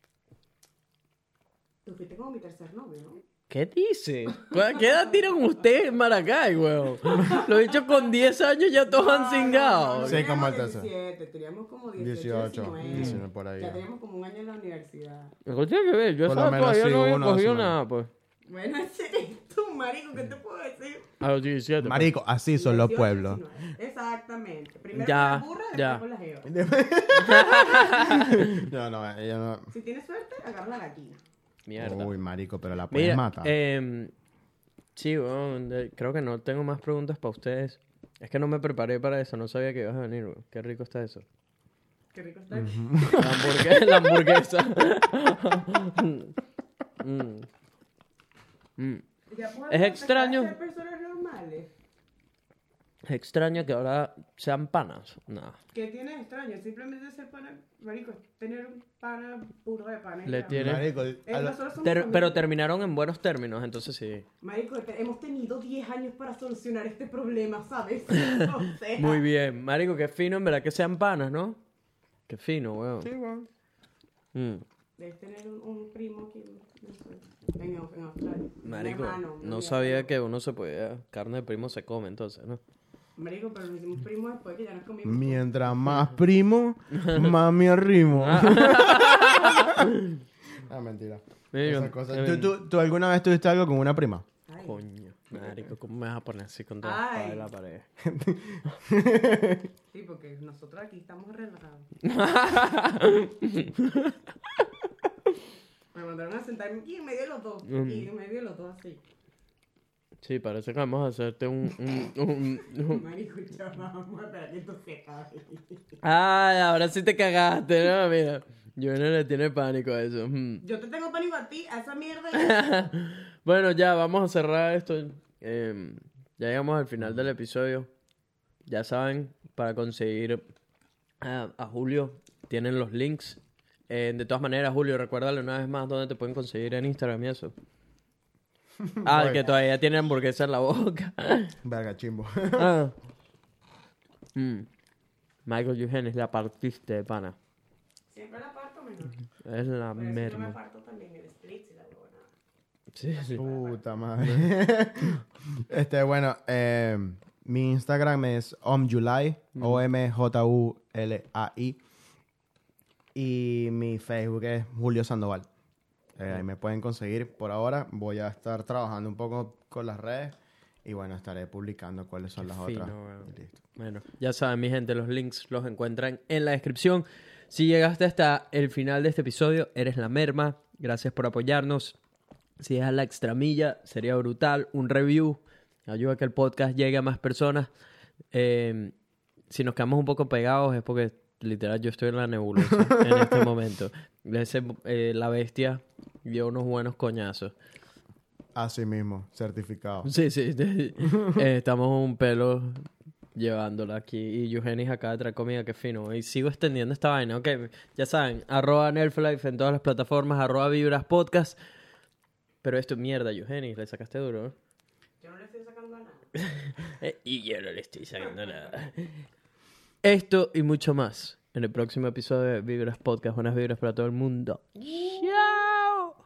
tú fuiste como mi tercer novio, ¿no? ¿Qué dice? ¿Qué edad tiran ustedes en Maracay, huevo? Lo he dicho con diez años ya todos han cingado. Sí, como el teníamos tercer. diecisiete, teníamos como dieciocho, dieciocho, diecinueve. diecinueve por ahí, Ya ya. teníamos como un año en la universidad. ¿Qué tiene que ver? Yo Por lo esa menos todavía sí, no había uno, cogido sí, nada, pues. Bueno, ese eres tú, marico, ¿qué te puedo decir? A los diecisiete. pues. Marico, así son los dieciocho, pueblos. diecinueve. Exactamente. Primero Ya, con la burra, ya. después con la jeva. No, no, ella no. Si tienes suerte, agarra la gallina. Mierda. Uy, marico, pero la puedes Mira, matar. eh, sí, bueno, de- creo que no tengo más preguntas para ustedes. Es que no me preparé para eso, no sabía que ibas a venir, weón. Qué rico está eso. Qué rico está. La, hamburgue- la hamburguesa. Mm. Mm. Ya podemos Es empezar extraño. a ser personas normales. Es extraño que ahora sean panas. No. ¿Qué tiene de extraño? Simplemente ser pana, marico, es tener un pana puro de pana. y Le ya. tiene- Marico, Eh, a la- nosotros somos Ter- familia. pero terminaron en buenos términos, entonces sí. Marico, te- hemos tenido diez años para solucionar este problema, ¿sabes? O sea, Muy bien. Marico, qué fino, en verdad, que sean panas, ¿no? Qué fino, weón. Sí, weón. Mm. Debes tener un, un primo aquí no sé, en, en Australia. Un Marico, hermano, no un sabía hermano. que uno se podía... Carne de primo se come, entonces, ¿no? Marico, pero nos hicimos primos después que ya nos comimos. Mientras más primo, más me arrimo. Ah, mentira. Mira, Esa cosa. eh, ¿Tú, tú, tú alguna vez tuviste algo con una prima? Ay, Coño, marico, ¿cómo me vas a poner así con toda la espada Ay. de la pared? sí, porque nosotros aquí estamos relajados. Me mandaron a sentarme aquí en medio de los dos. Mm. Aquí en medio de los dos así. Sí, parece que vamos a hacerte un... un, un- un- Marico, ya vamos a esperar que esto se acabe. Ay, ahora sí te cagaste, ¿no? Mira, yo no le tiene pánico a eso. Mm. Yo te tengo pánico a ti, a esa mierda. Bueno, ya, vamos a cerrar esto. Eh, ya llegamos al final del episodio. Ya saben, para conseguir a, a Julio, tienen los links. Eh, de todas maneras, Julio, recuérdale una vez más dónde te pueden conseguir en Instagram y eso. Ah, Voy. que todavía tiene hamburguesa en la boca. Verga, chimbo. Ah. Mm. Michael Eugenes, la partiste de pana. Siempre la parto menor. Es la Pero si no me merma. parto también el split y la huevona. Sí, sí. Puta madre. este, bueno, eh, mi Instagram es omjulai, O M J U L A I. Y mi Facebook es Julio Sandoval. Eh, ahí me pueden conseguir por ahora. Voy a estar trabajando un poco con las redes. Y bueno, estaré publicando cuáles son Qué las fino, otras. weón. Y listo. Bueno, ya saben, mi gente, los links los encuentran en la descripción. Si llegaste hasta el final de este episodio, eres la merma. Gracias por apoyarnos. Si dejas la extramilla, sería brutal. Un review ayuda a que el podcast llegue a más personas. Eh, si nos quedamos un poco pegados es porque literal yo estoy en la nebulosa en este momento. Ese, eh, la bestia dio unos buenos coñazos. Así mismo, certificado. Sí, sí. sí. Eh, estamos un pelo llevándola aquí. Y Eugenis acaba de traer comida, que fino. Y sigo extendiendo esta vaina. Ok, ya saben. Arroba Nerflife en todas las plataformas. Arroba Vibras Podcast. Pero esto es mierda, Eugenis. Le sacaste duro, ¿no? Yo no le estoy sacando a nada. Eh, y yo no le estoy sacando nada. Esto y mucho más en el próximo episodio de Vibras Podcast. Buenas vibras para todo el mundo. ¡Chao!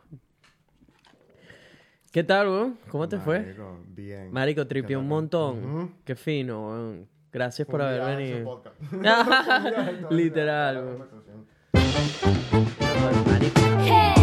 ¿Qué tal, weón? ¿Cómo te fue? Marico, bien. Marico, tripié un montón. Ujú. Qué fino, weón. Gracias por Un haber viaje ese venido. podcast. Literal, weón. Conversación. Marico. Hey.